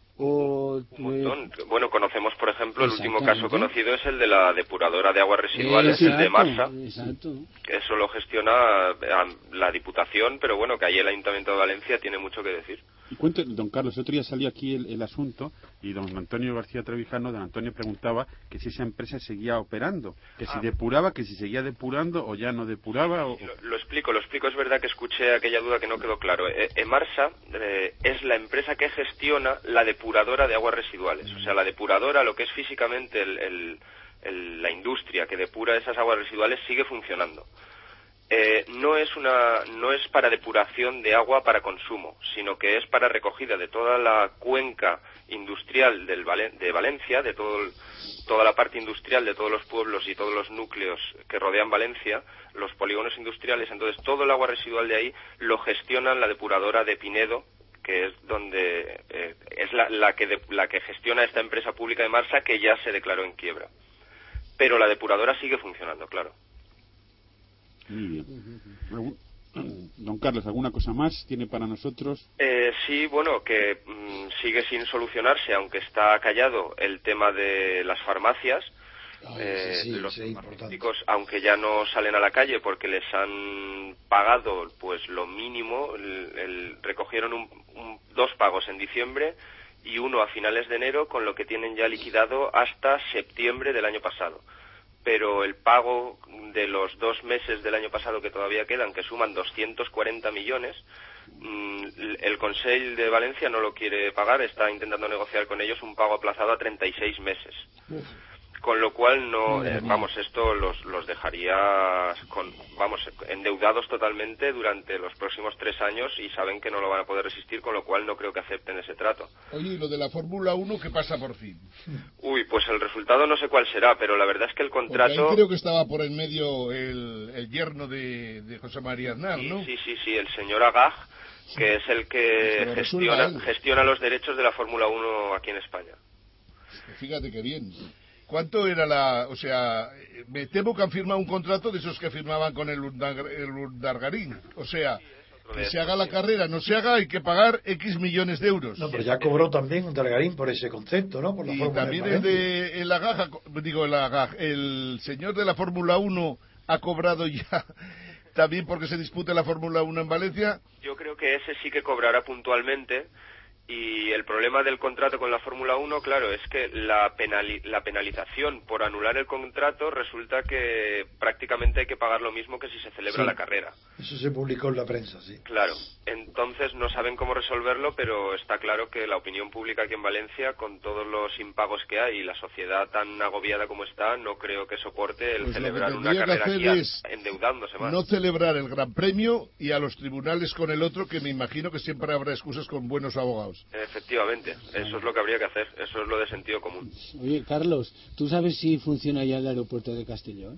O, un montón. Eh, bueno, conocemos, por ejemplo, el último caso conocido es el de la depuradora de aguas residuales, exacto, el de Marsa. Exacto. Que eso lo gestiona la Diputación, pero bueno, que ahí el Ayuntamiento de Valencia tiene mucho que decir. Y cuente, don Carlos, el otro día salió aquí el, el asunto y don Antonio García Trevijano, don Antonio preguntaba que si esa empresa seguía operando, que ah. si depuraba, que si seguía depurando o ya no depuraba. O... Lo, lo explico, lo explico, es verdad que escuché aquella duda que no quedó claro. Eh, Emarsa eh, es la empresa que gestiona la depuradora de aguas residuales, o sea, la depuradora, lo que es físicamente el, el, el, la industria que depura esas aguas residuales sigue funcionando. Eh, no es una no es para depuración de agua para consumo, sino que es para recogida de toda la cuenca industrial del Valen, de Valencia, de todo el, toda la parte industrial de todos los pueblos y todos los núcleos que rodean Valencia, los polígonos industriales. Entonces todo el agua residual de ahí lo gestionan la depuradora de Pinedo, que es donde eh, es la, la que de, la que gestiona esta empresa pública de Marsa, que ya se declaró en quiebra. Pero la depuradora sigue funcionando, claro. Muy bien. Don Carlos, ¿alguna cosa más tiene para nosotros? Eh, sí, bueno, que mmm, sigue sin solucionarse, aunque está callado, el tema de las farmacias. Ay, eh, sí, sí, los sí, farmacéuticos, aunque ya no salen a la calle porque les han pagado pues lo mínimo, el, el, recogieron un, un, dos pagos en diciembre y uno a finales de enero, con lo que tienen ya liquidado hasta septiembre del año pasado. Pero el pago de los dos meses del año pasado que todavía quedan, que suman doscientos cuarenta millones, el Consell de Valencia no lo quiere pagar, está intentando negociar con ellos un pago aplazado a treinta y seis meses. Uf. con lo cual no, eh, vamos, esto los, los dejaría con, vamos, endeudados totalmente durante los próximos tres años y saben que no lo van a poder resistir, con lo cual no creo que acepten ese trato. Oye, ¿y lo de la Fórmula uno qué pasa por fin? Uy, pues el resultado no sé cuál será, pero la verdad es que el contrato... Porque ahí creo que estaba por en medio el, el yerno de, de José María Aznar, sí, ¿no? Sí, sí, sí, el señor Agag, que es el que gestiona, gestiona los derechos de la Fórmula uno aquí en España. Fíjate qué bien. ¿Cuánto era la...? O sea, me temo que han firmado un contrato de esos que firmaban con el Urdangarín. O sea, que se haga la carrera, no se haga, hay que pagar X millones de euros. No, pero ya cobró también Urdangarín por ese concepto, ¿no? Por la y Fórmula también el de el Agag, digo, el Agag, el señor de la Fórmula uno ha cobrado ya... ¿También porque se dispute la Fórmula uno en Valencia? Yo creo que ese sí que cobrará puntualmente, y el problema del contrato con la Fórmula uno, claro, es que la, penali la penalización por anular el contrato resulta que prácticamente hay que pagar lo mismo que si se celebra sí, la carrera. Eso se publicó en la prensa, sí. Claro, entonces no saben cómo resolverlo, pero está claro que la opinión pública aquí en Valencia, con todos los impagos que hay y la sociedad tan agobiada como está, no creo que soporte el pues celebrar una carrera aquí es endeudándose más. No celebrar el Gran Premio y a los tribunales con el otro, que me imagino que siempre habrá excusas con buenos abogados. Efectivamente, eso es lo que habría que hacer, eso es lo de sentido común. Oye, Carlos, ¿tú sabes si funciona ya el aeropuerto de Castellón?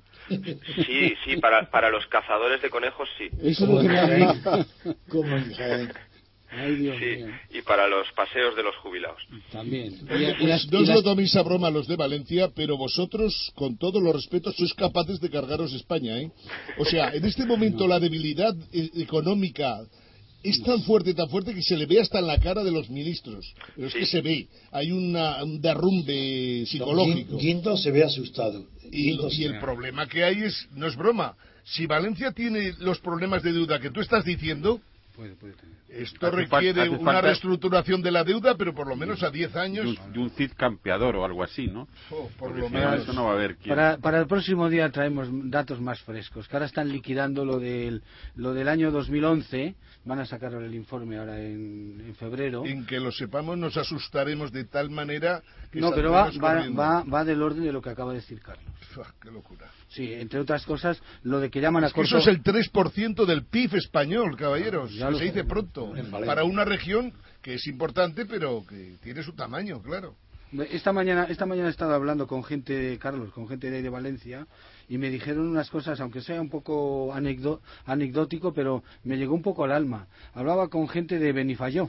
Sí, sí, para, para los cazadores de conejos sí. Eso lo que ¿Cómo en Jaén? Ay, Dios sí, mío. Y para los paseos de los jubilados. También. Oye, pues no os lo toméis a broma los de Valencia, pero vosotros, con todos los respetos, sois capaces de cargaros España, ¿eh? O sea, en este momento la debilidad e económica es tan fuerte, tan fuerte que se le ve hasta en la cara de los ministros. Pero es sí. que se ve, hay una, un derrumbe psicológico. Guindo se ve asustado. Y, y el problema que hay es, no es broma, si Valencia tiene los problemas de deuda que tú estás diciendo, puede, puede tener. Esto hace requiere falta, una falta... reestructuración de la deuda, pero por lo menos a diez años. De un, de un C I D campeador o algo así, ¿no? Oh, por Porque lo si menos. no, eso no va a haber quién. Para, para el próximo día traemos datos más frescos, que ahora están liquidando lo del, lo del año dos mil once, van a sacar el informe ahora en, en febrero. En que lo sepamos nos asustaremos de tal manera que no, pero va, va, va, va del orden de lo que acaba de decir Carlos. Uf, ¡qué locura! Sí, entre otras cosas, lo de que llaman a es que corto... eso es el tres por ciento del P I B español, caballeros, ya que lo se dice sé. pronto, para una región que es importante, pero que tiene su tamaño, claro. Esta mañana, esta mañana he estado hablando con gente, Carlos, con gente de, ahí de Valencia, y me dijeron unas cosas, aunque sea un poco anecdó, anecdótico, pero me llegó un poco al alma. Hablaba con gente de Benifayó,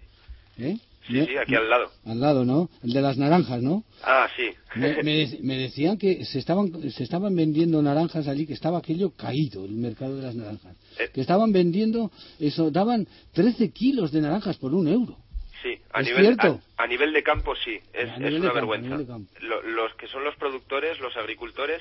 ¿eh? Sí, sí, aquí al lado. Al lado, ¿no? El de las naranjas, ¿no? Ah, sí. Me, me, me decían que se estaban se estaban vendiendo naranjas allí, que estaba aquello caído, el mercado de las naranjas. Eh. Que estaban vendiendo, eso, daban trece kilos de naranjas por un euro. Sí, a, ¿Es nivel, cierto? A, a nivel de campo sí, es, es una campo, vergüenza. Lo, los que son los productores, los agricultores,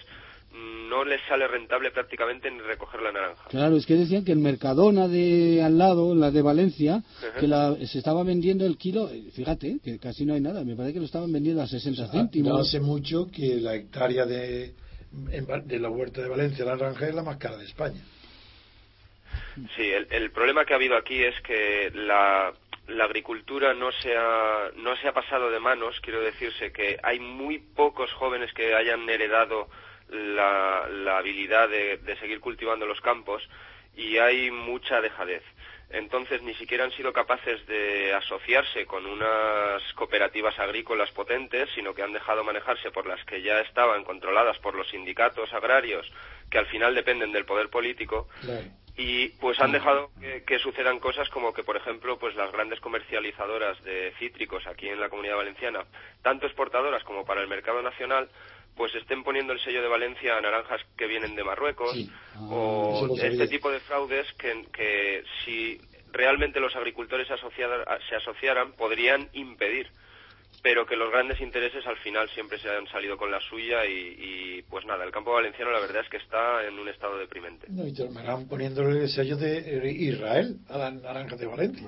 no les sale rentable prácticamente ni recoger la naranja. Claro, es que decían que el Mercadona de al lado, la de Valencia, uh-huh. que la, se estaba vendiendo el kilo, fíjate, que casi no hay nada, me parece que lo estaban vendiendo a sesenta o sea, céntimos. No hace mucho que la hectárea de, de la huerta de Valencia, la naranja, es la más cara de España. Sí, el, el problema que ha habido aquí es que la... la agricultura no se ha no se ha pasado de manos, quiero decirse que hay muy pocos jóvenes que hayan heredado la, la habilidad de, de seguir cultivando los campos y hay mucha dejadez. Entonces ni siquiera han sido capaces de asociarse con unas cooperativas agrícolas potentes, sino que han dejado manejarse por las que ya estaban controladas por los sindicatos agrarios, que al final dependen del poder político. Claro. Y pues han dejado que, que sucedan cosas como que, por ejemplo, pues las grandes comercializadoras de cítricos aquí en la Comunidad Valenciana, tanto exportadoras como para el mercado nacional, pues estén poniendo el sello de Valencia a naranjas que vienen de Marruecos, sí. ah, o este tipo de fraudes que, que si realmente los agricultores se asociaran, se asociaran podrían impedir, pero que los grandes intereses al final siempre se han salido con la suya y, y pues nada, el campo valenciano la verdad es que está en un estado deprimente. No, y terminarán poniéndole el sello de Israel a la naranja de Valencia.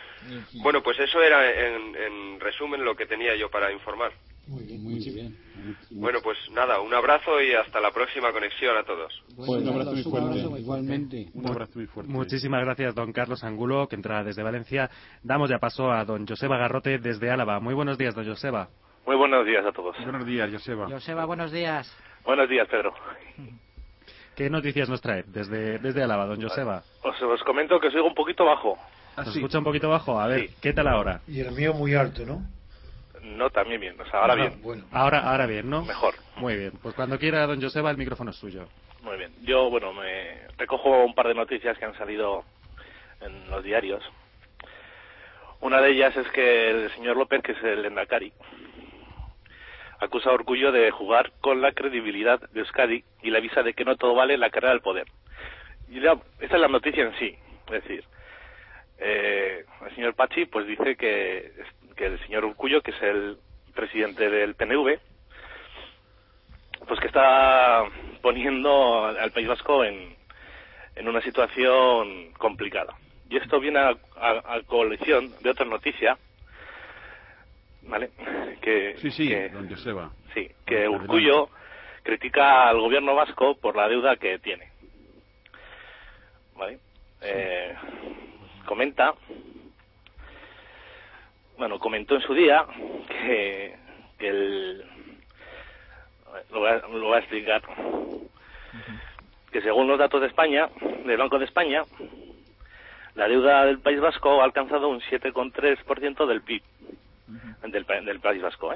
Bueno, pues eso era en, en resumen lo que tenía yo para informar. Muy bien, muy bien. Bueno, pues nada, un abrazo y hasta la próxima conexión a todos. Pues, un abrazo muy fuerte. Igualmente. Un abrazo muy fuerte. Muchísimas gracias, don Carlos Angulo, que entra desde Valencia. Damos ya paso a don Joseba Garrote desde Álava. Muy buenos días, don Joseba. Muy buenos días a todos. Buenos días, Joseba. Joseba, buenos días. Buenos días, Pedro. ¿Qué noticias nos trae desde, desde Álava, don Joseba? Os, os comento que os oigo un poquito bajo. ¿Se escucha un poquito bajo? A ver, Sí. ¿qué tal ahora? Y el mío muy alto, ¿no? No, también bien. O sea, ahora Ah, bien. Bueno. Ahora, ahora bien, ¿no? Mejor. Muy bien. Pues cuando quiera, don Joseba, el micrófono es suyo. Muy bien. Yo, bueno, me recojo un par de noticias que han salido en los diarios. Una de ellas es que el señor López, que es el Endacari, acusa a Urkullu de jugar con la credibilidad de Euskadi y le avisa de que no todo vale en la carrera del poder. Y ya, esta es la noticia en sí. Es decir, eh, el señor Pachi pues dice que, que el señor Urkullu, que es el presidente del P N V, pues que está poniendo al País Vasco en, en una situación complicada. Y esto viene a, a, a colección de otra noticia, ¿vale? Que, Sí, sí, que, don Joseba. sí, que Urkullu critica al gobierno vasco por la deuda que tiene, ¿vale? Eh, comenta, bueno, comentó en su día que, que el, lo voy, a, lo voy a explicar, que según los datos de España, del Banco de España, la deuda del País Vasco ha alcanzado un siete coma tres por ciento del P I B del, del País Vasco, ¿eh?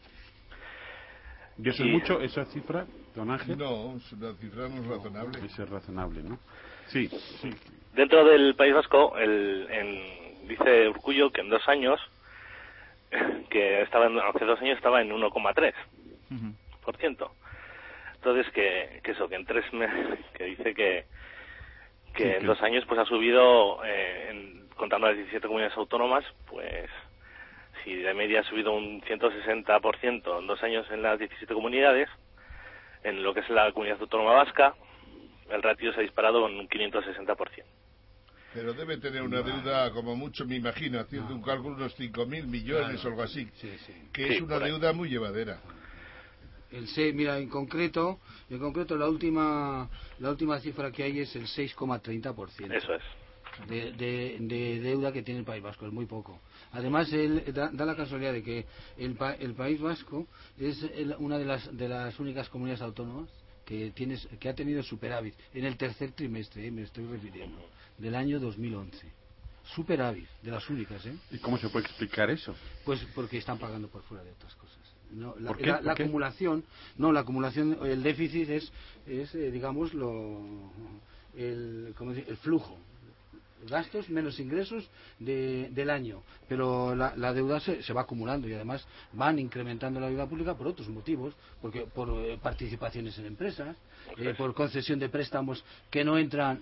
¿Y eso Y- es mucho, esa cifra, don Ángel? No, la cifra no es razonable. Eso es razonable, ¿no? Sí, sí. Dentro del País Vasco, el, en, dice Urkullu que en dos años, que estaba en, hace dos años estaba en uno coma tres por ciento. Entonces, que, que eso, que en tres meses, que dice que, que Sí, en que- dos años pues ha subido, eh, en, contando las diecisiete comunidades autónomas, pues si de media ha subido un ciento sesenta por ciento en dos años en las diecisiete comunidades, en lo que es la comunidad autónoma vasca, el ratio se ha disparado en un quinientos sesenta por ciento. Pero debe tener una deuda, como mucho me imagino, haciendo un cálculo, unos cinco mil millones Claro. o algo así, Sí, sí. que Sí, es una por ahí. deuda muy llevadera. El seis, mira, en concreto, en concreto la última la última cifra que hay es el seis coma treinta por ciento. Eso es. De, de, de deuda que tiene el País Vasco, es muy poco. Además, él da, da la casualidad de que el, pa- el País Vasco es el- una de las de las únicas comunidades autónomas que tiene, que ha tenido superávit en el tercer trimestre, eh, me estoy refiriendo, del año dos mil once. Superávit, de las únicas, ¿eh? ¿Y cómo se puede explicar eso? Pues porque están pagando por fuera de otras cosas. No, la, ¿Por qué? la- ¿Por la qué? acumulación, no, la acumulación, el déficit es, es eh, digamos, lo, el, ¿cómo decir? El flujo. Gastos menos ingresos de, del año, pero la, la deuda se, se va acumulando y además van incrementando la deuda pública por otros motivos, porque por eh, participaciones en empresas, eh, por concesión de préstamos que no entran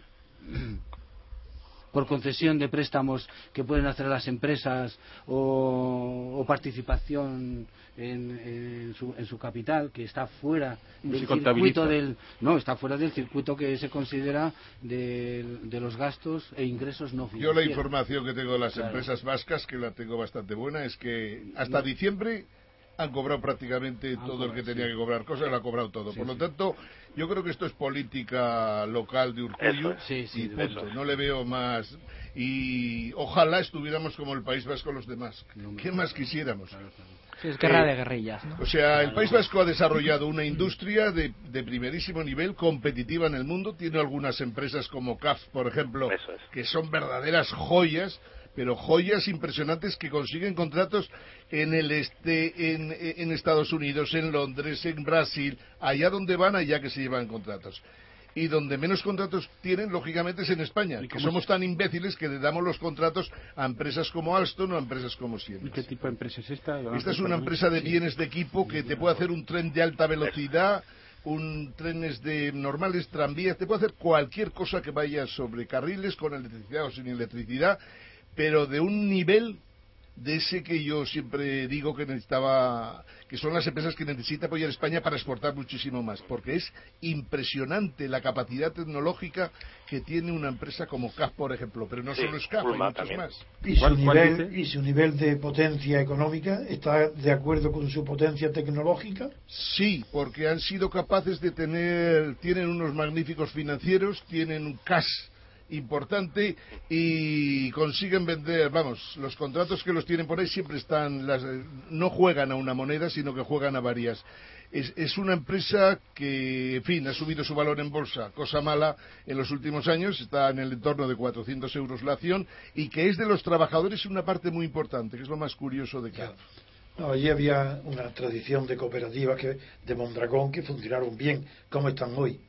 por concesión de préstamos que pueden hacer las empresas o, o participación en, en, su, en su capital que está fuera No del se contabiliza. circuito del no está fuera del circuito que se considera de, de los gastos e ingresos no Yo financieros. la información que tengo de las Claro. empresas vascas, que la tengo bastante buena, es que hasta No. diciembre han cobrado prácticamente Han todo cobrado, el que tenía sí. que cobrar cosas, lo ha cobrado todo. Sí, Por lo sí. tanto, yo creo que esto es política local de Urkullu Eso es. Sí, sí, y de punto. verdad. No le veo más. Y ojalá estuviéramos como el País Vasco los demás. No me- ¿Qué más quisiéramos? Sí, es guerra Eh, de guerrillas, ¿no? O sea, el País Vasco ha desarrollado una industria de, de primerísimo nivel, competitiva en el mundo. Tiene algunas empresas como C A F, por ejemplo, Eso es. que son verdaderas joyas, pero joyas impresionantes que consiguen contratos en el este, en, en Estados Unidos, en Londres, en Brasil, allá donde van, allá que se llevan contratos. Y donde menos contratos tienen, lógicamente, es en España, ¿Y que cómo somos se- tan imbéciles que le damos los contratos a empresas como Alstom o a empresas como ¿Y Siemens. qué tipo de empresa es esta? don Esta es Ángel, una perdón? empresa de bienes de equipo que te puede hacer un tren de alta velocidad, un trenes de normales, tranvías, te puede hacer cualquier cosa que vaya sobre carriles, con electricidad o sin electricidad, pero de un nivel de ese que yo siempre digo que necesitaba, que son las empresas que necesita apoyar España para exportar muchísimo más, porque es impresionante la capacidad tecnológica que tiene una empresa como C A F, por ejemplo, pero no sí, solo es C A F, hay muchos también. Más. ¿Y su, nivel, ¿Y su nivel de potencia económica está de acuerdo con su potencia tecnológica? Sí, porque han sido capaces de tener, tienen unos magníficos financieros, tienen un cash importante y consiguen vender, vamos, los contratos que los tienen por ahí siempre están, las, no juegan a una moneda, sino que juegan a varias. Es, es una empresa que, en fin, ha subido su valor en bolsa, cosa mala en los últimos años, está en el entorno de cuatrocientos euros la acción, y que es de los trabajadores una parte muy importante, que es lo más curioso de cada. No, allí había una tradición de cooperativas que, de Mondragón que funcionaron bien. ¿Cómo están hoy?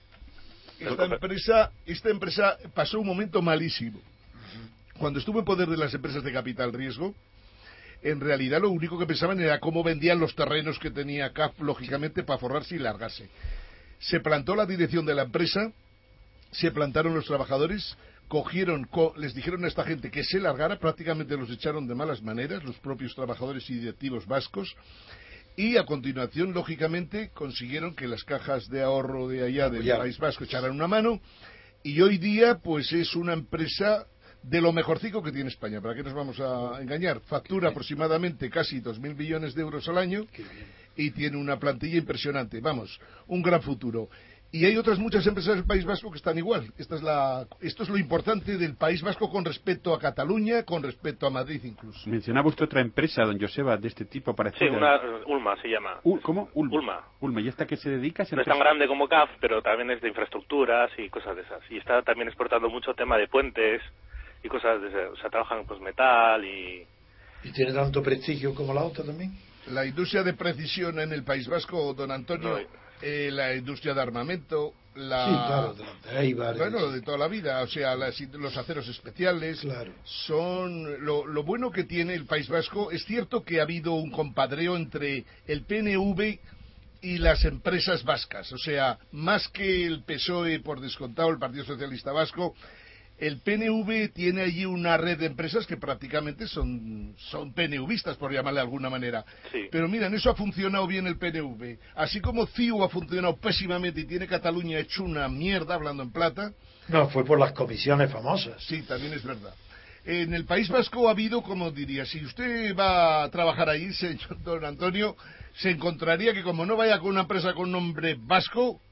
Esta empresa, esta empresa pasó un momento malísimo. Cuando estuvo en poder de las empresas de capital riesgo, en realidad lo único que pensaban era cómo vendían los terrenos que tenía C A F, lógicamente, para forrarse y largarse. Se plantó la dirección de la empresa, se plantaron los trabajadores, cogieron, co les dijeron a esta gente que se largara, prácticamente los echaron de malas maneras, los propios trabajadores y directivos vascos, y a continuación, lógicamente, consiguieron que las cajas de ahorro de allá del País Vasco echaran una mano, y hoy día pues es una empresa de lo mejorcico que tiene España. ¿Para qué nos vamos a engañar? Factura aproximadamente casi dos mil millones de euros al año y tiene una plantilla impresionante. Vamos, un gran futuro. Y hay otras muchas empresas del País Vasco que están igual. Esta es la, esto es lo importante del País Vasco con respecto a Cataluña, con respecto a Madrid incluso. Mencionaba usted otra empresa, don Joseba, de este tipo parecida. Sí, una Ulma se llama. U, ¿Cómo? Ulma. Ulma. Ulma. ¿Y esta qué se dedica? No es tan grande como C A F, pero también es de infraestructuras y cosas de esas. Y está también exportando mucho tema de puentes y cosas de esas. O sea, trabajan pues metal y... ¿Y tiene tanto prestigio como la otra también? La industria de precisión en el País Vasco, don Antonio... No, Eh, la industria de armamento, la... Sí, claro, de Eibar, bueno, de toda la vida, o sea, las, los aceros especiales, claro. Son lo, lo bueno que tiene el País Vasco. Es cierto que ha habido un compadreo entre el P N V y las empresas vascas, o sea, más que el P S O E, por descontado, el Partido Socialista Vasco, el P N V tiene allí una red de empresas que prácticamente son, son PNVistas, por llamarle de alguna manera. Sí. Pero miren, eso ha funcionado bien el P N V. Así como C I U ha funcionado pésimamente y tiene Cataluña hecho una mierda, hablando en plata. No, fue por las comisiones famosas. Sí, también es verdad. En el País Vasco ha habido, como diría, si usted va a trabajar ahí, señor don Antonio, se encontraría que como no vaya con una empresa con nombre vasco,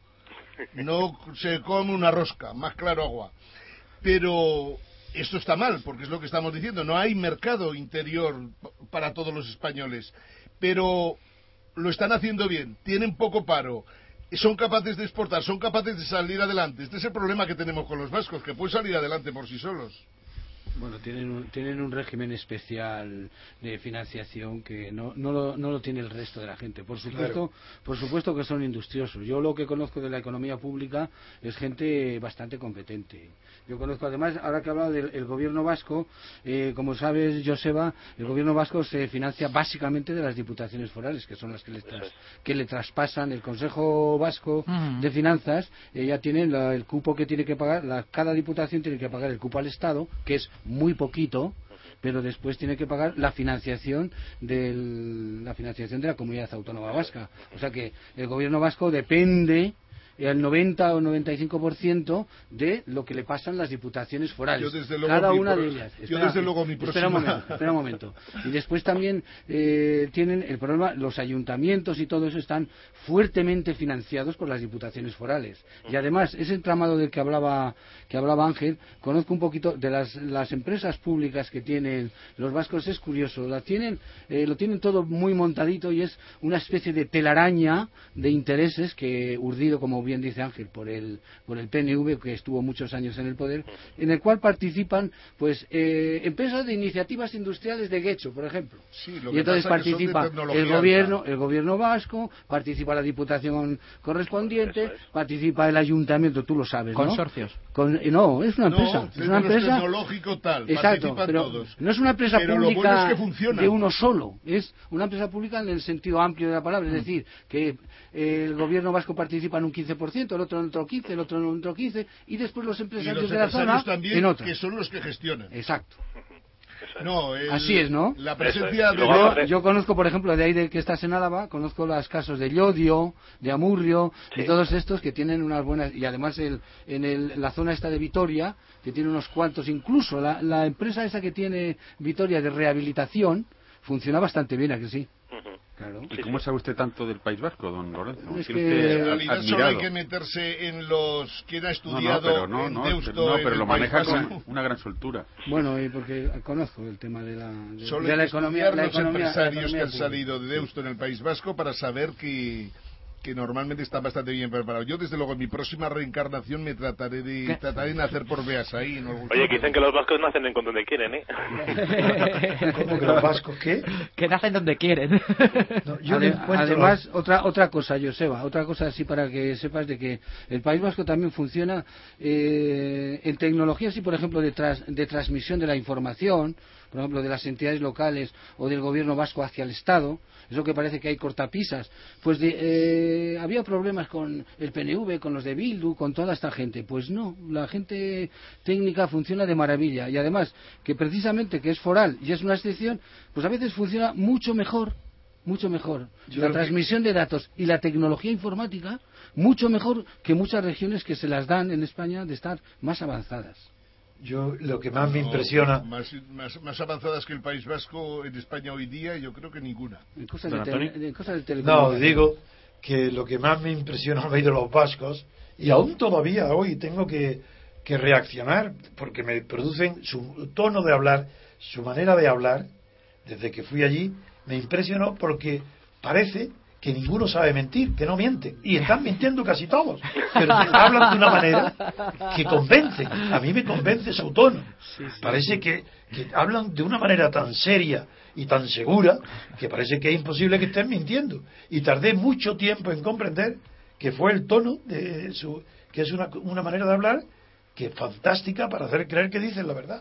no se come una rosca, más claro agua. Pero esto está mal, porque es lo que estamos diciendo, no hay mercado interior para todos los españoles, pero lo están haciendo bien, tienen poco paro, son capaces de exportar, son capaces de salir adelante. Este es el problema que tenemos con los vascos, que pueden salir adelante por sí solos. Bueno, tienen un, tienen un régimen especial de financiación que no, no, lo, no lo tiene el resto de la gente. Por supuesto, claro. Por supuesto que son industriosos. Yo lo que conozco de la economía pública es gente bastante competente. Yo conozco, además, ahora que he hablado del el gobierno vasco, eh, como sabes, Joseba, el gobierno vasco se financia básicamente de las diputaciones forales, que son las que le, tras, que le traspasan. El Consejo Vasco uh-huh. de Finanzas eh, ya tiene la, el cupo que tiene que pagar, la, cada diputación tiene que pagar el cupo al Estado, que es muy poquito, pero después tiene que pagar la financiación del, la financiación de la comunidad autónoma vasca. O sea que el gobierno vasco depende el noventa o noventa y cinco por ciento de lo que le pasan las diputaciones forales. Yo desde luego cada una pro... de ellas. Yo espera, desde luego mi espera próxima... un momento, espera un momento. Y después también eh, tienen el problema, los ayuntamientos y todo eso están fuertemente financiados por las diputaciones forales. Y además, ese entramado del que hablaba que hablaba Ángel, conozco un poquito de las, las empresas públicas que tienen los vascos, es curioso, la tienen, eh, lo tienen todo muy montadito y es una especie de telaraña de intereses que, urdido, como bien dice Ángel, por el por el P N V, que estuvo muchos años en el poder, en el cual participan pues eh, empresas de iniciativas industriales de Guecho, por ejemplo. Sí, lo y que entonces participa el gobierno, el gobierno vasco, participa la diputación correspondiente, es. participa el ayuntamiento, tú lo sabes, ¿no? Consorcios. Con, no, es una empresa, no, es una empresa tecnológico tal, exacto, pero todos. No es una empresa pero pública bueno es que de uno solo, es una empresa pública en el sentido amplio de la palabra, es decir, que eh, el gobierno vasco participa en un quince por ciento, el otro en otro quince por ciento, el otro en otro quince por ciento, y después los empresarios, y los de la zona también, en otra. Que son los que gestionan. Exacto. No, el, así es, ¿no? La presencia de... yo, yo conozco, por ejemplo, de ahí de que estás en Álava, conozco los casos de Llodio, de Amurrio, sí. de todos estos que tienen unas buenas... Y además el, en el, la zona esta de Vitoria, que tiene unos cuantos, incluso la, la empresa esa que tiene Vitoria de rehabilitación, funciona bastante bien, ¿a que sí? Uh-huh. Claro. ¿Y cómo sabe usted tanto del País Vasco, don Lorenzo? Es que en realidad solo hay que meterse en los que ha estudiado no, no, pero no, en Deusto. No, pero en lo el maneja País con una gran soltura. Bueno, y porque conozco el tema de la, de, solo de la economía. Los economía, empresarios la economía que han salido de Deusto en el País Vasco para saber que... que normalmente están bastante bien preparados. Yo, desde luego, en mi próxima reencarnación me trataré de trataré de nacer por Beasaín. ¿No? Oye, que dicen que los vascos nacen en donde quieren, ¿eh? ¿Cómo que los vascos qué? Que nacen donde quieren. No, yo Ade además, los... otra otra cosa, Joseba, otra cosa así para que sepas de que el País Vasco también funciona eh, en tecnología, así por ejemplo, de, tras de transmisión de la información, por ejemplo, de las entidades locales o del gobierno vasco hacia el Estado. Eso que parece que hay cortapisas. Pues de, eh, había problemas con el P N V, con los de Bildu, con toda esta gente. Pues no, la gente técnica funciona de maravilla. Y además, que precisamente que es foral y es una excepción, pues a veces funciona mucho mejor, mucho mejor. Yo la transmisión que... de datos y la tecnología informática, mucho mejor que muchas regiones que se las dan en España de estar más avanzadas. Yo lo que más me impresiona... Más, más, más avanzadas que el País Vasco en España hoy día, yo creo que ninguna. En cosas de, tele, de, cosas de telecomunicación. No, digo que lo que más me impresiona al de los vascos, y aún todavía hoy tengo que, que reaccionar, porque me producen su tono de hablar, su manera de hablar, desde que fui allí, me impresionó porque parece... que ninguno sabe mentir, que no miente, y están mintiendo casi todos, pero hablan de una manera que convence. A mí me convence su tono. Sí, sí, parece sí. Que, que hablan de una manera tan seria y tan segura que parece que es imposible que estén mintiendo, y tardé mucho tiempo en comprender que fue el tono de su, que es una, una manera de hablar que es fantástica para hacer creer que dicen la verdad.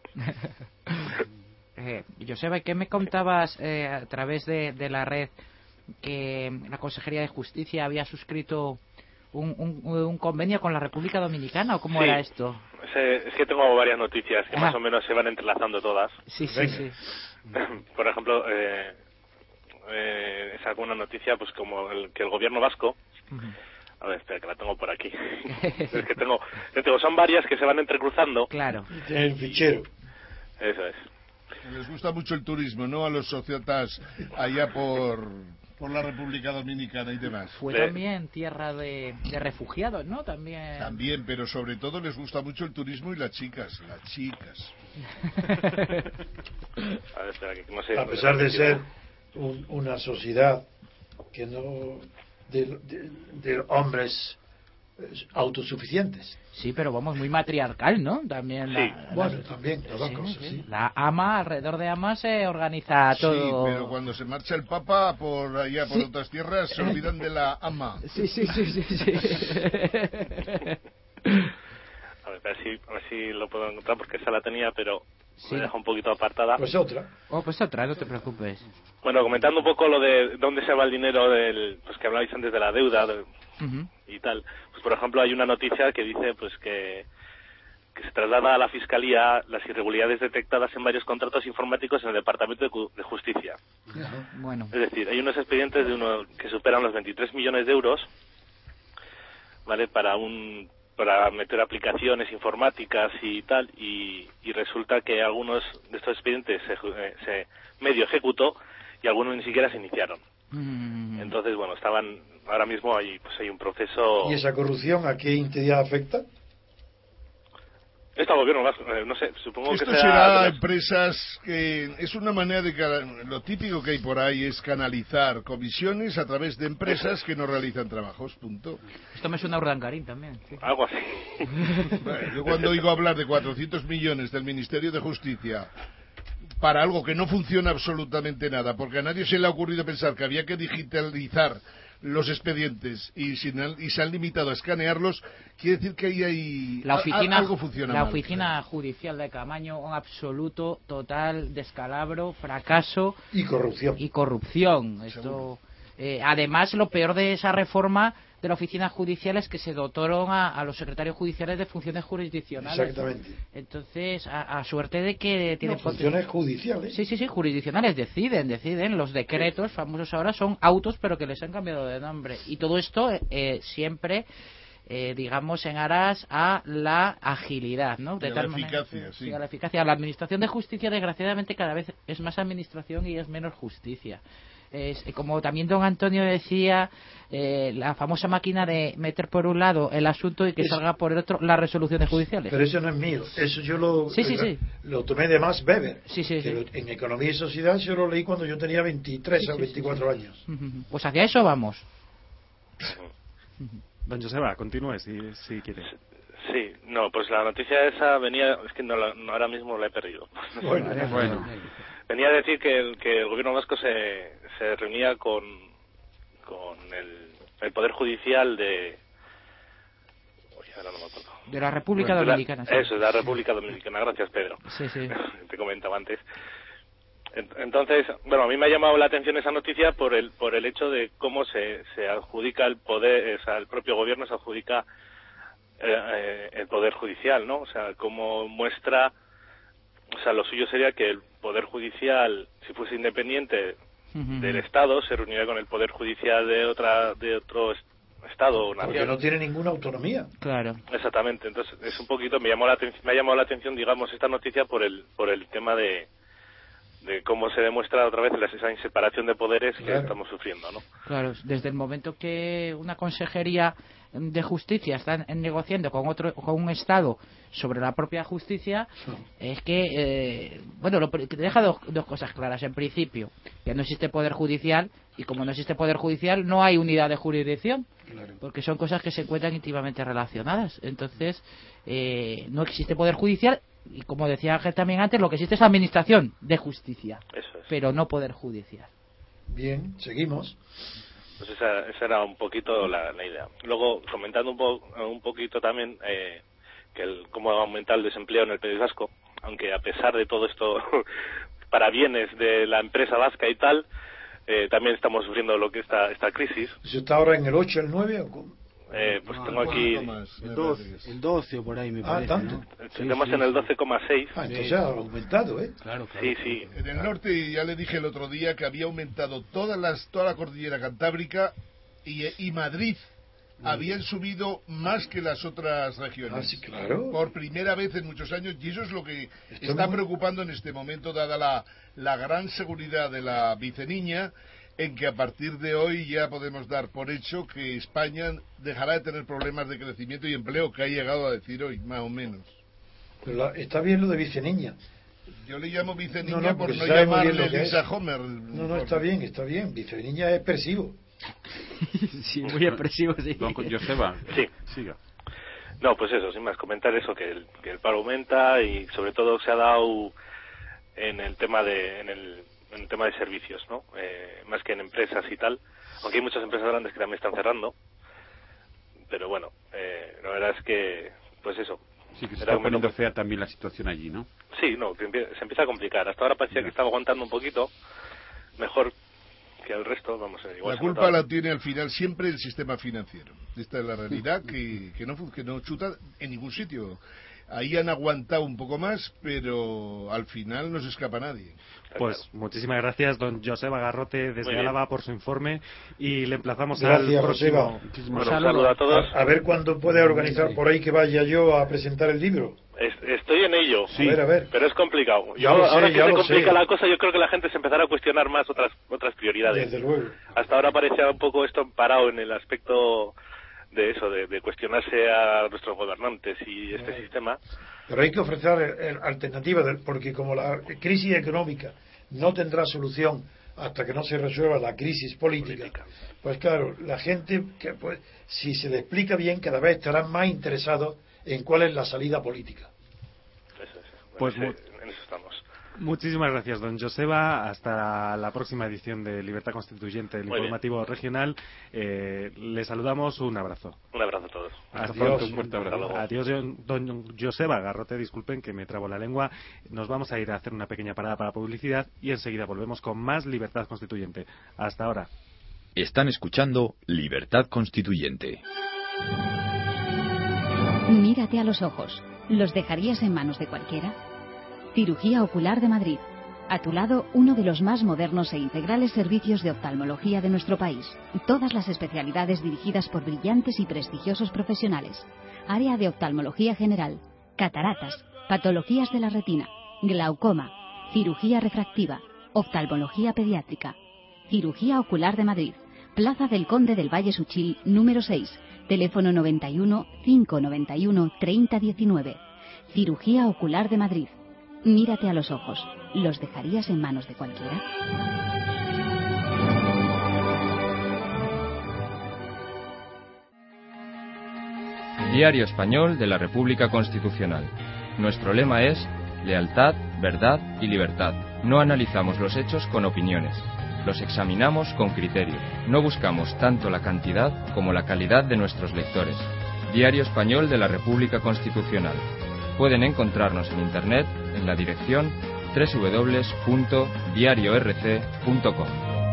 eh, Joseba, ¿qué me contabas eh, a través de, de la red? Que la Consejería de Justicia había suscrito un, un, un convenio con la República Dominicana, ¿o cómo sí. era esto? Es, es que tengo varias noticias que ah. más o menos se van entrelazando todas. Sí, sí, sí. Por ejemplo, eh, eh, es alguna noticia pues como el, que el gobierno vasco... Uh-huh. A ver, espera, que la tengo por aquí. Es que tengo, tengo... Son varias que se van entrecruzando. Claro. El fichero. Eso es. Les gusta mucho el turismo, ¿no? A los societas allá por... por la República Dominicana y demás. Fue sí. también tierra de, de refugiados, ¿no? También. También, pero sobre todo les gusta mucho el turismo y las chicas, las chicas. A, ver, espera, que no sé, a pesar de ser un, una sociedad que no de, de, de hombres autosuficientes. Sí, pero vamos, muy matriarcal, ¿no? También. Sí. La, bueno, la, también, las dos sí, cosas, sí. sí. La ama, alrededor de ama se organiza todo. Sí, pero cuando se marcha el Papa por allá, por sí. otras tierras, se olvidan de la ama. Sí, sí, sí, sí. sí. A ver, a ver, si, a ver si lo puedo encontrar, porque esa la tenía, pero sí. me deja un poquito apartada. Pues otra. Oh, pues otra, no te preocupes. Bueno, comentando un poco lo de dónde se va el dinero del, pues que hablabais antes de la deuda de, uh-huh. y tal. Pues por ejemplo hay una noticia que dice pues que, que se traslada a la Fiscalía las irregularidades detectadas en varios contratos informáticos en el Departamento de, de Justicia. Uh-huh. Bueno. Es decir, hay unos expedientes de uno que superan los veintitrés millones de euros, ¿vale? Para un para meter aplicaciones informáticas y tal, y, y resulta que algunos de estos expedientes se, se medio ejecutó y algunos ni siquiera se iniciaron. Mm. Entonces, bueno, estaban ahora mismo hay pues hay un proceso. ¿Y esa corrupción a qué entidad afecta? Esto al gobierno vasco, eh, no sé, supongo Esto que será será de empresas que es una manera de que lo típico que hay por ahí es canalizar comisiones a través de empresas que no realizan trabajos, punto. Esto me suena a Urdangarín también. Sí. Algo así. Bueno, yo cuando oigo hablar de cuatrocientos millones del Ministerio de Justicia para algo que no funciona absolutamente nada, porque a nadie se le ha ocurrido pensar que había que digitalizar los expedientes y, sin, y se han limitado a escanearlos, quiere decir que ahí hay la oficina, a, algo funciona la mal. oficina judicial de Camaño, un absoluto, total descalabro, fracaso y corrupción. Y corrupción. Esto, Eh, además, lo peor de esa reforma de la oficina judicial es que se dotaron a, a los secretarios judiciales de funciones jurisdiccionales. Exactamente. Entonces, a, a suerte de que tienen no, funciones judiciales. Sí, sí, sí, jurisdiccionales deciden, deciden. Los decretos famosos ahora son autos, pero que les han cambiado de nombre. Y todo esto eh, siempre, eh, digamos, en aras a la agilidad, ¿no? De y a tal la eficacia, manera, sí. sí. A la eficacia. La administración de justicia, desgraciadamente, cada vez es más administración y es menos justicia. Es, como también don Antonio decía, eh, la famosa máquina de meter por un lado el asunto y que es, salga por el otro las resoluciones judiciales. Pero eso no es mío, eso yo lo, sí, sí, lo, sí. lo tomé de Max Weber, sí, sí, que sí. Lo, en Economía y Sociedad yo lo leí cuando yo tenía veintitrés sí, o veinticuatro sí, sí, sí. años. Pues hacia eso vamos. Don Joseba, continúe si, si quiere. Sí, no, pues la noticia esa venía, es que no la, no, ahora mismo la he perdido. Bueno, bueno. Venía a decir que el, que el gobierno vasco se, se reunía con, con el, el Poder Judicial de... Oye, ahora no me acuerdo. De la República bueno, Dominicana. De la, sí. Eso, de la República Dominicana. Gracias, Pedro. Sí, sí. Te comentaba antes. Entonces, bueno, a mí me ha llamado la atención esa noticia por el por el hecho de cómo se, se adjudica el poder, o sea, el propio gobierno se adjudica eh, el Poder Judicial, ¿no? O sea, cómo muestra... O sea, lo suyo sería que el Poder Judicial, si fuese independiente uh-huh. del Estado, se reuniría con el Poder Judicial de otra de otro Estado o nación. Porque no tiene ninguna autonomía. Claro. Exactamente. Entonces, es un poquito, me llamó la atención, me ha llamado la atención, digamos, esta noticia por el por el tema de de cómo se demuestra otra vez esa separación de poderes claro. que estamos sufriendo, ¿no? Claro, desde el momento que una consejería de justicia está negociando con otro con un Estado sobre la propia justicia, sí. es que, eh, bueno, lo, que deja dos, dos cosas claras. En principio, que no existe poder judicial, y como no existe poder judicial, no hay unidad de jurisdicción, claro. porque son cosas que se encuentran íntimamente relacionadas. Entonces, eh, no existe poder judicial, y como decía Ángel también antes, lo que existe es administración de justicia, Eso es. pero no poder judicial. Bien, seguimos. Pues esa, esa era un poquito la, la idea. Luego, comentando un, po, un poquito también eh, que el, cómo ha aumentado el desempleo en el País Vasco, aunque a pesar de todo esto, para bienes de la empresa vasca y tal, eh, también estamos sufriendo lo que esta esta crisis. ¿Eso está ahora en el ocho, el nueve o cómo? Eh, pues no, tengo aquí el doce, el doce o por ahí me ah, parece, ¿tanto? ¿no? Estamos sí, en sí, el doce coma seis. Ah, entonces ha aumentado, ¿eh? Claro, claro. Sí, sí. En el norte ya le dije el otro día que había aumentado todas las toda la cordillera cantábrica y, y Madrid mm. habían subido más que las otras regiones. Ah, sí, claro. Por primera vez en muchos años, y eso es lo que Esto está muy... preocupando en este momento, dada la, la gran seguridad de la viceniña, en que a partir de hoy ya podemos dar por hecho que España dejará de tener problemas de crecimiento y empleo, que ha llegado a decir hoy, más o menos. Pero la, está bien lo de viceniña. Yo le llamo viceniña no, no, por no llamarle Lisa Homer. No, no, está bien, está bien. Viceniña es expresivo. Sí, muy expresivo, sí. Don Joseba, sí. siga. No, pues eso, sin más, comentar eso, que el, que el paro aumenta y sobre todo se ha dado en el tema de... En el, en el tema de servicios, ¿no? Eh, más que en empresas y tal, aunque hay muchas empresas grandes que también están cerrando, pero bueno, eh, la verdad es que, pues eso. Sí, que se está poniendo fea también la situación allí, ¿no? Sí, no, que se empieza a complicar. Hasta ahora parecía que estaba aguantando un poquito, mejor que el resto, vamos a igual. La culpa la tiene al final siempre el sistema financiero. Esta es la realidad, que, que, no, que no chuta en ningún sitio. Ahí han aguantado un poco más, pero al final no se escapa nadie. Pues muchísimas gracias, don Joseba Garrote, desde Álava, por su informe, y le emplazamos gracias, al próximo... Un saludo a todos. A, a ver cuándo puede organizar por ahí que vaya yo a presentar el libro. Estoy en ello, sí. a ver, a ver. Pero es complicado. Yo, ya lo ahora sé, que ya se lo complica sé. la cosa, yo creo que la gente se empezará a cuestionar más otras otras prioridades. Desde luego. Hasta ahora parecía un poco esto parado en el aspecto de eso, de, de cuestionarse a nuestros gobernantes y este Ay. sistema. Pero hay que ofrecer alternativas, porque como la crisis económica no tendrá solución hasta que no se resuelva la crisis política, política. Pues claro, la gente, que pues, si se le explica bien, cada vez estarán más interesados en cuál es la salida política. Eso es. Bueno, pues ese, en eso estamos. Muchísimas gracias, don Joseba. Hasta la próxima edición de Libertad Constituyente, el Muy informativo bien. regional. Eh, le saludamos, un abrazo. Un abrazo a todos. Hasta Adiós, un fuerte abrazo. Adiós, don Joseba Garrote, disculpen que me trabo la lengua. Nos vamos a ir a hacer una pequeña parada para publicidad y enseguida volvemos con más Libertad Constituyente. Hasta ahora. Están escuchando Libertad Constituyente. Mírate a los ojos. ¿Los dejarías en manos de cualquiera? Cirugía Ocular de Madrid. A tu lado, uno de los más modernos e integrales servicios de oftalmología de nuestro país. Todas las especialidades dirigidas por brillantes y prestigiosos profesionales. Área de oftalmología general, cataratas, patologías de la retina, glaucoma, cirugía refractiva, oftalmología pediátrica. Cirugía Ocular de Madrid. Plaza del Conde del Valle Suchil, número seis. Teléfono noventa y uno, cinco noventa y uno, treinta diecinueve. Cirugía Ocular de Madrid. Mírate a los ojos. ¿Los dejarías en manos de cualquiera? Diario Español de la República Constitucional. Nuestro lema es lealtad, verdad y libertad. No analizamos los hechos con opiniones. Los examinamos con criterio. No buscamos tanto la cantidad como la calidad de nuestros lectores. Diario Español de la República Constitucional. Pueden encontrarnos en Internet en la dirección doble u doble u doble u punto diario r c punto com.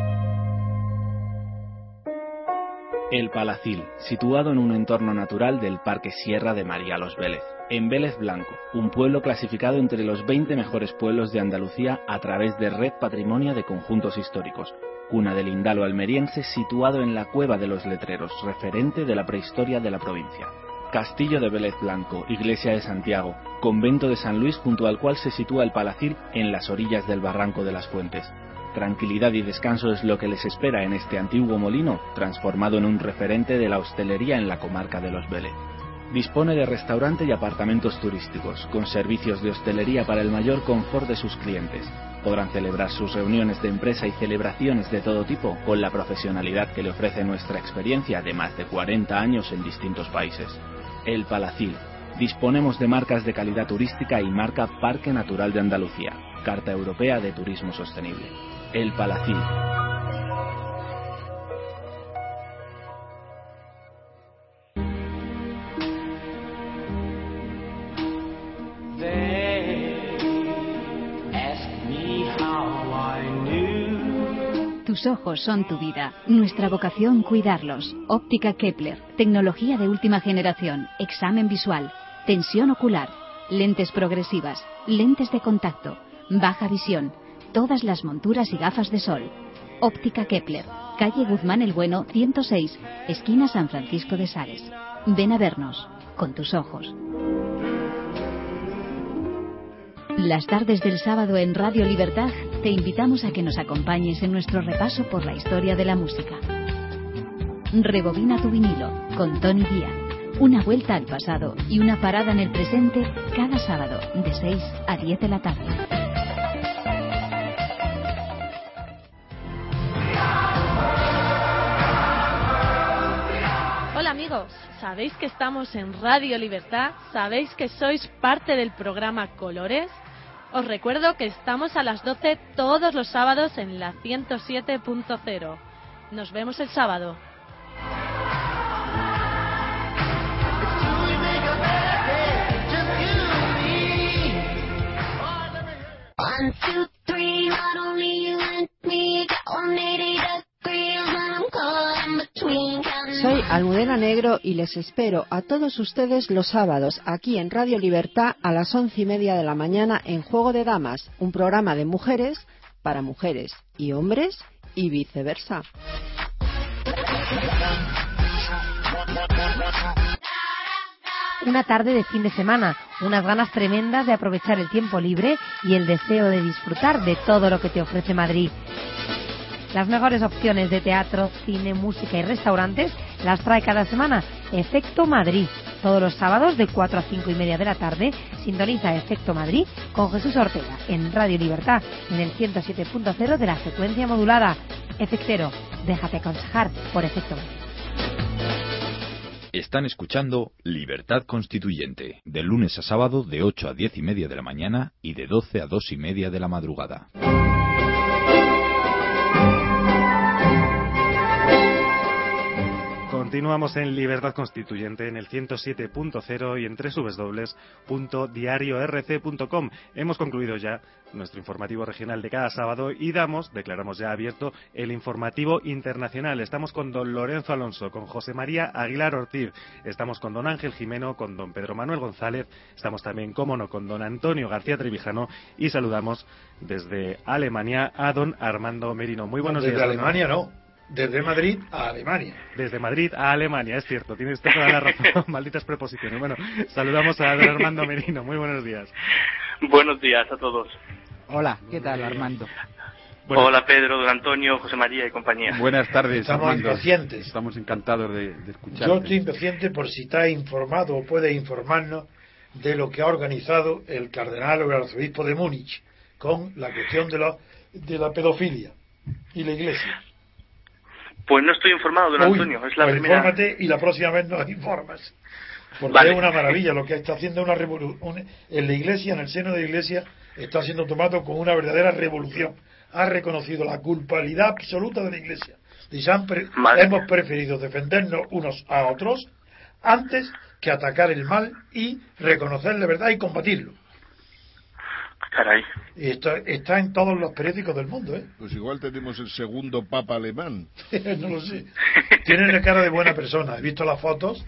El Palacil, situado en un entorno natural del Parque Sierra de María Los Vélez, en Vélez Blanco, un pueblo clasificado entre los veinte mejores pueblos de Andalucía a través de Red Patrimonio de Conjuntos Históricos, cuna del Indalo almeriense situado en la Cueva de los Letreros, referente de la prehistoria de la provincia. Castillo de Vélez Blanco, Iglesia de Santiago, Convento de San Luis, junto al cual se sitúa el Palacil en las orillas del Barranco de las Fuentes. Tranquilidad y descanso es lo que les espera en este antiguo molino, transformado en un referente de la hostelería en la comarca de Los Vélez. Dispone de restaurante y apartamentos turísticos, con servicios de hostelería para el mayor confort de sus clientes. Podrán celebrar sus reuniones de empresa y celebraciones de todo tipo con la profesionalidad que le ofrece nuestra experiencia de más de cuarenta años en distintos países. El Palacil. Disponemos de marcas de calidad turística y marca Parque Natural de Andalucía, Carta Europea de Turismo Sostenible. El Palacil. Tus ojos son tu vida. Nuestra vocación, cuidarlos. Óptica Kepler. Tecnología de última generación. Examen visual. Tensión ocular. Lentes progresivas. Lentes de contacto. Baja visión. Todas las monturas y gafas de sol. Óptica Kepler. Calle Guzmán el Bueno, ciento seis. Esquina San Francisco de Sales. Ven a vernos. Con tus ojos. Las tardes del sábado en Radio Libertad te invitamos a que nos acompañes en nuestro repaso por la historia de la música. Rebobina tu vinilo con Tony Díaz. Una vuelta al pasado y una parada en el presente cada sábado de seis a diez de la tarde. Hola amigos, ¿sabéis que estamos en Radio Libertad? ¿Sabéis que sois parte del programa Colores? Os recuerdo que estamos a las doce todos los sábados en la ciento siete punto cero. Nos vemos el sábado. One, two, three, not only you and me, got one eighty degrees and I'm caught in between. Soy Almudena Negro y les espero a todos ustedes los sábados aquí en Radio Libertad a las once y media de la mañana en Juego de Damas, un programa de mujeres para mujeres y hombres y viceversa. Una tarde de fin de semana, unas ganas tremendas de aprovechar el tiempo libre y el deseo de disfrutar de todo lo que te ofrece Madrid. Las mejores opciones de teatro, cine, música y restaurantes las trae cada semana Efecto Madrid. Todos los sábados de cuatro a cinco y media de la tarde sintoniza Efecto Madrid con Jesús Ortega en Radio Libertad en el ciento siete punto cero de la frecuencia modulada. Efectero, déjate aconsejar por Efecto Madrid. Están escuchando Libertad Constituyente, de lunes a sábado de ocho a diez y media de la mañana y de doce a dos y media de la madrugada. Continuamos en Libertad Constituyente en el ciento siete punto cero y en doble u doble u doble u punto diario erre ce punto com. Hemos concluido ya nuestro informativo regional de cada sábado y damos, declaramos ya abierto, el informativo internacional. Estamos con don Lorenzo Alonso, con José María Aguilar Ortiz, estamos con don Ángel Jimeno, con don Pedro Manuel González, estamos también, cómo no, con don Antonio García Trevijano y saludamos desde Alemania a don Armando Merino. Muy buenos desde días. Desde Alemania no, desde Madrid a Alemania. Desde Madrid a Alemania, es cierto, tienes toda la razón, malditas preposiciones. Bueno, saludamos a don Armando Merino, muy buenos días. Buenos días a todos. Hola, ¿qué tal, Armando? Bueno, hola Pedro, don Antonio, José María y compañía. Buenas tardes, Estamos Armando. impacientes. Estamos encantados de, de escucharte. Yo estoy impaciente por si está informado o puede informarnos de lo que ha organizado el cardenal o el arzobispo de Múnich con la cuestión de la, de la pedofilia y la iglesia. Pues no estoy informado, don Uy, Antonio, es la pues primera... infórmate y la próxima vez nos informas. Porque Vale. es una maravilla lo que está haciendo una revolución en la iglesia, en el seno de la iglesia, está siendo tomado como una verdadera revolución. Ha reconocido la culpabilidad absoluta de la iglesia. Y se han pre- hemos preferido defendernos unos a otros antes que atacar el mal y reconocer la verdad y combatirlo. Caray. Y esto está en todos los periódicos del mundo, ¿eh? Pues igual tenemos el segundo papa alemán. No lo sé. Tiene la cara de buena persona. He visto las fotos.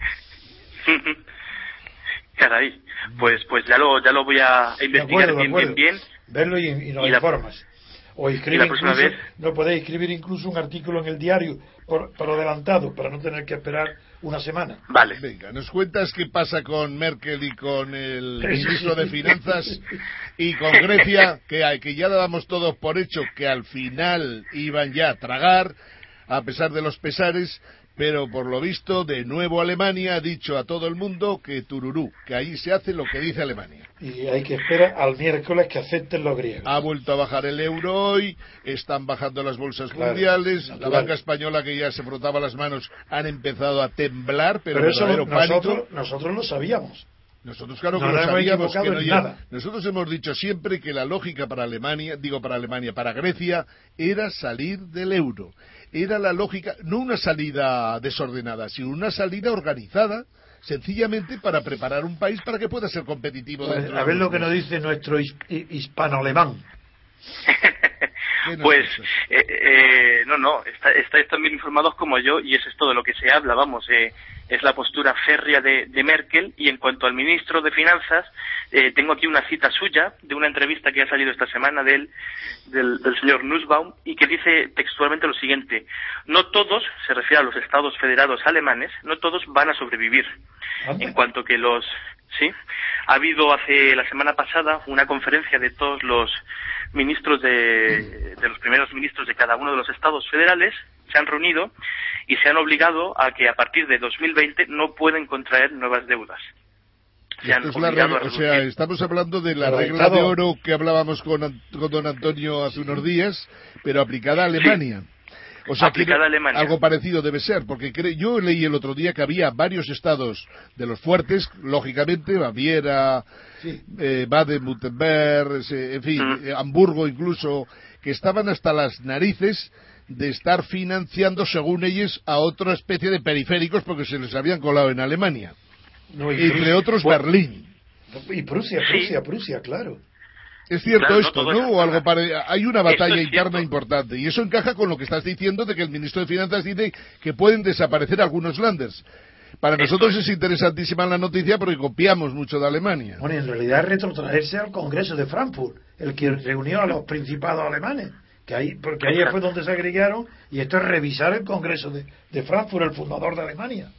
Caray. Pues pues ya lo ya lo voy a investigar acuerdo, bien, bien, bien. Verlo y, y nos y la, informas. O escribe incluso, vez... no podéis escribir incluso un artículo en el diario por, por adelantado, para no tener que esperar una semana. Vale. Venga, ¿nos cuentas qué pasa con Merkel y con el ministro de Finanzas y con Grecia, que, que ya dábamos todos por hecho que al final iban ya a tragar, a pesar de los pesares, pero por lo visto, de nuevo Alemania ha dicho a todo el mundo que tururú, que ahí se hace lo que dice Alemania. Y hay que esperar al miércoles que acepten los griegos. Ha vuelto a bajar el euro hoy, están bajando las bolsas claro, mundiales, natural. La banca española que ya se frotaba las manos han empezado a temblar, pero, pero eso nosotros, pánico. nosotros lo sabíamos. Nosotros claro que no lo sabíamos que no nada. Nosotros hemos dicho siempre que la lógica para Alemania, digo para Alemania, para Grecia, era salir del euro. Era la lógica, no una salida desordenada, sino una salida organizada, sencillamente para preparar un país para que pueda ser competitivo. Pues, dentro a ver de lo que nos dice nuestro hispano-alemán. Pues, eh, eh, no, no, está, estáis tan bien informados como yo y eso es todo lo que se habla, vamos, eh, es la postura férrea de, de Merkel. Y en cuanto al ministro de Finanzas, eh, tengo aquí una cita suya de una entrevista que ha salido esta semana de él, del, del señor Nussbaum, y que dice textualmente lo siguiente: no todos, se refiere a los estados federados alemanes, no todos van a sobrevivir. ¿Dónde? En cuanto que los... Sí, ha habido hace la semana pasada una conferencia de todos los ministros de, de los primeros ministros de cada uno de los estados federales, se han reunido y se han obligado a que a partir de dos mil veinte no pueden contraer nuevas deudas. Se han es la regla, o sea, estamos hablando de la regla Estado... de oro que hablábamos con, con don Antonio hace unos días, pero aplicada a Alemania. Sí. O sea, que Alemania. Algo parecido debe ser, porque cre yo leí el otro día que había varios estados de los fuertes, lógicamente, Baviera, sí. eh, Baden-Württemberg, en fin, mm. eh, Hamburgo incluso, que estaban hasta las narices de estar financiando, según ellos, a otra especie de periféricos porque se les habían colado en Alemania. No, y entre Prus otros, bueno, Berlín. Y Prusia, Prusia, sí. Prusia, claro. Es cierto claro, esto, ¿no? ¿no? O algo pare... Hay una batalla interna importante y eso encaja con lo que estás diciendo de que el ministro de Finanzas dice que pueden desaparecer algunos landers. Para esto nosotros es interesantísima la noticia porque copiamos mucho de Alemania. Bueno, y en realidad es retrotraerse al Congreso de Frankfurt, el que reunió a los principados alemanes, que ahí, porque ahí fue donde se agregaron, y esto es revisar el Congreso de, de Frankfurt, el fundador de Alemania.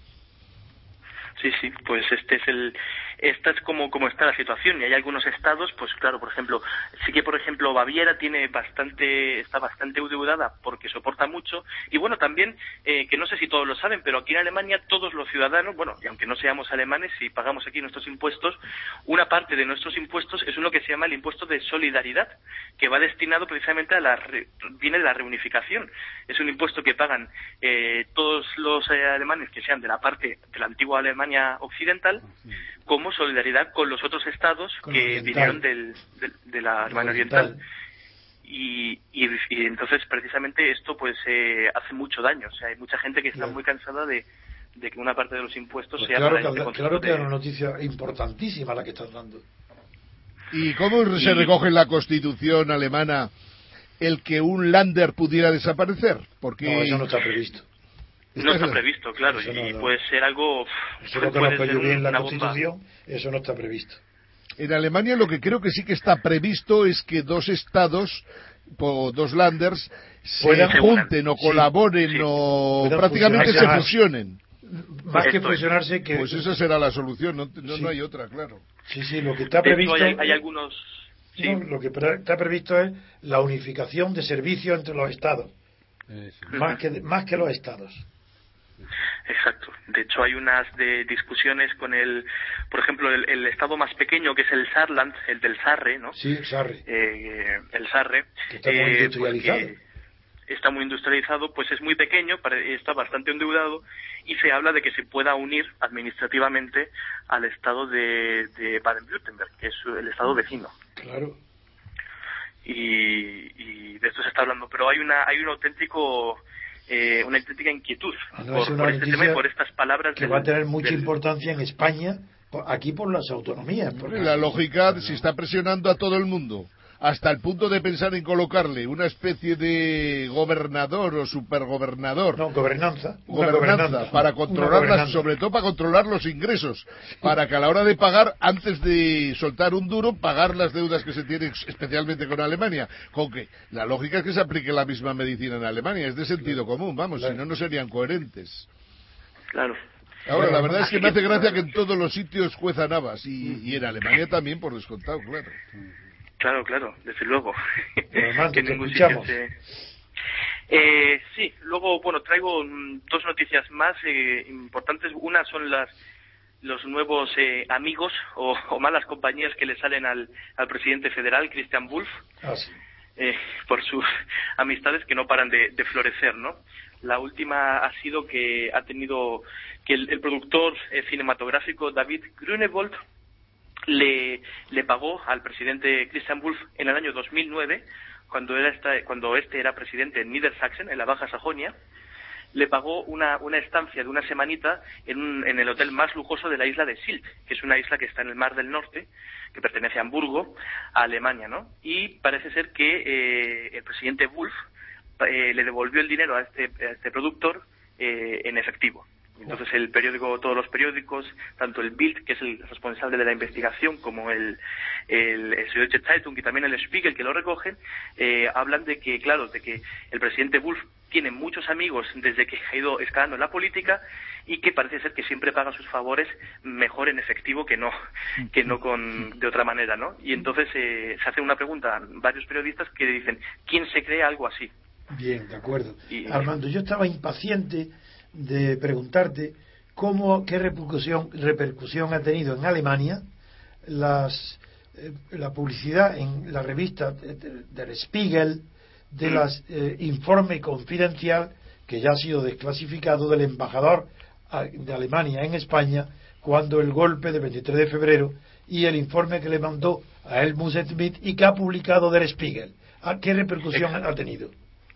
Sí, sí, pues este es el, esta es como, como está la situación, y hay algunos estados, pues claro, por ejemplo, sí que por ejemplo Baviera tiene bastante, está bastante endeudada porque soporta mucho, y bueno, también, eh, que no sé si todos lo saben, pero aquí en Alemania todos los ciudadanos, bueno, y aunque no seamos alemanes, si pagamos aquí nuestros impuestos, una parte de nuestros impuestos es uno que se llama el impuesto de solidaridad, que va destinado precisamente a la, re, viene de la reunificación, es un impuesto que pagan eh, todos los eh, alemanes que sean de la parte de la antigua Alemania occidental, como solidaridad con los otros estados con que vinieron del, del, de la Alemania oriental. oriental. Y, y, y entonces precisamente esto pues eh, hace mucho daño. O sea, hay mucha gente que está claro. muy cansada de, de que una parte de los impuestos pues sea claro para que, este claro que de... es una noticia importantísima la que estás dando. ¿Y cómo se recoge en la Constitución alemana el que un Länder pudiera desaparecer? Porque no, eso no está previsto. No está previsto, claro, no, y no. puede ser algo... Eso lo conozco yo bien la Constitución, bomba. Eso no está previsto. En Alemania lo que creo que sí que está previsto es que dos estados, o dos Länders, se junten o colaboren sí, sí. o Puedan prácticamente se fusionen. Más Esto que fusionarse que... Pues esa será la solución, no, no, sí. no hay otra, claro. Sí, sí, lo que está previsto... Hay, hay algunos... Sí. No, lo que está previsto es la unificación de servicios entre los estados, sí. más, que, más que los estados. Exacto. De hecho, hay unas de discusiones con el, por ejemplo, el, el estado más pequeño, que es el Saarland, el del Sarre, ¿no? Sí, el Sarre. Eh, el Sarre. Que está muy eh, industrializado. Está muy industrializado, pues es muy pequeño, está bastante endeudado, y se habla de que se pueda unir administrativamente al estado de, de Baden-Württemberg, que es el estado vecino. Claro. Y, y de esto se está hablando, pero hay una hay un auténtico... Eh, una auténtica inquietud no, por, por este tema y por estas palabras que del, va a tener mucha del... importancia en España, aquí por las autonomías. Porque... La lógica no. se está presionando a todo el mundo, hasta el punto de pensar en colocarle una especie de gobernador o supergobernador. No, gobernanza. Gobernanza, gobernanza para controlarlas, sobre todo para controlar los ingresos, para que a la hora de pagar, antes de soltar un duro, pagar las deudas que se tienen, especialmente con Alemania. Con que la lógica es que se aplique la misma medicina en Alemania, es de sentido claro. común, vamos, claro. si no, no serían coherentes. Claro. Ahora, la verdad es que me hace gracia que en todos los sitios juezan habas, y, y en Alemania también, por descontado, claro. Claro, claro, desde luego. Además, que ningún sitio se... eh, sí, luego, bueno, traigo mm, dos noticias más eh, importantes. Una son las los nuevos eh, amigos o, o malas compañías que le salen al, al presidente federal, Christian Wulff, ah, sí. eh, por sus amistades que no paran de, de florecer, ¿no? La última ha sido que ha tenido que el, el productor eh, cinematográfico David Grünewald Le, le pagó al presidente Christian Wulff en el año dos mil nueve, cuando, era esta, cuando este era presidente en Niedersachsen, en la Baja Sajonia, le pagó una, una estancia de una semanita en, un, en el hotel más lujoso de la isla de Sylt, que es una isla que está en el Mar del Norte, que pertenece a Hamburgo, a Alemania, ¿no? Y parece ser que eh, el presidente Wulff eh, le devolvió el dinero a este, a este productor eh, en efectivo. Entonces el periódico, todos los periódicos, tanto el Bild, que es el responsable de la investigación, como el, el, el Süddeutsche Zeitung y también el Spiegel, que lo recogen, eh, hablan de que, claro, de que el presidente Wulff tiene muchos amigos desde que ha ido escalando en la política y que parece ser que siempre paga sus favores mejor en efectivo que no que no con de otra manera, ¿no? Y entonces eh, se hace una pregunta a varios periodistas que dicen, ¿quién se cree algo así? Bien, de acuerdo. Y, Armando, yo estaba impaciente de preguntarte cómo, qué repercusión, repercusión ha tenido en Alemania las, eh, la publicidad en la revista Der Spiegel de las eh, informe confidencial que ya ha sido desclasificado del embajador de Alemania en España cuando el golpe del veintitrés de febrero y el informe que le mandó a Helmut Schmidt y que ha publicado Der Spiegel. ¿A qué repercusión Exacto. ha tenido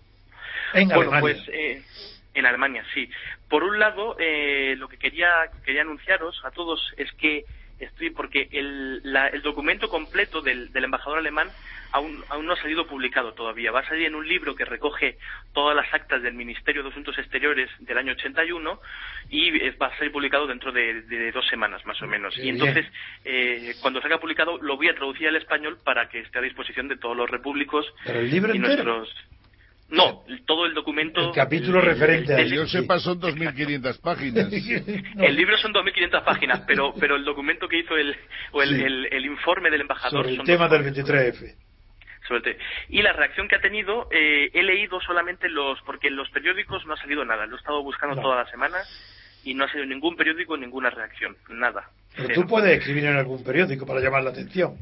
en bueno, Alemania? Pues, eh... En Alemania, sí. Por un lado, eh, lo que quería quería anunciaros a todos es que estoy porque el, la, el documento completo del, del embajador alemán aún, aún no ha salido publicado todavía. Va a salir en un libro que recoge todas las actas del Ministerio de Asuntos Exteriores del año ochenta y uno y va a salir publicado dentro de, de dos semanas más o menos. Sí, y entonces, eh, cuando salga publicado, lo voy a traducir al español para que esté a disposición de todos los repúblicos. ¿Pero el libro y entero? Nuestros... No, todo el documento... El capítulo el, referente el, a... El, yo sepa son dos mil quinientas páginas. No. El libro son dos mil quinientas páginas, pero pero el documento que hizo el o el, sí. el, el informe del embajador... Sobre el son tema del veintitrés efe. Sobre y la reacción que ha tenido, eh, he leído solamente los... Porque en los periódicos no ha salido nada, lo he estado buscando no. toda la semana y no ha salido ningún periódico, ninguna reacción, nada. Pero cero. Tú puedes escribir en algún periódico para llamar la atención.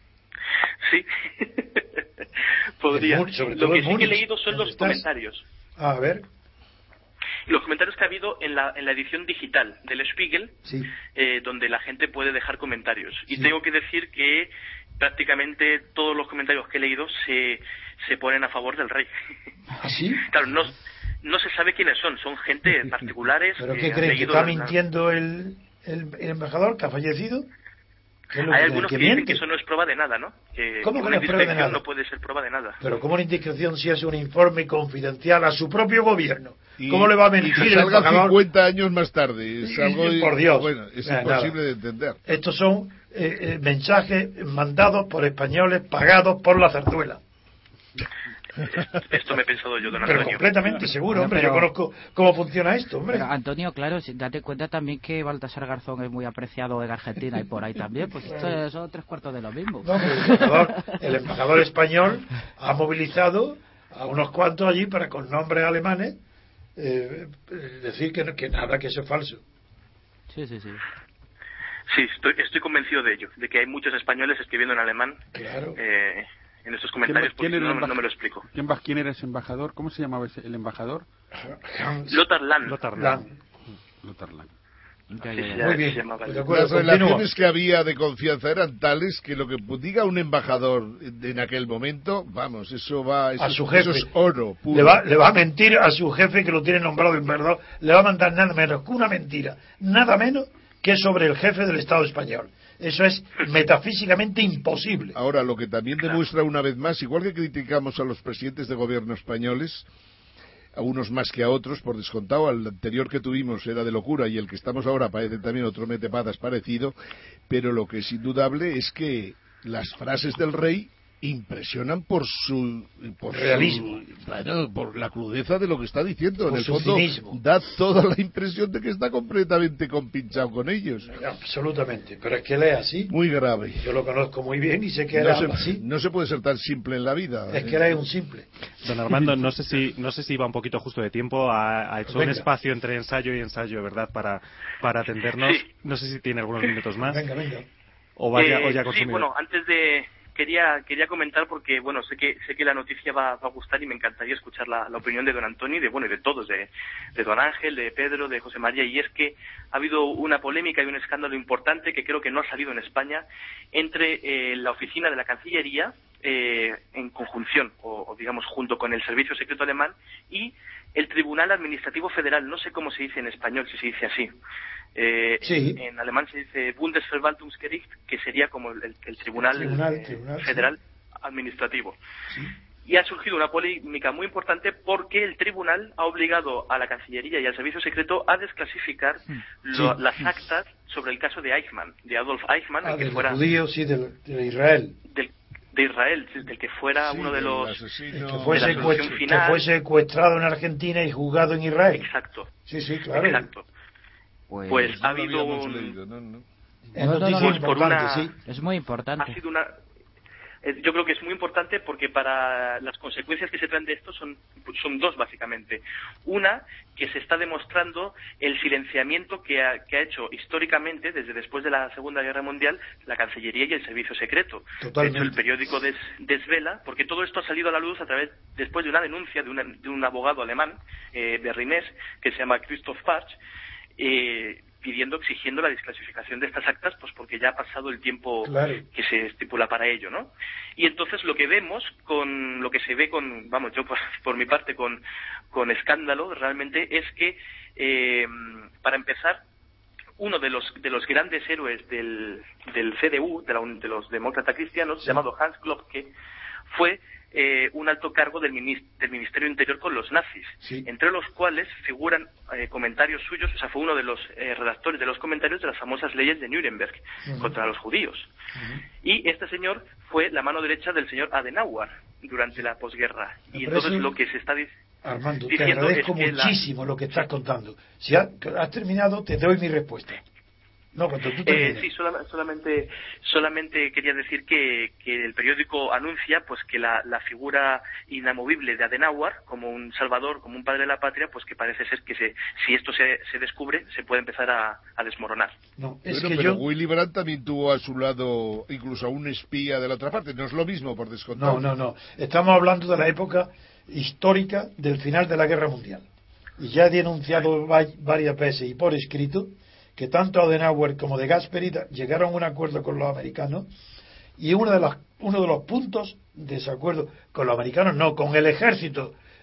Sí. Podría. Muy, lo que sí que he leído son los estás? comentarios. Ah, a ver. Los comentarios que ha habido en la, en la edición digital del Spiegel, sí. eh, donde la gente puede dejar comentarios. Y sí. tengo que decir que prácticamente todos los comentarios que he leído se, se ponen a favor del rey. ¿Ah, sí? Claro, no, no se sabe quiénes son, son gente particulares. ¿Pero qué creen? ¿Que está mintiendo el, el, el embajador que ha fallecido? Hay algunos que, que dicen que eso no es prueba de nada, ¿no? Que ¿Cómo que una no es prueba de nada? No puede ser prueba de nada. Pero ¿cómo una indiscreción si es un informe confidencial a su propio gobierno? Y, ¿Cómo le va a mentir y que el salga embajador? cincuenta años más tarde. Es Y, algo y, por Dios. Bueno, es Nada, imposible nada. de entender. Estos son eh, eh, mensajes mandados por españoles pagados por la zarzuela. Esto me he pensado yo, don Antonio. Pero completamente seguro, hombre. Pero, yo conozco cómo funciona esto, hombre. Pero, Antonio, claro, date cuenta también que Baltasar Garzón es muy apreciado en Argentina y por ahí también. Pues esto son tres cuartos de lo mismo. No, el, embajador, el embajador español ha movilizado a unos cuantos allí para, con nombres alemanes, eh, decir que, que nada, que eso es falso. Sí, sí, sí. Sí, estoy, estoy convencido de ello, de que hay muchos españoles escribiendo en alemán. Claro. Eh, en estos comentarios, ¿Quién, quién no, embaj... no me lo explico. ¿Quién, ¿Quién era ese embajador? ¿Cómo se llamaba ese, el embajador? Lothar Lang. Lothar Lang. Lothar Lang. Ya, ya, ya, Muy bien. Las relaciones que había de confianza eran tales que lo que diga un embajador en aquel momento, vamos, eso va eso, a su jefe. Eso es oro puro. Le va, le va a mentir a su jefe que lo tiene nombrado embajador, le va a mandar nada menos que una mentira, nada menos que sobre el jefe del Estado español. Eso es metafísicamente imposible. Ahora, lo que también demuestra una vez más, igual que criticamos a los presidentes de gobierno españoles, a unos más que a otros, por descontado, al anterior que tuvimos era de locura y el que estamos ahora parece también otro metepatas parecido, pero lo que es indudable es que las frases del rey impresionan por su por realismo, su, bueno, por la crudeza de lo que está diciendo. Por en el su fondo cinismo. Da toda la impresión de que está completamente compinchado con ellos. Absolutamente, pero es que él es así. Muy grave. Yo lo conozco muy bien y sé que él no es se, así. No se puede ser tan simple en la vida. Es que él es un simple. Don Armando, no sé si no sé si va un poquito justo de tiempo, ha, ha hecho Venga. un espacio entre ensayo y ensayo, ¿verdad? Para para atendernos. Sí. No sé si tiene algunos minutos más. Venga, venga. O vaya, eh, o ya sí, consumido. bueno, antes de quería quería comentar porque bueno sé que sé que la noticia va, va a gustar y me encantaría escuchar la, la opinión de don Antonio y de bueno y de todos, de, de don Ángel, de Pedro, de José María, y es que ha habido una polémica y un escándalo importante que creo que no ha salido en España entre eh, la oficina de la Cancillería eh, en conjunción o, o digamos junto con el Servicio Secreto Alemán y el Tribunal Administrativo Federal. No sé cómo se dice en español, si se dice así. Eh, sí. en, en alemán se dice Bundesverwaltungsgericht, que sería como el, el Tribunal, tribunal, eh, tribunal Federal sí. Administrativo. Sí. Y ha surgido una polémica muy importante porque el tribunal ha obligado a la Cancillería y al Servicio Secreto a desclasificar sí. lo, las actas sobre el caso de Eichmann, de Adolf Eichmann, ah, el que del fuera judío, sí, del, de Israel. Del, de Israel, del que fuera sí, uno de los asesino, que, fue de la secuest- final. que fue secuestrado en Argentina y juzgado en Israel. Exacto. Sí, sí, claro. Exacto. Pues, pues ha habido un... leído, no, no. Es No, no, noticia no, no, por importante, una- sí. Es muy importante. ha sido una eh, yo creo que es muy importante porque para las consecuencias que se traen de esto son son dos básicamente. Una, que se está demostrando el silenciamiento que ha, que ha hecho históricamente desde después de la Segunda Guerra Mundial la Cancillería y el Servicio Secreto. Totalmente. De hecho, el periódico des, desvela, porque todo esto ha salido a la luz a través después de una denuncia de, una, de un abogado alemán eh, berlinés que se llama Christoph Parch, eh, pidiendo, exigiendo la desclasificación de estas actas, pues porque ya ha pasado el tiempo Claro. que se estipula para ello, ¿no? Y entonces lo que vemos con, lo que se ve con, vamos, yo por, por mi parte con, con escándalo, realmente es que, eh, para empezar, uno de los de los grandes héroes del, del C D U, de, la, de los demócratas cristianos, sí. llamado Hans Klopke, fue eh, un alto cargo del, minist del Ministerio Interior con los nazis, sí. entre los cuales figuran eh, comentarios suyos, o sea, fue uno de los eh, redactores de los comentarios de las famosas leyes de Nuremberg uh-huh. contra los judíos. Uh-huh. Y este señor fue la mano derecha del señor Adenauer durante la posguerra. Y entonces lo que se está diciendo... Armando, te agradezco es muchísimo la... lo que estás contando. Si has, has terminado, te doy mi respuesta. No, cuando tú eh, sí, solamente, solamente solamente quería decir que, que el periódico anuncia pues que la, la figura inamovible de Adenauer como un salvador, como un padre de la patria, pues que parece ser que se, si esto se, se descubre se puede empezar a, a desmoronar. No, es bueno, que pero yo... Willy Brandt también tuvo a su lado incluso a un espía de la otra parte. No es lo mismo, por descontado. No, no, no. Estamos hablando de la época histórica del final de la Guerra Mundial. Y ya he denunciado varias veces y por escrito que tanto Adenauer como de Gasperi llegaron a un acuerdo con los americanos, y uno de los, uno de los puntos de ese acuerdo con los americanos, no, con el ejército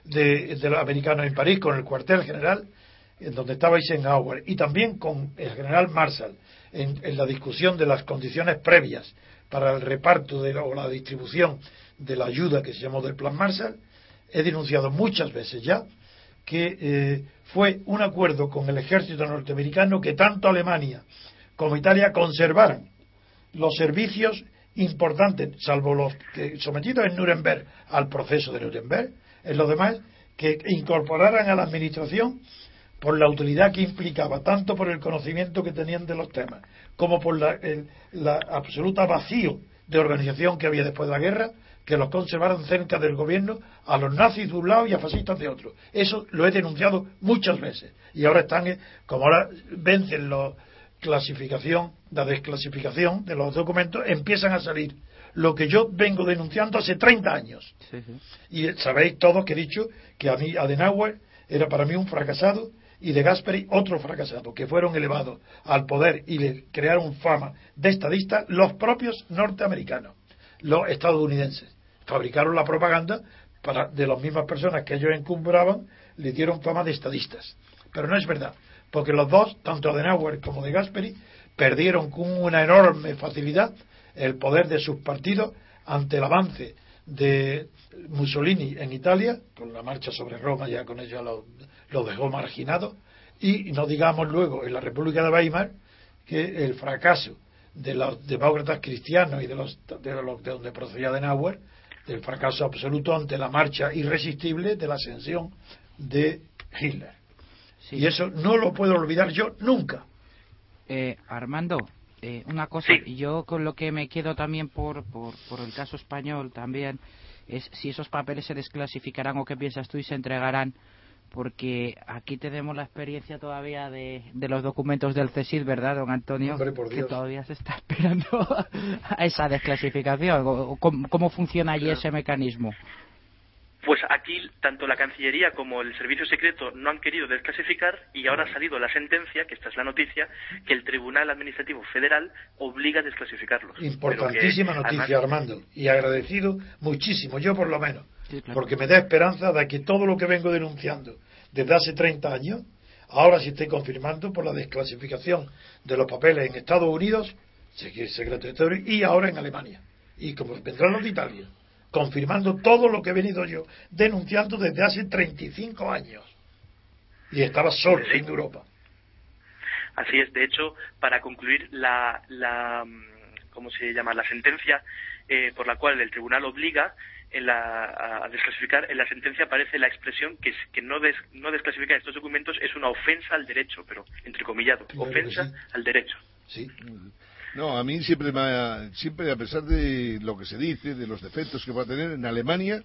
de, de los americanos en París, con el cuartel general, en donde estaba Eisenhower, y también con el general Marshall, en, en la discusión de las condiciones previas para el reparto de, o la distribución de la ayuda que se llamó del Plan Marshall, he denunciado muchas veces ya que eh, fue un acuerdo con el ejército norteamericano que tanto Alemania como Italia conservaran los servicios importantes, salvo los que sometidos en Nuremberg al proceso de Nuremberg, en los demás que incorporaran a la administración por la utilidad que implicaba, tanto por el conocimiento que tenían de los temas, como por la, el la absoluta vacío de organización que había después de la guerra, que los conservaran cerca del gobierno, a los nazis de un lado y a fascistas de otro. Eso lo he denunciado muchas veces. Y ahora están, como ahora vencen la clasificación, la desclasificación de los documentos, empiezan a salir lo que yo vengo denunciando hace treinta años. Sí, sí. Y sabéis todos que he dicho que a mí Adenauer era para mí un fracasado y De Gasperi otro fracasado, que fueron elevados al poder y le crearon fama de estadistas los propios norteamericanos, los estadounidenses. Fabricaron la propaganda para, de las mismas personas que ellos encumbraban, le dieron fama de estadistas. Pero no es verdad, porque los dos, tanto Adenauer como De Gasperi, perdieron con una enorme facilidad el poder de sus partidos ante el avance de Mussolini en Italia, con la marcha sobre Roma, ya con ello lo, lo dejó marginado, y no digamos luego en la República de Weimar que el fracaso de los demócratas cristianos y de los de, los, de donde procedía Adenauer, del fracaso absoluto ante la marcha irresistible de la ascensión de Hitler. Sí. Y eso no lo puedo olvidar yo nunca. Eh, Armando, eh, una cosa, sí. Yo con lo que me quedo también por, por, por el caso español también es si esos papeles se desclasificarán o qué piensas tú y se entregarán, porque aquí tenemos la experiencia todavía de, de los documentos del CSIC, ¿verdad, don Antonio? Hombre, por Dios. Que todavía se está esperando a esa desclasificación. ¿Cómo, cómo funciona allí ese mecanismo? Pues aquí tanto la Cancillería como el Servicio Secreto no han querido desclasificar y ahora ha salido la sentencia, que esta es la noticia, que el Tribunal Administrativo Federal obliga a desclasificarlos. Importantísima que, noticia, además, Armando, y agradecido muchísimo, yo por lo menos, sí, claro, porque me da esperanza de que todo lo que vengo denunciando desde hace treinta años, ahora se esté confirmando por la desclasificación de los papeles en Estados Unidos, Secreto de Estado, y ahora en Alemania, y como vendrán los de Italia, confirmando todo lo que he venido yo denunciando desde hace treinta y cinco años. Y estaba solo sí. en Europa. Así es. De hecho, para concluir, la, la ¿cómo se llama? La sentencia eh, por la cual el tribunal obliga en la, a desclasificar, en la sentencia aparece la expresión que, que no, des, no desclasificar estos documentos es una ofensa al derecho, pero entrecomillado, claro, ofensa sí. al derecho. Sí. No, a mí siempre, me ha, siempre, a pesar de lo que se dice, de los defectos que va a tener, en Alemania,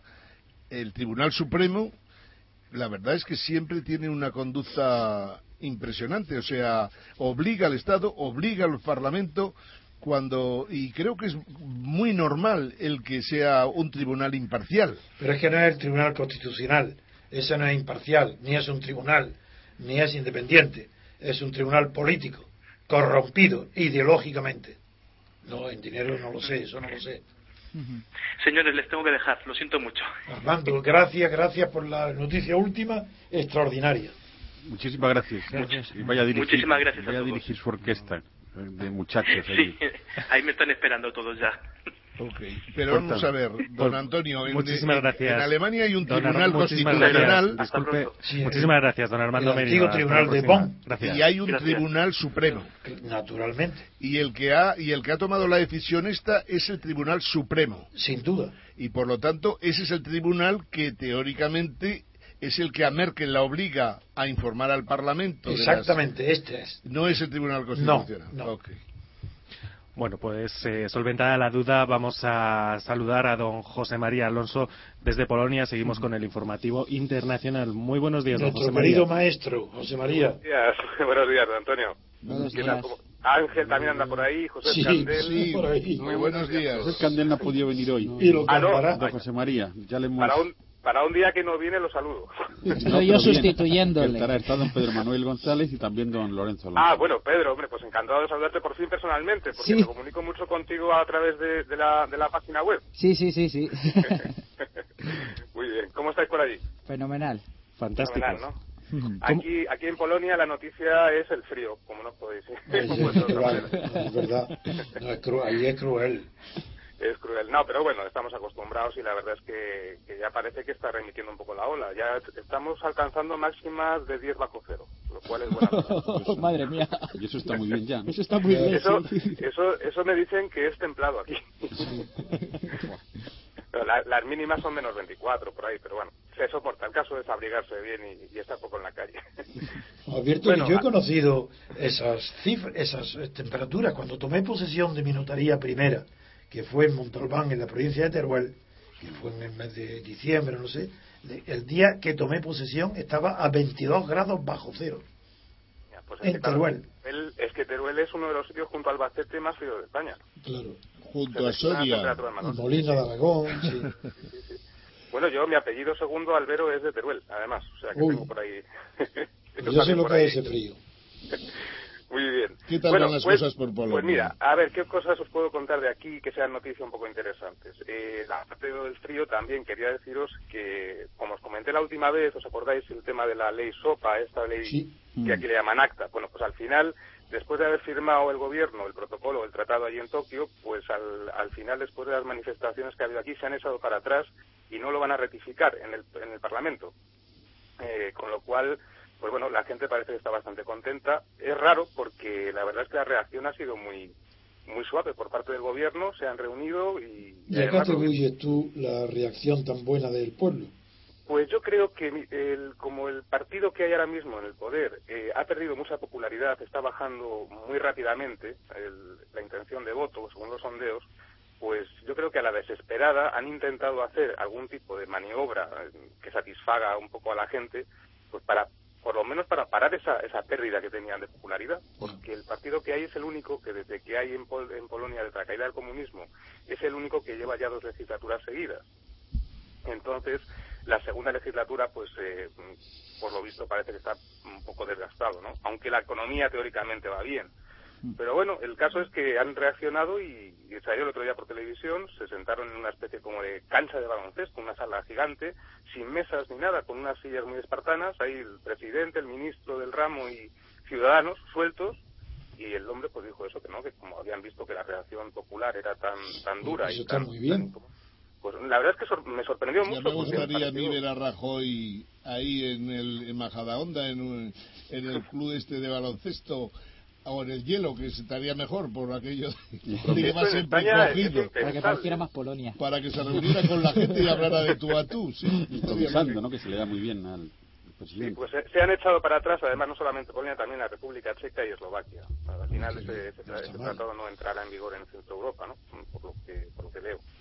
el Tribunal Supremo, la verdad es que siempre tiene una conducta impresionante, o sea, obliga al Estado, obliga al Parlamento, cuando, y creo que es muy normal el que sea un tribunal imparcial. Pero es que no es el Tribunal Constitucional, ese no es imparcial, ni es un tribunal, ni es independiente, es un tribunal político, corrompido ideológicamente. No, en dinero no lo sé, eso no lo sé. Señores, les tengo que dejar, lo siento mucho. Armando, gracias, gracias por la noticia última, extraordinaria. Muchísimas gracias. gracias. Y vaya a dirigir, Muchísimas gracias vaya a a dirigir su orquesta de muchachos. Sí, ahí me están esperando todos ya. Ok, pero Corta. Vamos a ver, don Antonio, en, muchísimas en, gracias. En Alemania hay un don tribunal constitucional. Disculpe, sí, muchísimas gracias, don Armando Mérida. El antiguo tribunal de Bonn. Y hay un gracias. tribunal supremo. Naturalmente. Y el que ha y el que ha tomado la decisión esta es el Tribunal Supremo. Sin duda. Y por lo tanto, ese es el tribunal que teóricamente es el que a Merkel la obliga a informar al Parlamento. Exactamente, las... este es. No es el Tribunal Constitucional. No, no. Okay. Bueno, pues eh, solventada la duda, vamos a saludar a don José María Alonso desde Polonia. Seguimos con el informativo internacional. Muy buenos días, don José María. Nuestro querido maestro, José María. Buenos días, buenos días, don Antonio. Buenos días. Ángel también anda por ahí, José sí, Candel. Sí, por ahí. Muy buenos días. José Candel no ha podido venir hoy. Y lo ah, no. Don José María, ya le hemos... Para un, para un día que no viene, lo saludo. Estoy yo sustituyéndole. Estará está don Pedro Manuel González y también don Lorenzo Alonso. Ah, bueno, Pedro, hombre, pues encantado de saludarte por fin personalmente, porque sí. me comunico mucho contigo a través de, de, la, de la página web. Sí, sí, sí, sí. Muy bien, ¿cómo estáis por allí? Fenomenal. Fantástico. Fenomenal, ¿no? Aquí, aquí en Polonia la noticia es el frío, como no podéis decir. Es verdad, no, es cruel, ahí es cruel. Es cruel, no, pero bueno, estamos acostumbrados y la verdad es que, que ya parece que está remitiendo un poco la ola. Ya estamos alcanzando máximas de diez bajo cero, lo cual es buena. Madre mía. Y eso está muy bien ya. Eso está muy bien. Eso, eso, eso me dicen que es templado aquí. Pero la, las mínimas son menos veinticuatro por ahí, pero bueno, se soporta. El caso es abrigarse bien y, y estar poco en la calle. Advierto bueno, que yo he conocido esas cifras, esas temperaturas cuando tomé posesión de mi notaría primera, que fue en Montalbán, en la provincia de Teruel, que fue en el mes de diciembre, no sé. El día que tomé posesión estaba a veintidós grados bajo cero. Ya, pues en es que, Teruel. Claro, es que Teruel es uno de los sitios junto al Albacete más frío de España. Claro. Junto a Soria, Molina de Aragón, sí. Sí, sí, sí. Bueno, yo, mi apellido segundo, Albero, es de Teruel, además. O sea, que Uy. tengo por ahí... Pues yo sé lo que es ese frío. Muy bien. ¿Qué tal bueno, van las pues, cosas por Polonia? Pues mira, a ver, ¿qué cosas os puedo contar de aquí que sean noticias un poco interesantes? Eh, aparte del frío, también quería deciros que, como os comenté la última vez, ¿os acordáis el tema de la ley SOPA, esta ley sí. que aquí le llaman ACTA? Bueno, pues al final, después de haber firmado el gobierno el protocolo, el tratado allí en Tokio, pues al, al final, después de las manifestaciones que ha habido aquí, se han echado para atrás y no lo van a ratificar en el, en el Parlamento. Eh, con lo cual... Pues bueno, la gente parece que está bastante contenta. Es raro porque la verdad es que la reacción ha sido muy muy suave por parte del gobierno. Se han reunido y... ¿Y a qué atribuyes tú la reacción tan buena del pueblo? Pues yo creo que el, como el partido que hay ahora mismo en el poder eh, ha perdido mucha popularidad, está bajando muy rápidamente el, la intención de voto, según los sondeos, pues yo creo que a la desesperada han intentado hacer algún tipo de maniobra que satisfaga un poco a la gente, pues para... por lo menos para parar esa esa pérdida que tenían de popularidad, porque el partido que hay es el único que desde que hay en, Pol en Polonia, desde la caída del comunismo, es el único que lleva ya dos legislaturas seguidas. Entonces, la segunda legislatura, pues, eh, por lo visto parece que está un poco desgastado, ¿no? Aunque la economía teóricamente va bien. Pero bueno, el caso es que han reaccionado y, y salió el otro día por televisión, se sentaron en una especie como de cancha de baloncesto, una sala gigante, sin mesas ni nada, con unas sillas muy espartanas, ahí el presidente, el ministro del ramo y ciudadanos sueltos, y el hombre pues dijo eso, que no, que como habían visto que la reacción popular era tan tan dura. Eso y está tan, muy bien. Tan, pues la verdad es que sor me sorprendió ya mucho. Me gustaría a mí ver a Rajoy ahí en, el, en Majadahonda, en, un, en el club este de baloncesto, o en el hielo, que estaría mejor por aquello de que va siempre cogido, para que pareciera más Polonia, para que se reuniera con la gente y hablara de tú a tú, sí, improvisando, ¿no? Que se le da muy bien al presidente. Sí, pues se, se han echado para atrás, además no solamente Polonia, también la República Checa y Eslovaquia. Al final ese, ese, ese tratado no entrará en vigor en Centro Europa, ¿no? Por lo que por lo que leo.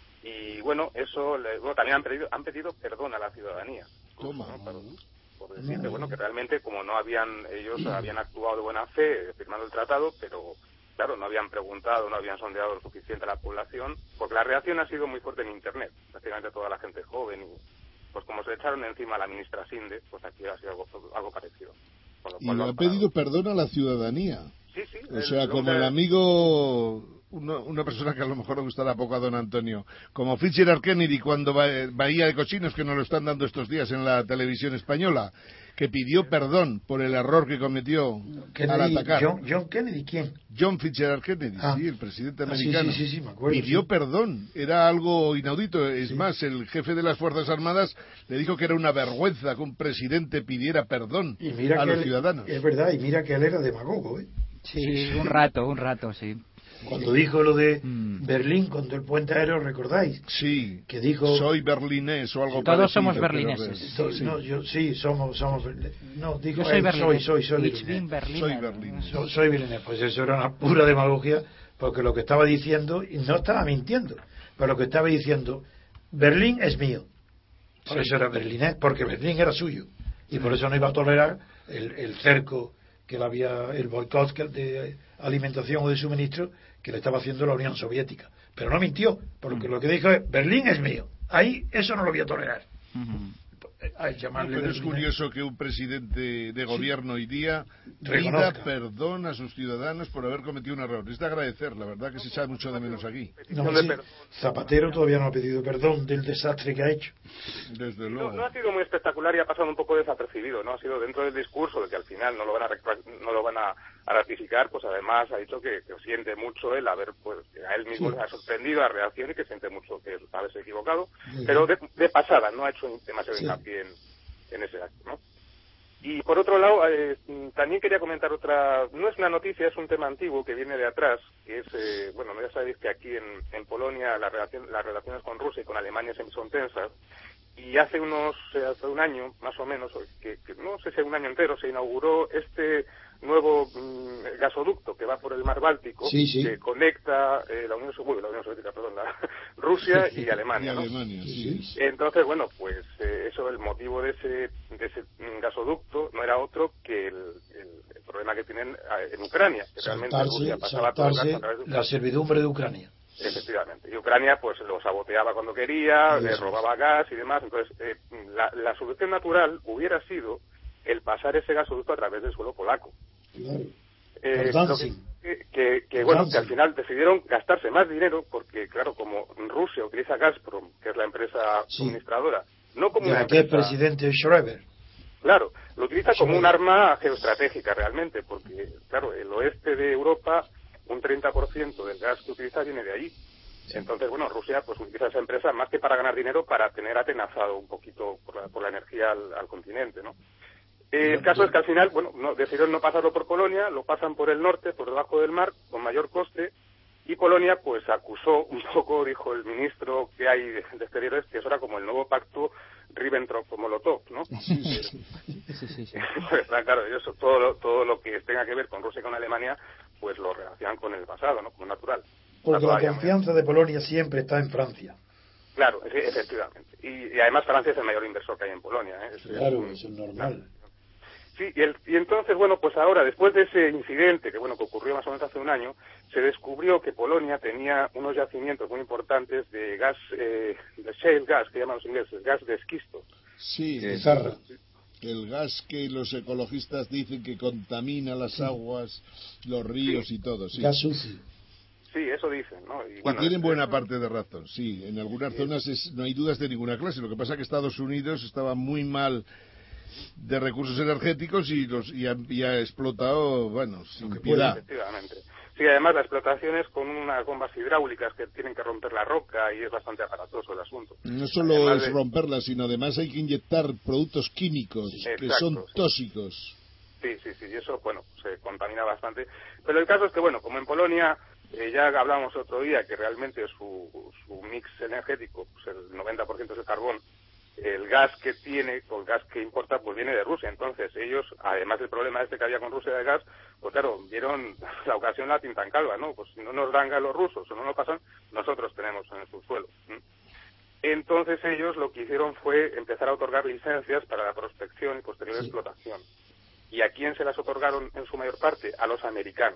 Y bueno, eso le, bueno, también han pedido han pedido perdón a la ciudadanía. Toma, ¿no? Para, por decirte, bueno, que realmente como no habían, ellos habían actuado de buena fe firmando el tratado, pero claro, no habían preguntado, no habían sondeado lo suficiente a la población, porque la reacción ha sido muy fuerte en Internet, prácticamente toda la gente joven, y pues como se echaron encima a la ministra Sinde, pues aquí ha sido algo, algo parecido. Y le ha pedido perdón a la ciudadanía. Sí, sí. O sea, como el amigo... Una, una persona que a lo mejor le gustará poco a don Antonio, como Fitzgerald Kennedy cuando Bahía de Cochinos, que nos lo están dando estos días en la televisión española, que pidió perdón por el error que cometió Kennedy, al atacar. John, John Kennedy, ¿quién? John Fitzgerald Kennedy, ah. sí, el presidente ah, americano. Sí, sí, sí, sí, me acuerdo, pidió sí. perdón, era algo inaudito. Es sí. más, el jefe de las Fuerzas Armadas le dijo que era una vergüenza que un presidente pidiera perdón y mira a los él, ciudadanos. Es verdad, y mira que él era demagogo, ¿eh? Sí, sí, un rato, un rato, sí. Cuando dijo lo de mm. Berlín, cuando el puente aéreo, ¿recordáis? Sí. Que dijo... Soy berlinés o algo Todos parecido. somos berlineses. Pero, sí. No, yo, sí, somos... somos no, dijo yo soy él, berlinés. Soy, soy, soy berlinés. Soy berlinés. So, soy berlinés. Pues eso era una pura demagogia, porque lo que estaba diciendo, y no estaba mintiendo, pero lo que estaba diciendo, Berlín es mío. Por sí. eso era berlinés, porque Berlín era suyo. Y por eso no iba a tolerar el, el cerco que le había, el boicot de alimentación o de suministro que le estaba haciendo la Unión Soviética. Pero no mintió, porque mm. lo que dijo es, Berlín es mío. Ahí eso no lo voy a tolerar. Mm-hmm. hay llamarle Pero es curioso que un presidente de gobierno hoy día pida perdón a sus ciudadanos por haber cometido un error. Es de agradecer, la verdad que se echa mucho de menos aquí. No, sí, Zapatero todavía no ha pedido perdón del desastre que ha hecho. Desde luego. No, no ha sido muy espectacular y ha pasado un poco desapercibido, ¿no? Ha sido dentro del discurso de que al final no lo van a no lo van a, a ratificar, pues además ha dicho que, que siente mucho el haber, pues que a él mismo sí. le ha sorprendido la reacción y que siente mucho que haberse equivocado, sí. pero de, de pasada, no ha hecho demasiado sí. hincapié en, en ese acto, ¿no? Y por otro lado, eh, también quería comentar otra, no es una noticia, es un tema antiguo que viene de atrás, que es, eh, bueno, ya sabéis que aquí en, en Polonia la relación, las relaciones con Rusia y con Alemania siempre son tensas, y hace unos, hace un año, más o menos, que, que no sé si un año entero, se inauguró este nuevo mm, gasoducto que va por el mar Báltico, sí, sí. que conecta eh, la Unión Soviética, la Unión Soviética, perdón, la, Rusia y Alemania, y ¿no? Alemania, sí. Entonces, bueno, pues eh, eso, el motivo de ese, de ese gasoducto no era otro que el, el, el problema que tienen en Ucrania, que realmente Rusia pasaba todo el gas a través de Ucrania. La servidumbre de Ucrania. Efectivamente. Y Ucrania, pues, lo saboteaba cuando quería, sí, le robaba gas y demás. Entonces, eh, la, la solución natural hubiera sido el pasar ese gasoducto a través del suelo polaco. Claro. Eh, que, que, que bueno, que al final decidieron gastarse más dinero porque, claro, como Rusia utiliza Gazprom, que es la empresa sí. suministradora, no como de una aquel empresa... presidente Schroeder. Claro, lo utiliza como un arma geoestratégica realmente, porque, claro, el oeste de Europa, un treinta por ciento del gas que utiliza viene de allí. Sí. Entonces, bueno, Rusia pues utiliza esa empresa más que para ganar dinero, para tener atenazado un poquito por la, por la energía al, al continente, ¿no? Eh, el caso es que al final, bueno, no, decidieron no pasarlo por Polonia, lo pasan por el norte, por debajo del mar, con mayor coste, y Polonia pues acusó un poco, dijo el ministro que hay de, de Exteriores, que eso era como el nuevo pacto Ribbentrop-Molotov, ¿no? Sí, sí, sí. sí, sí, sí. Pues, claro, ellos todo lo, todo lo que tenga que ver con Rusia y con Alemania, pues lo relacionan con el pasado, ¿no? Como natural. Porque la confianza de Polonia siempre está en Francia. Claro, sí, efectivamente. Y, y además Francia es el mayor inversor que hay en Polonia, ¿eh? Eso claro, es, eso es normal. Claro. Sí, y, el, y entonces, bueno, pues ahora, después de ese incidente, que bueno, que ocurrió más o menos hace un año, se descubrió que Polonia tenía unos yacimientos muy importantes de gas, eh, de shale gas, que llaman los ingleses, gas de esquisto. Sí, de zarra. El gas que los ecologistas dicen que contamina las aguas, los ríos sí. y todo, sí. Gas sucio. Sí, eso dicen, ¿no? Y, y bueno, tienen es, buena parte de razón, sí. En algunas sí. zonas es, no hay dudas de ninguna clase. Lo que pasa es que Estados Unidos estaba muy mal de recursos energéticos y los y ha, y ha explotado, bueno, sin piedad. Efectivamente. Sí, además la explotación es con unas bombas hidráulicas que tienen que romper la roca y es bastante aparatoso el asunto. No solo además es de... romperla, sino además hay que inyectar productos químicos Exacto, que son tóxicos. Sí, sí, sí, y eso, bueno, se contamina bastante. Pero el caso es que, bueno, como en Polonia, eh, ya hablábamos otro día que realmente su, su mix energético, pues el noventa por ciento es de carbón, el gas que tiene, o el gas que importa, pues viene de Rusia. Entonces ellos, además del problema este que había con Rusia de gas, pues claro, vieron la ocasión la tinta en calva, ¿no? Pues si no nos dan gas los rusos o no nos pasan, nosotros tenemos en el subsuelo. Entonces ellos lo que hicieron fue empezar a otorgar licencias para la prospección y posterior sí. explotación. ¿Y a quién se las otorgaron en su mayor parte? A los americanos.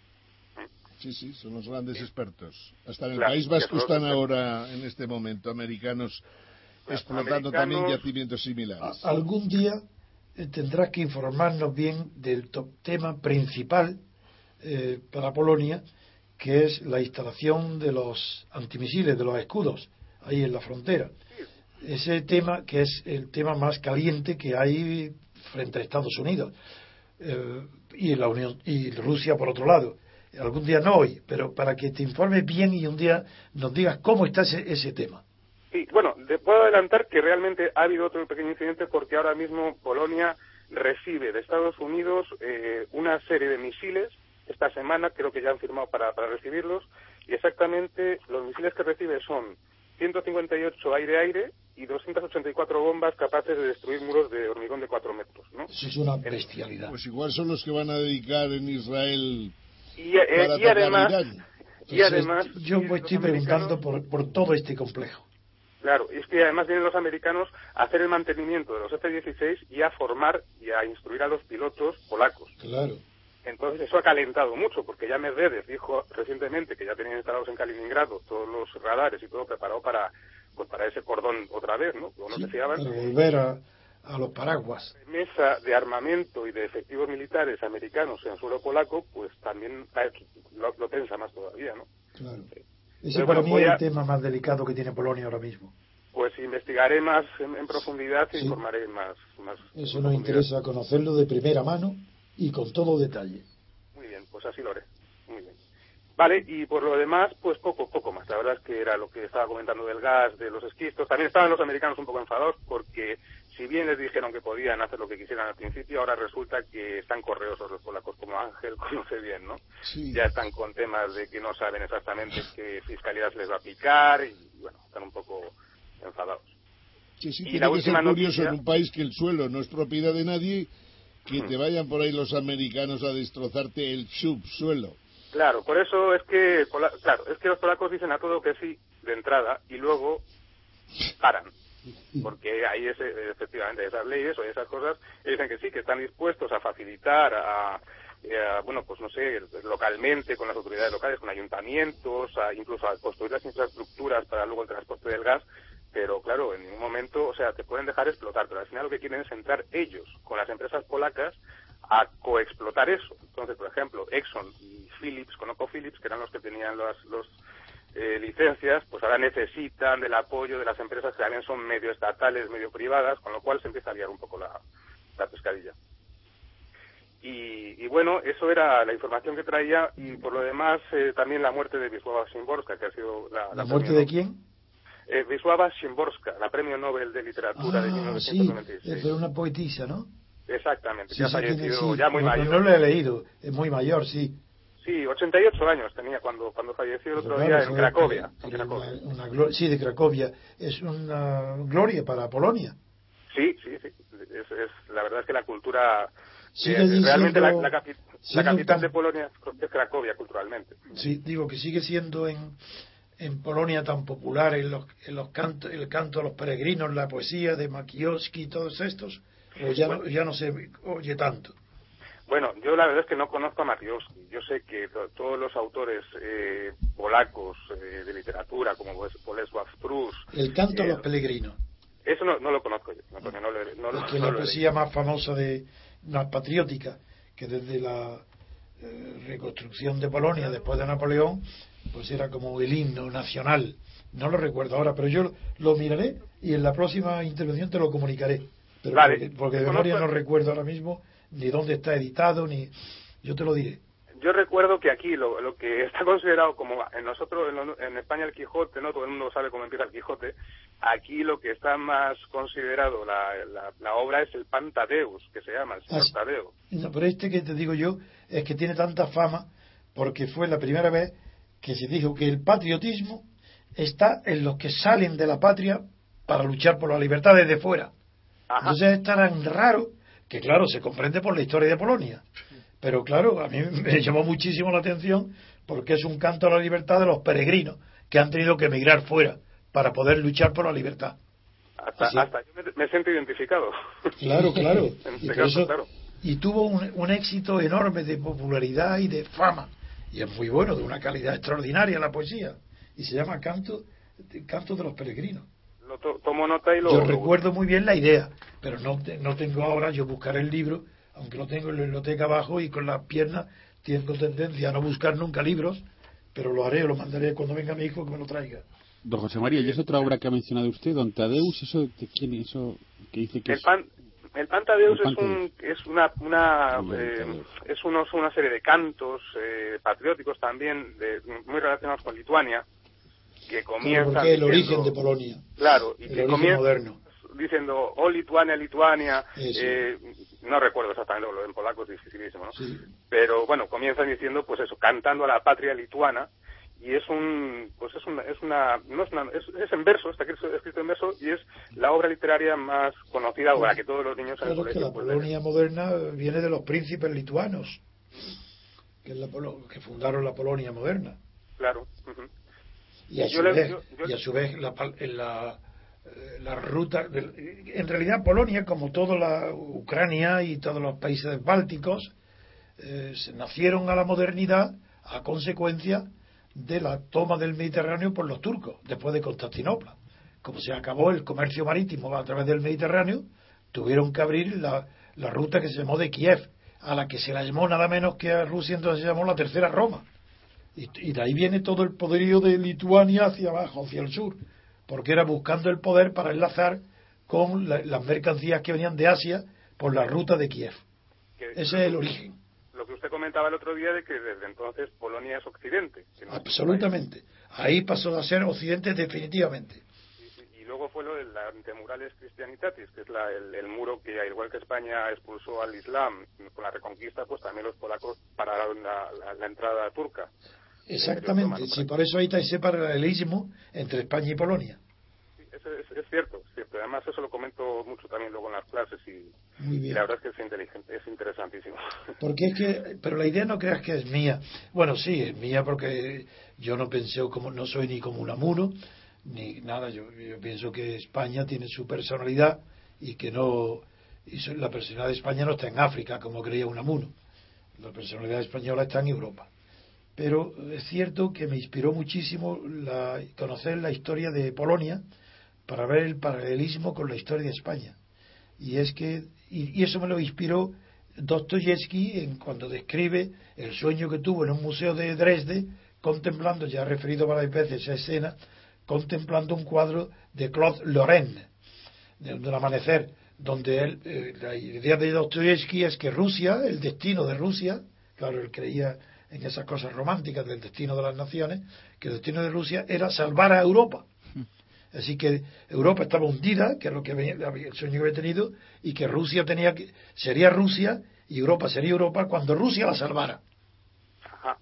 Sí, sí, son los grandes sí. expertos. Hasta en el claro, País Vasco están ahora, en este momento, americanos explotando también yacimientos similares. A, algún día eh, tendrás que informarnos bien del tema principal eh, para Polonia, que es la instalación de los antimisiles, de los escudos, ahí en la frontera. Ese tema que es el tema más caliente que hay frente a Estados Unidos eh, y la Unión y Rusia por otro lado. Algún día no hoy, pero para que te informes bien y un día nos digas cómo está ese, ese tema. Sí, bueno, te puedo adelantar que realmente ha habido otro pequeño incidente porque ahora mismo Polonia recibe de Estados Unidos eh, una serie de misiles. Esta semana creo que ya han firmado para, para recibirlos y exactamente los misiles que recibe son ciento cincuenta y ocho aire-aire y doscientas ochenta y cuatro bombas capaces de destruir muros de hormigón de cuatro metros, ¿no? Eso es una bestialidad. Pues igual son los que van a dedicar en Israel y, eh, para y además, Irán. Y además yo me estoy preguntando por, por todo este complejo. Claro, y es que además vienen los americanos a hacer el mantenimiento de los F dieciséis y a formar y a instruir a los pilotos polacos. Claro. Entonces eso ha calentado mucho, porque ya Medvedev dijo recientemente que ya tenían instalados en Kaliningrado todos los radares y todo preparado para pues para ese cordón otra vez, ¿no? Como no sí, se fiaban. Para volver a, a los paraguas. Mesa de armamento y de efectivos militares americanos en suelo polaco, pues también lo, lo tensa más todavía, ¿no? Claro. Ese para mí es el tema más delicado que tiene Polonia ahora mismo. Pues investigaré más en, en profundidad e sí. informaré más. más Eso nos interesa conocerlo de primera mano y con todo detalle. Muy bien, pues así lo haré. Muy bien. Vale, y por lo demás, pues poco, poco más. La verdad es que era lo que estaba comentando del gas, de los esquistos. También estaban los americanos un poco enfadados porque si bien les dijeron que podían hacer lo que quisieran al principio, ahora resulta que están correosos los polacos, como Ángel conoce bien, ¿no? Sí. Ya están con temas de que no saben exactamente qué fiscalidad se les va a aplicar y, bueno, están un poco enfadados. Sí, sí, y tiene la que ser última curioso noticia... en un país que el suelo no es propiedad de nadie, que te vayan por ahí los americanos a destrozarte el subsuelo. Claro, por eso es que, claro, es que los polacos dicen a todo que sí de entrada y luego paran. Porque hay ese, efectivamente esas leyes o esas cosas y dicen que sí, que están dispuestos a facilitar a, a bueno, pues no sé, localmente con las autoridades locales, con ayuntamientos, a, incluso a construir las infraestructuras para luego el transporte del gas, pero claro, en ningún momento, o sea, te pueden dejar explotar, pero al final lo que quieren es entrar ellos con las empresas polacas a coexplotar eso. Entonces, por ejemplo, Exxon y Philips, ConocoPhillips, que eran los que tenían los, los eh, licencias, pues ahora necesitan del apoyo de las empresas que también son medio estatales, medio privadas, con lo cual se empieza a liar un poco la, la pescadilla. Y, y bueno, eso era la información que traía, y por lo demás eh, también la muerte de Wisława Szymborska, que ha sido la... ¿La, ¿La muerte de quién? Eh, Wisława Szymborska, la premio Nobel de literatura ah, de mil novecientos noventa y seis. Sí, pero una poetisa, ¿no? Exactamente, sí, que ha sí, fallecido sí. ya muy no, mayor. No lo he leído, es muy mayor, sí. Sí, ochenta y ocho años tenía cuando cuando falleció el otro claro, día en Cracovia. En Cracovia. Una, una, sí, de Cracovia. Es una gloria para Polonia. Sí, sí, sí. Es, es, la verdad es que la cultura... Sigue eh, realmente siendo, la, la, capi, la capital de Polonia es Cracovia culturalmente. Sí, digo que sigue siendo en, en Polonia tan popular en los, en los cantos, el canto a los peregrinos, la poesía de Makiowski y todos estos, o ya, bueno, no, ya no se oye tanto. Bueno, yo la verdad es que no conozco a Makiowski. Yo sé que to- todos los autores eh, polacos eh, de literatura, como Bolesław Prus... El canto eh, a los peregrinos. Eso no, no lo conozco yo, no, porque no lo, no, es no, que no la lo poesía más famosa, de más patriótica, que desde la eh, reconstrucción de Polonia después de Napoleón, pues era como el himno nacional. No lo recuerdo ahora, pero yo lo miraré y en la próxima intervención te lo comunicaré. Pero vale. Porque, porque de memoria no recuerdo ahora mismo ni dónde está editado, ni... Yo te lo diré. Yo recuerdo que aquí lo, lo que está considerado como en nosotros en, lo, en España el Quijote, no todo el mundo sabe cómo empieza el Quijote. Aquí lo que está más considerado la, la, la obra es el Pantadeus, que se llama el Señor ah, Tadeo. No, pero este que te digo yo es que tiene tanta fama porque fue la primera vez que se dijo que el patriotismo está en los que salen de la patria para luchar por la libertad desde fuera. Ajá. Entonces es tan raro que claro, se comprende por la historia de Polonia, pero claro, a mí me llamó muchísimo la atención porque es un canto a la libertad de los peregrinos que han tenido que emigrar fuera para poder luchar por la libertad. Hasta, hasta yo me, me siento identificado. Claro, claro. y, y, caso, eso, claro. y tuvo un, un éxito enorme de popularidad y de fama, y es muy bueno, de una calidad extraordinaria la poesía, y se llama Canto, Canto de los Peregrinos. Lo to, tomo nota y lo... Yo lo recuerdo muy bien la idea, pero no, no tengo ahora, yo buscaré el libro, aunque lo tengo en la biblioteca abajo y con las piernas tengo tendencia a no buscar nunca libros, pero lo haré, lo mandaré cuando venga mi hijo que me lo traiga. Don José María, ¿y es otra obra que ha mencionado usted, Don Tadeus? ¿Eso de quién es? Eso que dice que el es... pan, el Pantadeus el es, un, es una, una eh, es unos, una serie de cantos eh, patrióticos también de, muy relacionados con Lituania, que comienzan... Claro, porque el diciendo, origen de Polonia. Claro, y el que origen comienza moderno. diciendo, oh Lituania, Lituania, eh, no recuerdo exactamente, lo en polaco es dificilísimo, ¿no? Sí. Pero bueno, comienzan diciendo, pues eso, cantando a la patria lituana, y es un, pues es una, es una, no es una, es, es en verso, está escrito en verso, y es la obra literaria más conocida, o la que todos los niños claro, en el colegio, que la pues, Polonia moderna viene de los príncipes lituanos, que, es la, que fundaron la Polonia moderna. Claro. Uh-huh. Y a, yo su le, vez, yo, yo... y a su vez la, la, la ruta de, en realidad Polonia, como toda la Ucrania y todos los países bálticos, eh, se nacieron a la modernidad a consecuencia de la toma del Mediterráneo por los turcos después de Constantinopla. Como se acabó el comercio marítimo a través del Mediterráneo, tuvieron que abrir la, la ruta que se llamó de Kiev, a la que se la llamó nada menos que a Rusia, entonces se llamó la Tercera Roma. Y, y de ahí viene todo el poderío de Lituania hacia abajo, hacia el sur, porque era buscando el poder para enlazar con la, las mercancías que venían de Asia por la ruta de Kiev. Ese es el origen. Lo que usted comentaba el otro día de que desde entonces Polonia es Occidente. Que no Absolutamente. Ahí pasó a ser Occidente definitivamente. Y, y luego fue lo de la Antemurales Christianitatis, que es la, el, el muro que, al igual que España expulsó al Islam con la Reconquista, pues también los polacos pararon la, la, la entrada turca. Exactamente. Sí, por eso ahí está ese paralelismo entre España y Polonia. Sí, eso es, es cierto, es cierto. Además eso lo comento mucho también luego en las clases y, Muy bien. y la verdad es que es inteligente, es interesantísimo. Porque es que, pero la idea no creas que es mía. Bueno, sí, es mía porque yo no pensé como, no soy ni como Unamuno, ni nada. Yo, yo pienso que España tiene su personalidad y que no, y la personalidad de España no está en África como creía Unamuno. La personalidad española está en Europa. Pero es cierto que me inspiró muchísimo la, conocer la historia de Polonia para ver el paralelismo con la historia de España. Y es que y, y eso me lo inspiró Dostoyevsky en cuando describe el sueño que tuvo en un museo de Dresde, contemplando, ya he referido varias veces esa escena, contemplando un cuadro de Claude Lorraine, del de amanecer, donde él, eh, la idea de Dostoyevsky es que Rusia, el destino de Rusia, claro, él creía en esas cosas románticas del destino de las naciones, que el destino de Rusia era salvar a Europa. Así que Europa estaba hundida, que es lo que venía, el sueño que había tenido, y que Rusia tenía que, sería Rusia y Europa sería Europa cuando Rusia la salvara. Ajá.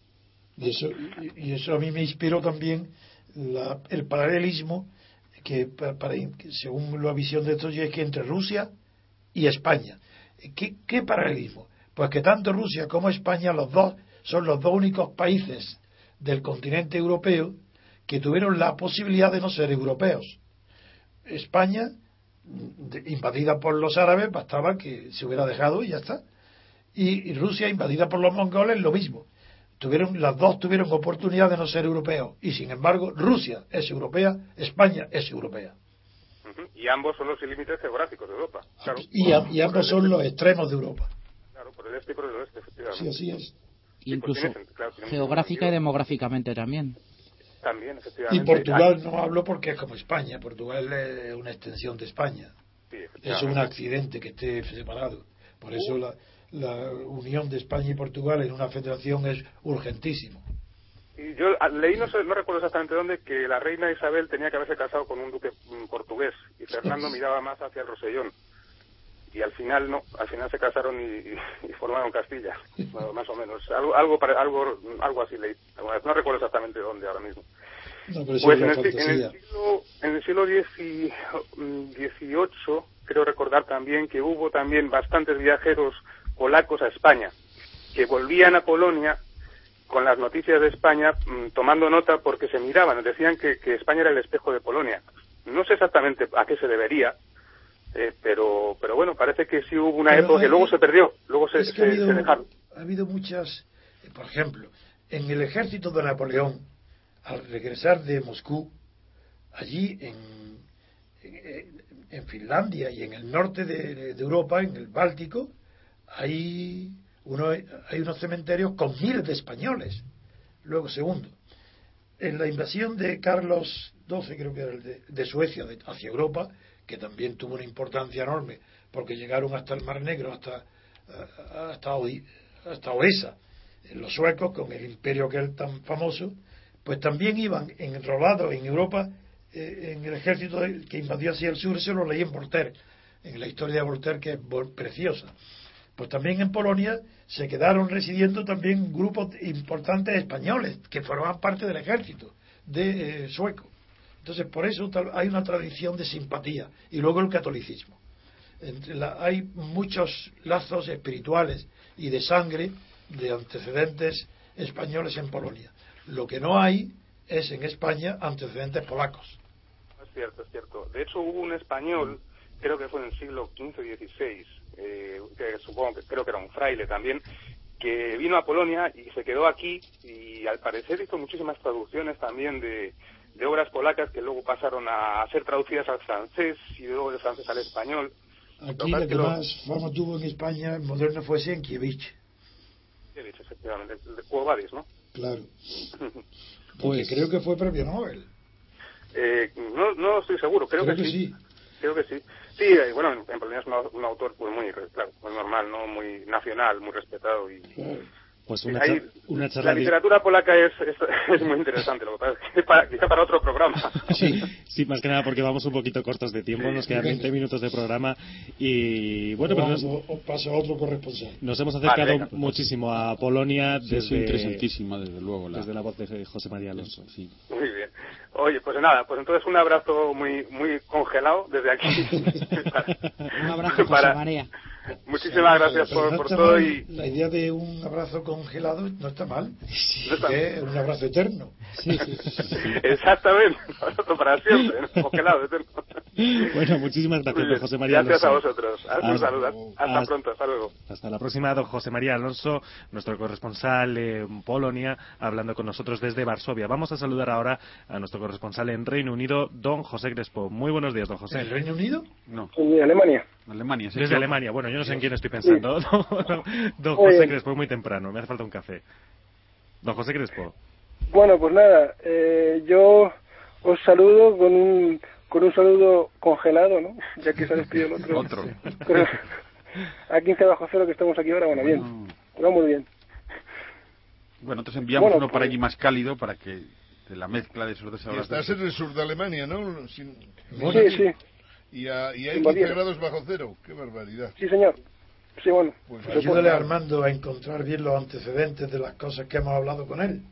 Y eso, y, y eso a mí me inspiró también la, el paralelismo que, para, para, según la visión de estos, es que entre Rusia y España. ¿Qué, qué paralelismo? Pues que tanto Rusia como España, los dos, son los dos únicos países del continente europeo que tuvieron la posibilidad de no ser europeos. España, invadida por los árabes, bastaba que se hubiera dejado y ya está. Y, y Rusia, invadida por los mongoles, lo mismo. Tuvieron, las dos tuvieron oportunidad de no ser europeos. Y sin embargo, Rusia es europea, España es europea. Uh-huh. Y ambos son los límites geográficos de Europa. Claro. Y, a, y ambos son los extremos de Europa. Claro, por el este y por el oeste, efectivamente. Sí, así es. Y incluso sí, pues tiene, claro, tiene geográfica y demográficamente también. También, efectivamente. Y Portugal no hablo porque es como España. Portugal es una extensión de España. Sí, es un accidente que esté separado. Por eso la, la unión de España y Portugal en una federación es urgentísimo. Y yo leí, no, sé, no recuerdo exactamente dónde, que la reina Isabel tenía que haberse casado con un duque portugués y Fernando miraba más hacia el Rosellón. Y al final no, al final se casaron y, y, y formaron Castilla, bueno, más o menos, algo algo algo algo así leí, no recuerdo exactamente dónde ahora mismo. No, pero pues en el, en el siglo en el siglo dieciocho creo recordar también que hubo también bastantes viajeros polacos a España que volvían a Polonia con las noticias de España mmm, tomando nota porque se miraban, decían que, que España era el espejo de Polonia. No sé exactamente a qué se debería. Eh, pero pero bueno, parece que sí hubo una pero época hay, que luego se perdió, luego se, se, ha habido, se dejaron. Ha habido muchas, eh, por ejemplo, en el ejército de Napoleón, al regresar de Moscú, allí en, en, en Finlandia y en el norte de, de Europa, en el Báltico, hay, uno, hay unos cementerios con miles de españoles. Luego, segundo, en la invasión de Carlos doce, creo que era el de, de Suecia de, hacia Europa, que también tuvo una importancia enorme porque llegaron hasta el Mar Negro, hasta hasta, hasta Odessa, los suecos con el imperio que es tan famoso, pues también iban enrolados en Europa eh, en el ejército que invadió hacia el sur. Eso lo leí en Voltaire, en la historia de Voltaire, que es preciosa. Pues también en Polonia se quedaron residiendo también grupos importantes españoles que formaban parte del ejército de eh, sueco. Entonces, por eso hay una tradición de simpatía. Y luego el catolicismo. Entre la, hay muchos lazos espirituales y de sangre de antecedentes españoles en Polonia. Lo que no hay es en España antecedentes polacos. Es cierto, es cierto. De hecho, hubo un español, creo que fue en el siglo quince o dieciséis, eh, que supongo que creo que era un fraile también, que vino a Polonia y se quedó aquí y al parecer hizo muchísimas traducciones también de... de obras polacas que luego pasaron a ser traducidas al francés y luego del francés al español. Aquí la que más fama tuvo en España en moderno fue Sienkiewicz. Sienkiewicz, efectivamente, el de Quo Vadis, ¿no? Claro. Pues creo que fue premio Nobel. Eh, no, no estoy seguro, creo, creo que, que sí. sí. Creo que sí. Sí, eh, bueno, en, en realidad es un, un autor pues muy, claro, muy normal, ¿no? Muy nacional, muy respetado y... Claro. Pues una, Ahí, una charla la literatura polaca es, es, es muy interesante, lo que pasa es que para, quizá para otro programa. Sí, sí, más que nada porque vamos un poquito cortos de tiempo, sí, nos quedan veinte minutos de programa y bueno, pero nos, pasa a otro corresponsal. Nos hemos acercado vale, venga, pues, muchísimo a Polonia sí, desde, interesantísima, desde luego, la... desde la voz de José María Alonso. Sí. Muy bien. Oye, pues nada, pues entonces un abrazo muy muy congelado desde aquí. Un abrazo, José María. Muchísimas gracias por, no por todo mal. Y la idea de un abrazo congelado no está mal, sí, no está es un abrazo eterno. Sí, sí, sí. Exactamente, un abrazo para siempre, ¿no? Congelado eterno. Bueno, muchísimas gracias, don José María Gracias Alonso. a vosotros. Hasta, un saludo. Hasta, hasta pronto, hasta luego. Hasta la próxima, don José María Alonso, nuestro corresponsal en Polonia, hablando con nosotros desde Varsovia. Vamos a saludar ahora a nuestro corresponsal en Reino Unido, don José Crespo. Muy buenos días, don José. ¿En el Reino Unido? No. En Alemania. Alemania, sí. Desde Alemania. Bueno, yo no sé en quién estoy pensando. Sí. Don, don José Crespo, muy temprano. Me hace falta un café. Don José Crespo. Bueno, pues nada, eh, yo os saludo con un con un saludo congelado, ¿no? Ya que se ha despedido el otro. Otro. Pero a quince bajo cero que estamos aquí ahora, bueno, bien. Va muy bien. Bueno, nosotros enviamos bueno, uno pues, para allí más cálido para que de la mezcla de esos dos abrazos. Y estás en el sur de Alemania, ¿no? Sin... Bueno, sí, sí. Y, a, y hay quince grados bajo cero. ¡Qué barbaridad! Sí, señor. Sí, bueno. Pues ayúdale a Armando a encontrar bien los antecedentes de las cosas que hemos hablado con él.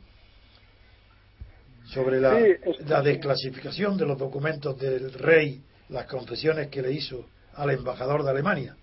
Sobre la, sí, es... la desclasificación de los documentos del rey, las concesiones que le hizo al embajador de Alemania.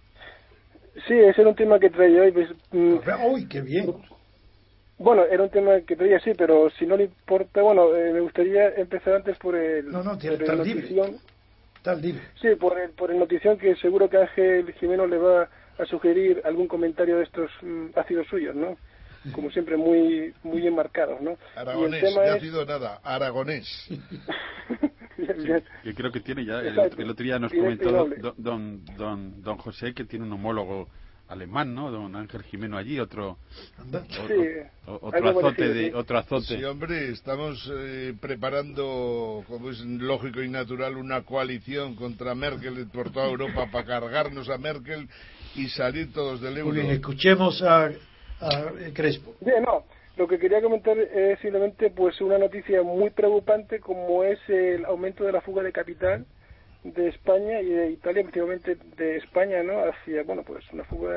Sí, ese era un tema que traía hoy. Pues, ¡Uy, qué bien! Bueno, era un tema que traía, sí, pero si no le importa, bueno, eh, me gustaría empezar antes por el... No, no, tiene que estar libre. Está libre. Sí, por el, por el notición que seguro que Ángel Jimeno le va a sugerir algún comentario de estos mm, ácidos suyos, ¿no? Como siempre, muy muy enmarcados, ¿no? Aragonés, no ha sido nada, aragonés. bien, bien. Sí, yo creo que tiene ya, el, el otro día nos comentó don, don, don, don José que tiene un homólogo alemán, ¿no? Don Ángel Jimeno allí, otro sí, o, o, otro azote de sí. otro azote. Sí, hombre, estamos eh, preparando, como es lógico y natural, una coalición contra Merkel por toda Europa para cargarnos a Merkel y salir todos del euro. Muy bien, escuchemos a, a Crespo. Bien, no, lo que quería comentar es simplemente pues una noticia muy preocupante como es el aumento de la fuga de capital de España y de Italia, principalmente de España, ¿no? Hacia, bueno, pues una fuga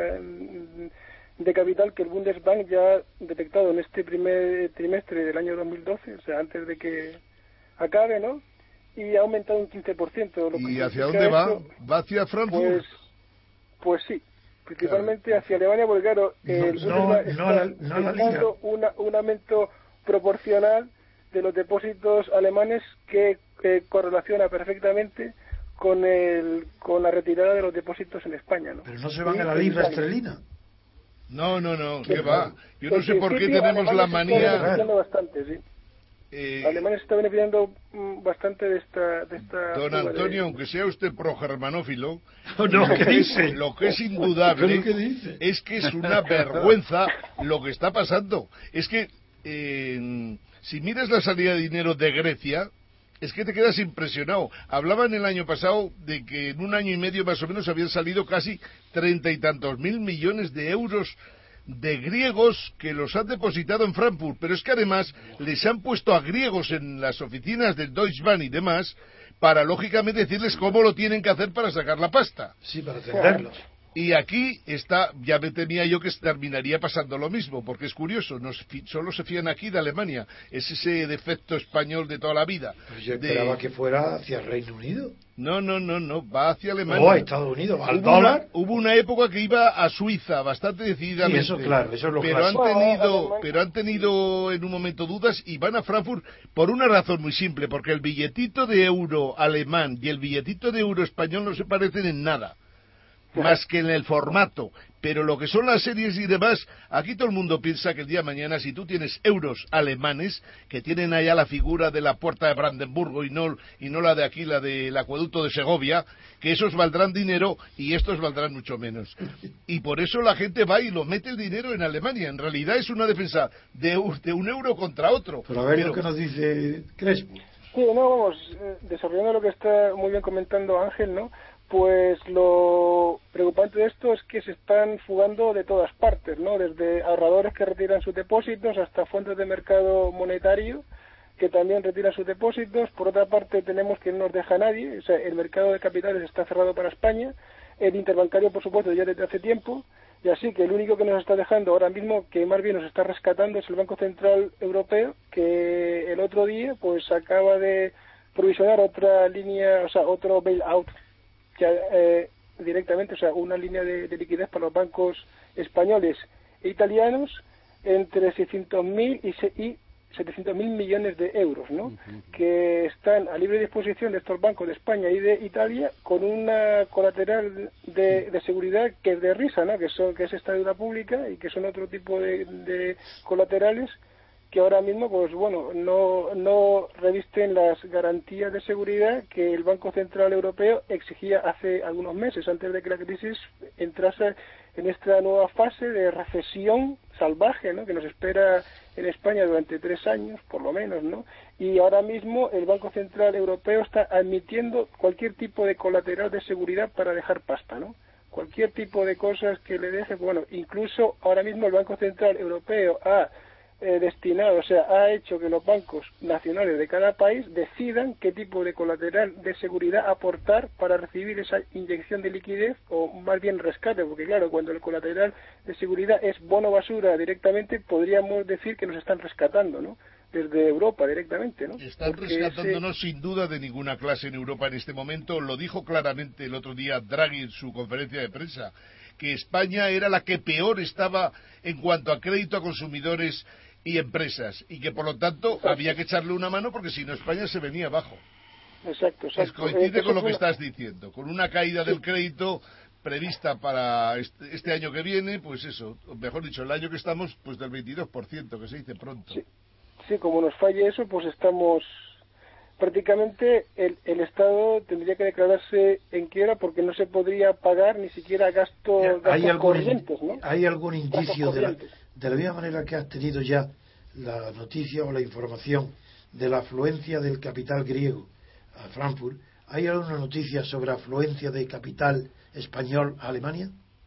de capital que el Bundesbank ya ha detectado en este primer trimestre del año dos mil doce, o sea, antes de que acabe, ¿no? Y ha aumentado un quince por ciento. Lo ¿Y hacia dónde va? Esto, ¿Va hacia Frankfurt? Pues, pues sí, principalmente claro. hacia Alemania, porque claro, el no, no, está no la, no la liga. Una, un aumento proporcional de los depósitos alemanes que eh, correlaciona perfectamente con el con la retirada de los depósitos en España, ¿no? Pero no se van a la libra esterlina. No, no, no, ¿qué va? Yo no sé por qué tenemos la manía... Bastante, sí. Eh, Alemania se está beneficiando bastante de esta... De esta don Antonio, de... aunque sea usted pro-germanófilo, no, no, lo, ¿qué que dice? Es, lo que es indudable ¿Qué dice? es que es una vergüenza lo que está pasando. Es que eh, si miras la salida de dinero de Grecia... Es que te quedas impresionado. Hablaban el año pasado de que en un año y medio más o menos habían salido casi treinta y tantos mil millones de euros de griegos que los han depositado en Frankfurt. Pero es que además les han puesto a griegos en las oficinas del Deutsche Bank y demás para lógicamente decirles cómo lo tienen que hacer para sacar la pasta. Sí, para atenderlos. Y aquí está, ya me temía yo que terminaría pasando lo mismo, porque es curioso, nos, solo se fían aquí de Alemania, es ese defecto español de toda la vida. Pero yo esperaba de... que fuera hacia el Reino Unido. No, no, no, no, va hacia Alemania. O a Estados Unidos, al hubo dólar. Una, hubo una época que iba a Suiza, bastante decididamente. Sí, eso claro, eso es lo pero clásico. han tenido, pero han tenido en un momento dudas y van a Frankfurt por una razón muy simple, porque el billetito de euro alemán y el billetito de euro español no se parecen en nada. más que en el formato. Pero lo que son las series y demás, aquí todo el mundo piensa que el día de mañana, si tú tienes euros alemanes, que tienen allá la figura de la puerta de Brandenburgo y no, y no la de aquí, la del acueducto de Segovia, que esos valdrán dinero y estos valdrán mucho menos. Y por eso la gente va y lo mete el dinero en Alemania. En realidad es una defensa de, de un euro contra otro. Pero a ver Pero... lo que nos dice Crespo. Sí, no, vamos, eh, desarrollando lo que está muy bien comentando Ángel, ¿no? Pues lo preocupante de esto es que se están fugando de todas partes, ¿no? Desde ahorradores que retiran sus depósitos hasta fuentes de mercado monetario que también retiran sus depósitos. Por otra parte, tenemos que no nos deja nadie, o sea, el mercado de capitales está cerrado para España, el interbancario, por supuesto, ya desde hace tiempo, y así que el único que nos está dejando ahora mismo, que más bien nos está rescatando, es el Banco Central Europeo, que el otro día pues acaba de provisionar otra línea, o sea, otro bailout ya, eh, directamente, o sea, una línea de, de liquidez para los bancos españoles e italianos entre seiscientos mil y, se, y setecientos mil millones de euros, ¿no? Uh-huh. Que están a libre disposición de estos bancos de España y de Italia con una colateral de, de seguridad que es de risa, ¿no? Que son que es esta deuda pública y que son otro tipo de, de colaterales que ahora mismo, pues bueno, no, no revisten las garantías de seguridad que el Banco Central Europeo exigía hace algunos meses, antes de que la crisis entrase en esta nueva fase de recesión salvaje, ¿no? Que nos espera en España durante tres años, por lo menos, ¿no? Y ahora mismo el Banco Central Europeo está admitiendo cualquier tipo de colateral de seguridad para dejar pasta, ¿no? Cualquier tipo de cosas que le deje, bueno, incluso ahora mismo el Banco Central Europeo ha Eh, destinado, o sea, ha hecho que los bancos nacionales de cada país decidan qué tipo de colateral de seguridad aportar para recibir esa inyección de liquidez o más bien rescate, porque claro, cuando el colateral de seguridad es bono basura directamente, podríamos decir que nos están rescatando, ¿no? Desde Europa directamente, ¿no? Están porque rescatándonos ese... sin duda de ninguna clase en Europa en este momento. Lo dijo claramente el otro día Draghi en su conferencia de prensa, que España era la que peor estaba en cuanto a crédito a consumidores y empresas, y que por lo tanto exacto. había que echarle una mano porque si no España se venía abajo. Exacto, exacto. Es coincide eh, con lo que una... estás diciendo, con una caída sí. del crédito prevista para este, este año que viene, pues eso, mejor dicho, el año que estamos, pues del veintidós por ciento, que se dice pronto. Sí, sí, como nos falle eso, pues estamos prácticamente el, el Estado tendría que declararse en quiebra porque no se podría pagar ni siquiera gastos, gastos ¿Hay algún, corrientes, ¿no? ¿Hay algún indicio de la, de la misma manera que has tenido ya la noticia o la información de la afluencia del capital griego a Frankfurt? ¿Hay alguna noticia sobre afluencia de capital español a Alemania?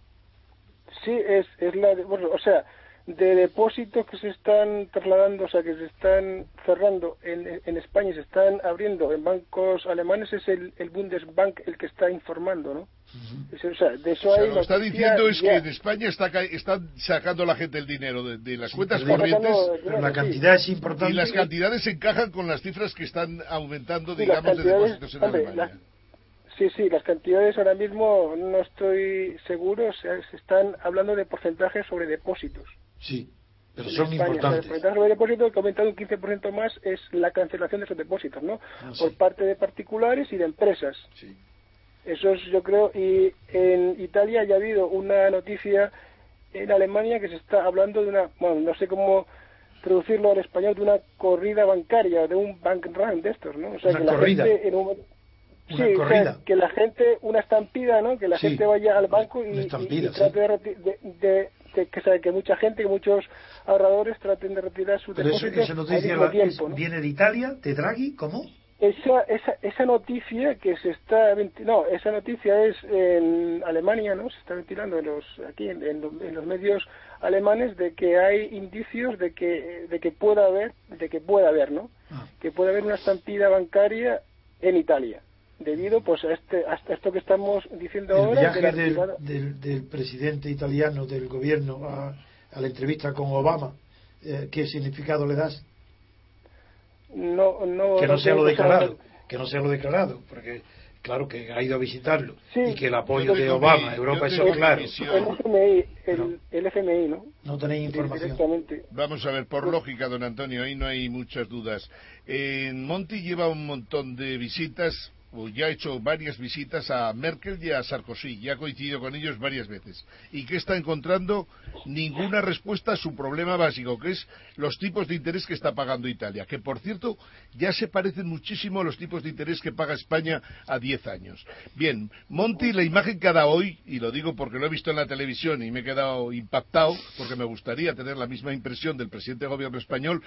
Sí, es, es la de, bueno, o sea, de depósitos que se están trasladando, o sea, que se están cerrando en, en España y se están abriendo en bancos alemanes, es el, el Bundesbank el que está informando, ¿no? Uh-huh. Es, o sea, de eso o sea, hay lo que está diciendo es ya. que en España está están sacando la gente el dinero de, de las sí, cuentas pero corrientes, sacando, pero la cantidad sí. es importante. Y las cantidades encajan con las cifras que están aumentando, sí, digamos, de depósitos en hombre, Alemania. La, sí, sí, las cantidades ahora mismo no estoy seguro, o sea, se están hablando de porcentajes sobre depósitos. Sí, pero son España, importantes. O sea, el porcentaje de depósitos que ha aumentado un quince por ciento más es la cancelación de esos depósitos, ¿no? Ah, por sí. parte de particulares y de empresas. Sí. Eso es, yo creo, y en Italia ya ha habido una noticia en Alemania que se está hablando de una, bueno, no sé cómo traducirlo al español, de una corrida bancaria, de un bank run de estos, ¿no? O sea, una que corrida. La gente en un, una sí, corrida. O sea, que la gente, una estampida, ¿no? Que la sí. gente vaya al banco y, estampida, y, y trate sí. de, de, de que, que, sabe, que mucha gente, que muchos ahorradores traten de retirar sus Pero depósitos eso, esa noticia al mismo la, tiempo, es, ¿no? ¿Viene de Italia, de Draghi? ¿Cómo? Esa, esa, esa noticia que se está no esa noticia es en Alemania, ¿no? Se está ventilando en los aquí en, en, los, en los medios alemanes de que hay indicios de que de que pueda haber de que pueda haber, ¿no? Ah. Que puede haber una estampida bancaria en Italia debido pues a este a esto que estamos diciendo el ahora. Viaje de del, privada... del, del presidente italiano del gobierno a, a la entrevista con Obama, eh, ¿qué significado le das? No, no, que no no sea lo declarado, que no sea lo declarado, porque claro que ha ido a visitarlo sí, y que el apoyo de Obama a Europa, eso es claro. El F M I, el, no. el F M I, ¿no? No tenéis información. Vamos a ver, por lógica, don Antonio, ahí no hay muchas dudas. En Monti lleva un montón de visitas, o ya ha hecho varias visitas a Merkel y a Sarkozy, ya ha coincidido con ellos varias veces, y que está encontrando ninguna respuesta a su problema básico, que es los tipos de interés que está pagando Italia, que por cierto ya se parecen muchísimo a los tipos de interés que paga España a diez años. Bien, Monti, la imagen que ha dado hoy, y lo digo porque lo he visto en la televisión y me he quedado impactado, porque me gustaría tener la misma impresión del presidente del gobierno español.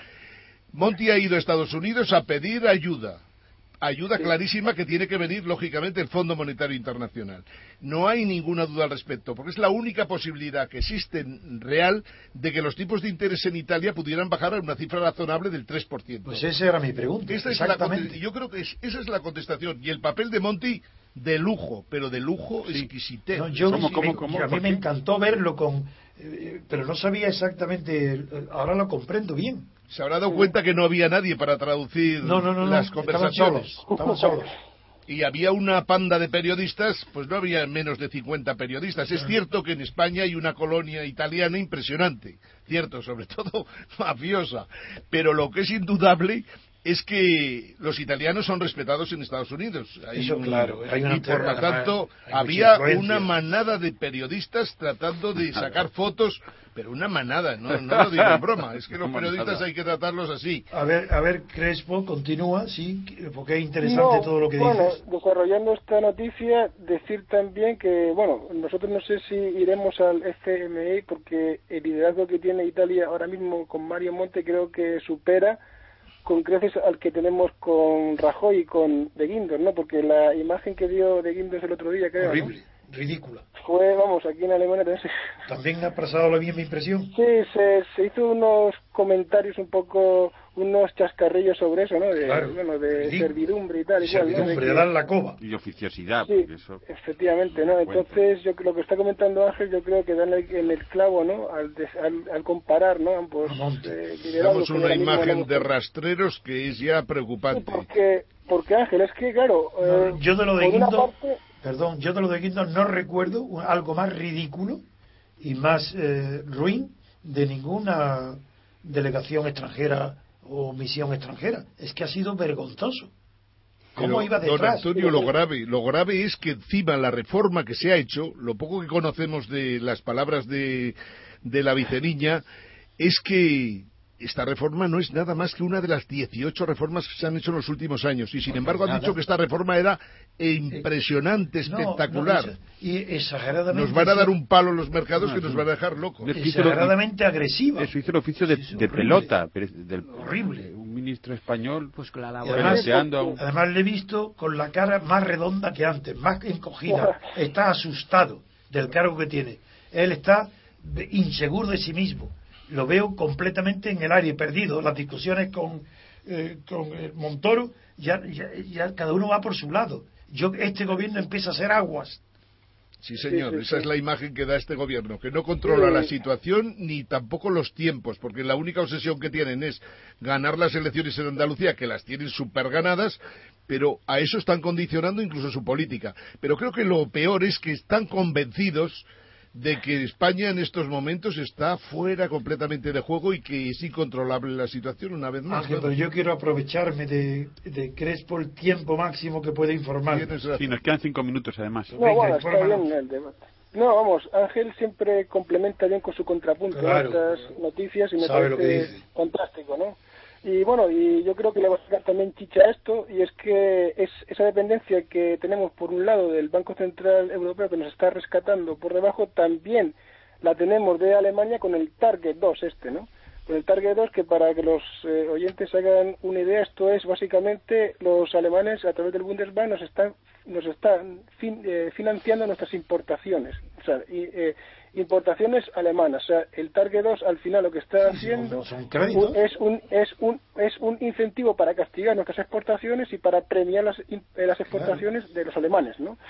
Monti ha ido a Estados Unidos a pedir ayuda. Ayuda sí. clarísima que tiene que venir, lógicamente, el Fondo Monetario Internacional. No hay ninguna duda al respecto, porque es la única posibilidad que existe real de que los tipos de interés en Italia pudieran bajar a una cifra razonable del tres por ciento. Pues esa era mi pregunta. Esta exactamente. Es la, yo creo que es, esa es la contestación. Y el papel de Monti, de lujo, pero de lujo sí. exquisitez. No, yo, ¿Cómo, cómo, me, cómo, a mí me encantó verlo, con, eh, pero no sabía exactamente, ahora lo comprendo bien. Se habrá dado cuenta que no había nadie para traducir no, no, no, las no, conversaciones. Estaban solos, estaban solos. Y había una panda de periodistas, pues no había menos de cincuenta periodistas. Es cierto que en España hay una colonia italiana impresionante, cierto, sobre todo mafiosa. Pero lo que es indudable es que los italianos son respetados en Estados Unidos. Hay Eso, un, claro. Hay una y por lo tanto, hay había una manada de periodistas tratando de sacar fotos, pero una manada, no, no lo digo en broma, es que los periodistas hay que tratarlos así. A ver, a ver, Crespo, continúa, sí, porque es interesante no, todo lo que bueno, dices. Bueno, desarrollando esta noticia, decir también que, bueno, nosotros no sé si iremos al F M I, porque el liderazgo que tiene Italia ahora mismo con Mario Monti creo que supera con creces al que tenemos con Rajoy y con De Guindos, ¿no? Porque la imagen que dio De Guindos el otro día, creo, horrible, ¿no? ridícula. Fue, vamos, aquí en Alemania también se... ¿También ha pasado la misma impresión? Sí, se, se hizo unos comentarios un poco, unos chascarrillos sobre eso, ¿no? De, claro, bueno, de ridículo. servidumbre y tal. Igual, servidumbre, ¿no? de, de dar la coba. Y oficiosidad. Sí, porque eso efectivamente, ¿no? Entonces, yo lo que está comentando Ángel, yo creo que dan el, en el clavo, ¿no? Al, al, al comparar, ¿no? Ambos eh, Tenemos una imagen de rastreros que es ya preocupante. Sí, porque, porque Ángel, es que, claro... Eh, no, yo de lo de Guindos... Parte... Perdón, yo de lo de Guindos no recuerdo algo más ridículo y más eh, ruin de ninguna delegación extranjera o misión extranjera. Es que ha sido vergonzoso. ¿Cómo Pero, iba detrás? Don Antonio, lo grave, lo grave es que encima la reforma que se ha hecho, lo poco que conocemos de las palabras de, de la viceniña, es que esta reforma no es nada más que una de las dieciocho reformas que se han hecho en los últimos años. Y sin Porque embargo nada. han dicho que esta reforma era impresionante, eh, espectacular. No, no, y exageradamente... Nos van a dar un palo en los mercados no, que nos van a dejar locos. Exageradamente agresiva. Eso hizo el oficio de, sí, de pelota. Del, horrible. Un ministro español pues con la además, además le he visto con la cara más redonda que antes, más encogida. Está asustado del cargo que tiene. Él está inseguro de sí mismo. Lo veo completamente en el aire, perdido. Las discusiones con, eh, con eh, Montoro, ya, ya, ya cada uno va por su lado. Yo Este gobierno empieza a hacer aguas. Sí, señor, sí, sí, esa sí. es la imagen que da este gobierno, que no controla sí. la situación ni tampoco los tiempos, porque la única obsesión que tienen es ganar las elecciones en Andalucía, que las tienen súper ganadas, pero a eso están condicionando incluso su política. Pero creo que lo peor es que están convencidos de que España en estos momentos está fuera completamente de juego y que es incontrolable la situación una vez más. Ángel, pero yo quiero aprovecharme de, de Crespo el tiempo máximo que puede informar. Sí, nos quedan cinco minutos además. No, bueno, está bien el debate. No, vamos, Ángel siempre complementa bien con su contrapunto claro, estas noticias y me sabe parece fantástico, ¿no? Y bueno, y yo creo que le va a sacar también chicha a esto, y es que es esa dependencia que tenemos por un lado del Banco Central Europeo que nos está rescatando por debajo, también la tenemos de Alemania con el Target dos este, ¿no? Con el Target dos, que para que los eh, oyentes hagan una idea, esto es básicamente los alemanes a través del Bundesbank nos están nos están fin, eh, financiando nuestras importaciones, o sea, y, eh, importaciones alemanas. O sea, el Target dos al final lo que está haciendo sí, un, es un es un es un incentivo para castigar nuestras exportaciones y para premiar las las exportaciones claro. de los alemanes, ¿no?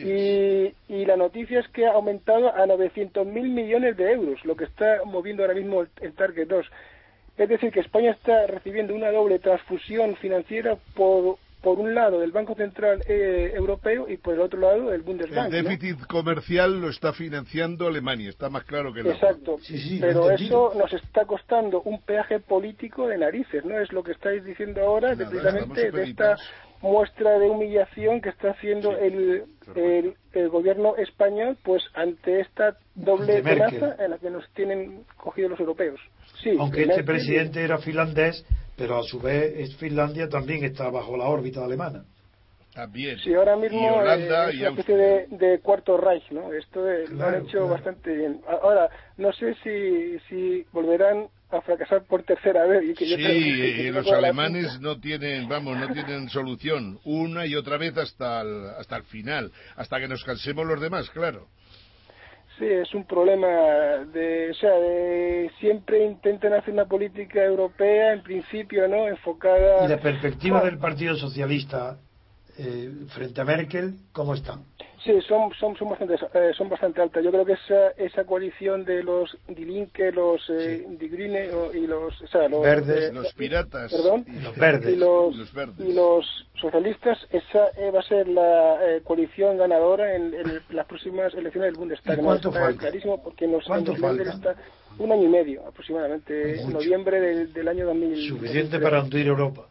Y, y la noticia es que ha aumentado a novecientos mil millones de euros, lo que está moviendo ahora mismo el, el Target dos. Es decir, que España está recibiendo una doble transfusión financiera por por un lado del Banco Central eh, Europeo y por el otro lado el Bundesbank. El déficit ¿no? comercial lo está financiando Alemania, está más claro que nada. Exacto, sí, sí, pero eso nos está costando un peaje político de narices, ¿no? Es lo que estáis diciendo ahora, nada, de, precisamente de esta muestra de humillación que está haciendo sí, el, el, el gobierno español, pues ante esta doble amenaza en la que nos tienen cogidos los europeos. Sí, aunque este Merkel, presidente era finlandés, pero a su vez es Finlandia también está bajo la órbita alemana. También. Sí, ahora mismo y Holanda, eh, es una especie de, de cuarto Reich, ¿no? Esto de, claro, lo han hecho claro. bastante bien. Ahora, no sé si, si volverán a fracasar por tercera vez. Y que sí, yo creo que, que eh, los alemanes no tienen, vamos, no tienen solución. Una y otra vez hasta el, hasta el final, hasta que nos cansemos los demás, claro. Sí, es un problema de, o sea, de siempre intentan hacer una política europea, en principio, ¿no? Enfocada. Y la perspectiva bueno, del Partido Socialista eh, frente a Merkel, ¿cómo están? Sí, son son son bastante eh, son bastante altas. Yo creo que esa esa coalición de los Die Linke, los eh, sí. Die Grüne y los, o sea, los verdes, eh, los piratas, perdón, y los verdes y los, los verdes y los socialistas, esa eh, va a ser la eh, coalición ganadora en, en las próximas elecciones del Bundestag. ¿Y cuánto no, falta? Clarísimo, porque nos ¿Cuánto falta? Está un año y medio aproximadamente, en noviembre del, del año dos mil. Suficiente para hundir Europa.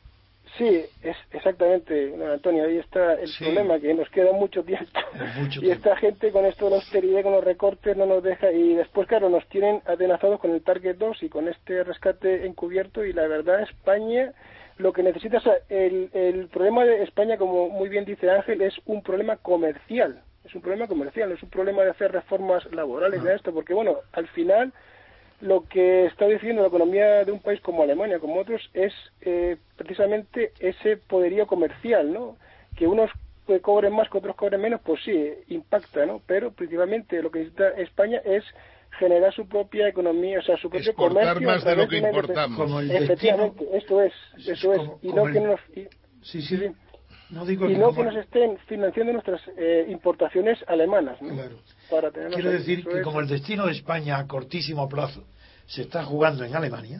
Sí, es exactamente, don Antonio, ahí está el sí. problema, que nos queda mucho tiempo. Mucho y esta tiempo. gente con esto de la austeridad, con los recortes, no nos deja, y después, claro, nos tienen atenazados con el Target dos y con este rescate encubierto, y la verdad, España, lo que necesita, o sea, el, el problema de España, como muy bien dice Ángel, es un problema comercial, es un problema comercial, no es un problema de hacer reformas laborales de esto, porque, bueno, al final lo que está diciendo la economía de un país como Alemania, como otros, es eh, precisamente ese poderío comercial, ¿no? Que unos que cobren más, que otros cobren menos, pues sí, impacta, ¿no? Pero principalmente lo que necesita España es generar su propia economía, o sea, su propio exportar comercio. más de lo que importamos. Como el Efectivamente, destino, esto es, eso es. Como, y no que el... nos... Y, sí, sí. sí. No digo y que no como... que nos estén financiando nuestras eh, importaciones alemanas, ¿no? Claro. Para tener Quiero ahí. decir Eso que es... como el destino de España a cortísimo plazo se está jugando en Alemania,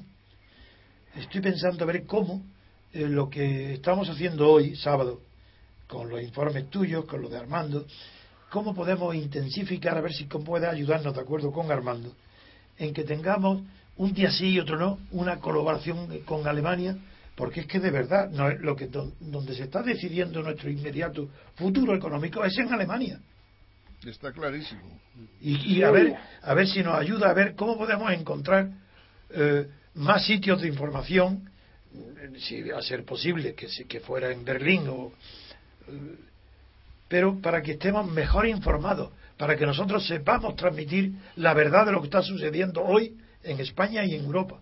estoy pensando a ver cómo eh, lo que estamos haciendo hoy, sábado, con los informes tuyos, con los de Armando, cómo podemos intensificar, a ver si puede ayudarnos, de acuerdo con Armando, en que tengamos un día sí y otro no, una colaboración con Alemania, porque es que de verdad no es lo que donde se está decidiendo nuestro inmediato futuro económico es en Alemania. Está clarísimo. Y, y a ver a ver si nos ayuda a ver cómo podemos encontrar eh, más sitios de información, si va a ser posible que, que fuera en Berlín o eh, pero para que estemos mejor informados, para que nosotros sepamos transmitir la verdad de lo que está sucediendo hoy en España y en Europa,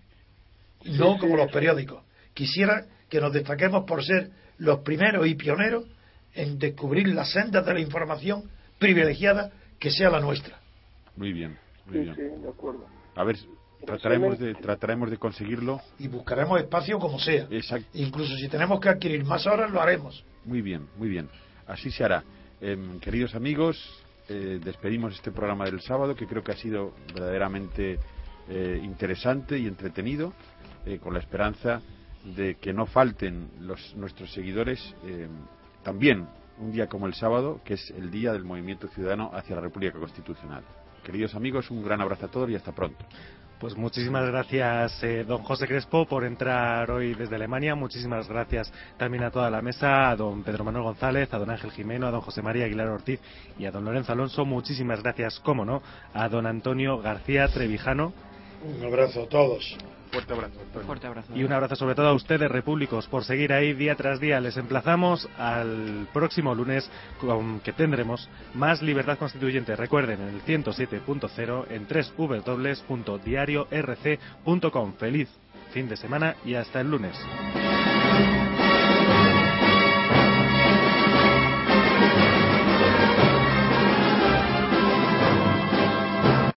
no como los periódicos. Quisiera que nos destaquemos por ser los primeros y pioneros en descubrir las sendas de la información privilegiada que sea la nuestra. Muy bien, muy bien. Sí, sí, de acuerdo. A ver, trataremos de, trataremos de conseguirlo. Y buscaremos espacio como sea. Exacto. Incluso si tenemos que adquirir más horas, lo haremos. Muy bien, muy bien. Así se hará. Eh, queridos amigos, eh, despedimos este programa del sábado, que creo que ha sido verdaderamente eh, interesante y entretenido, eh, con la esperanza de que no falten los nuestros seguidores eh, también un día como el sábado, que es el día del movimiento ciudadano hacia la República Constitucional. Queridos amigos, un gran abrazo a todos y hasta pronto. Pues muchísimas gracias, eh, don José Crespo, por entrar hoy desde Alemania. Muchísimas gracias también a toda la mesa, a don Pedro Manuel González, a don Ángel Jimeno, a don José María Aguilar Ortiz y a don Lorenzo Alonso. Muchísimas gracias, cómo no, a don Antonio García Trevijano. Un abrazo a todos. Fuerte abrazo. Fuerte abrazo. Y un abrazo sobre todo a ustedes, repúblicos, por seguir ahí día tras día. Les emplazamos al próximo lunes, con que tendremos más Libertad Constituyente. Recuerden, en el ciento siete punto cero, en doble u doble u doble u punto diario r c punto com. Feliz fin de semana y hasta el lunes.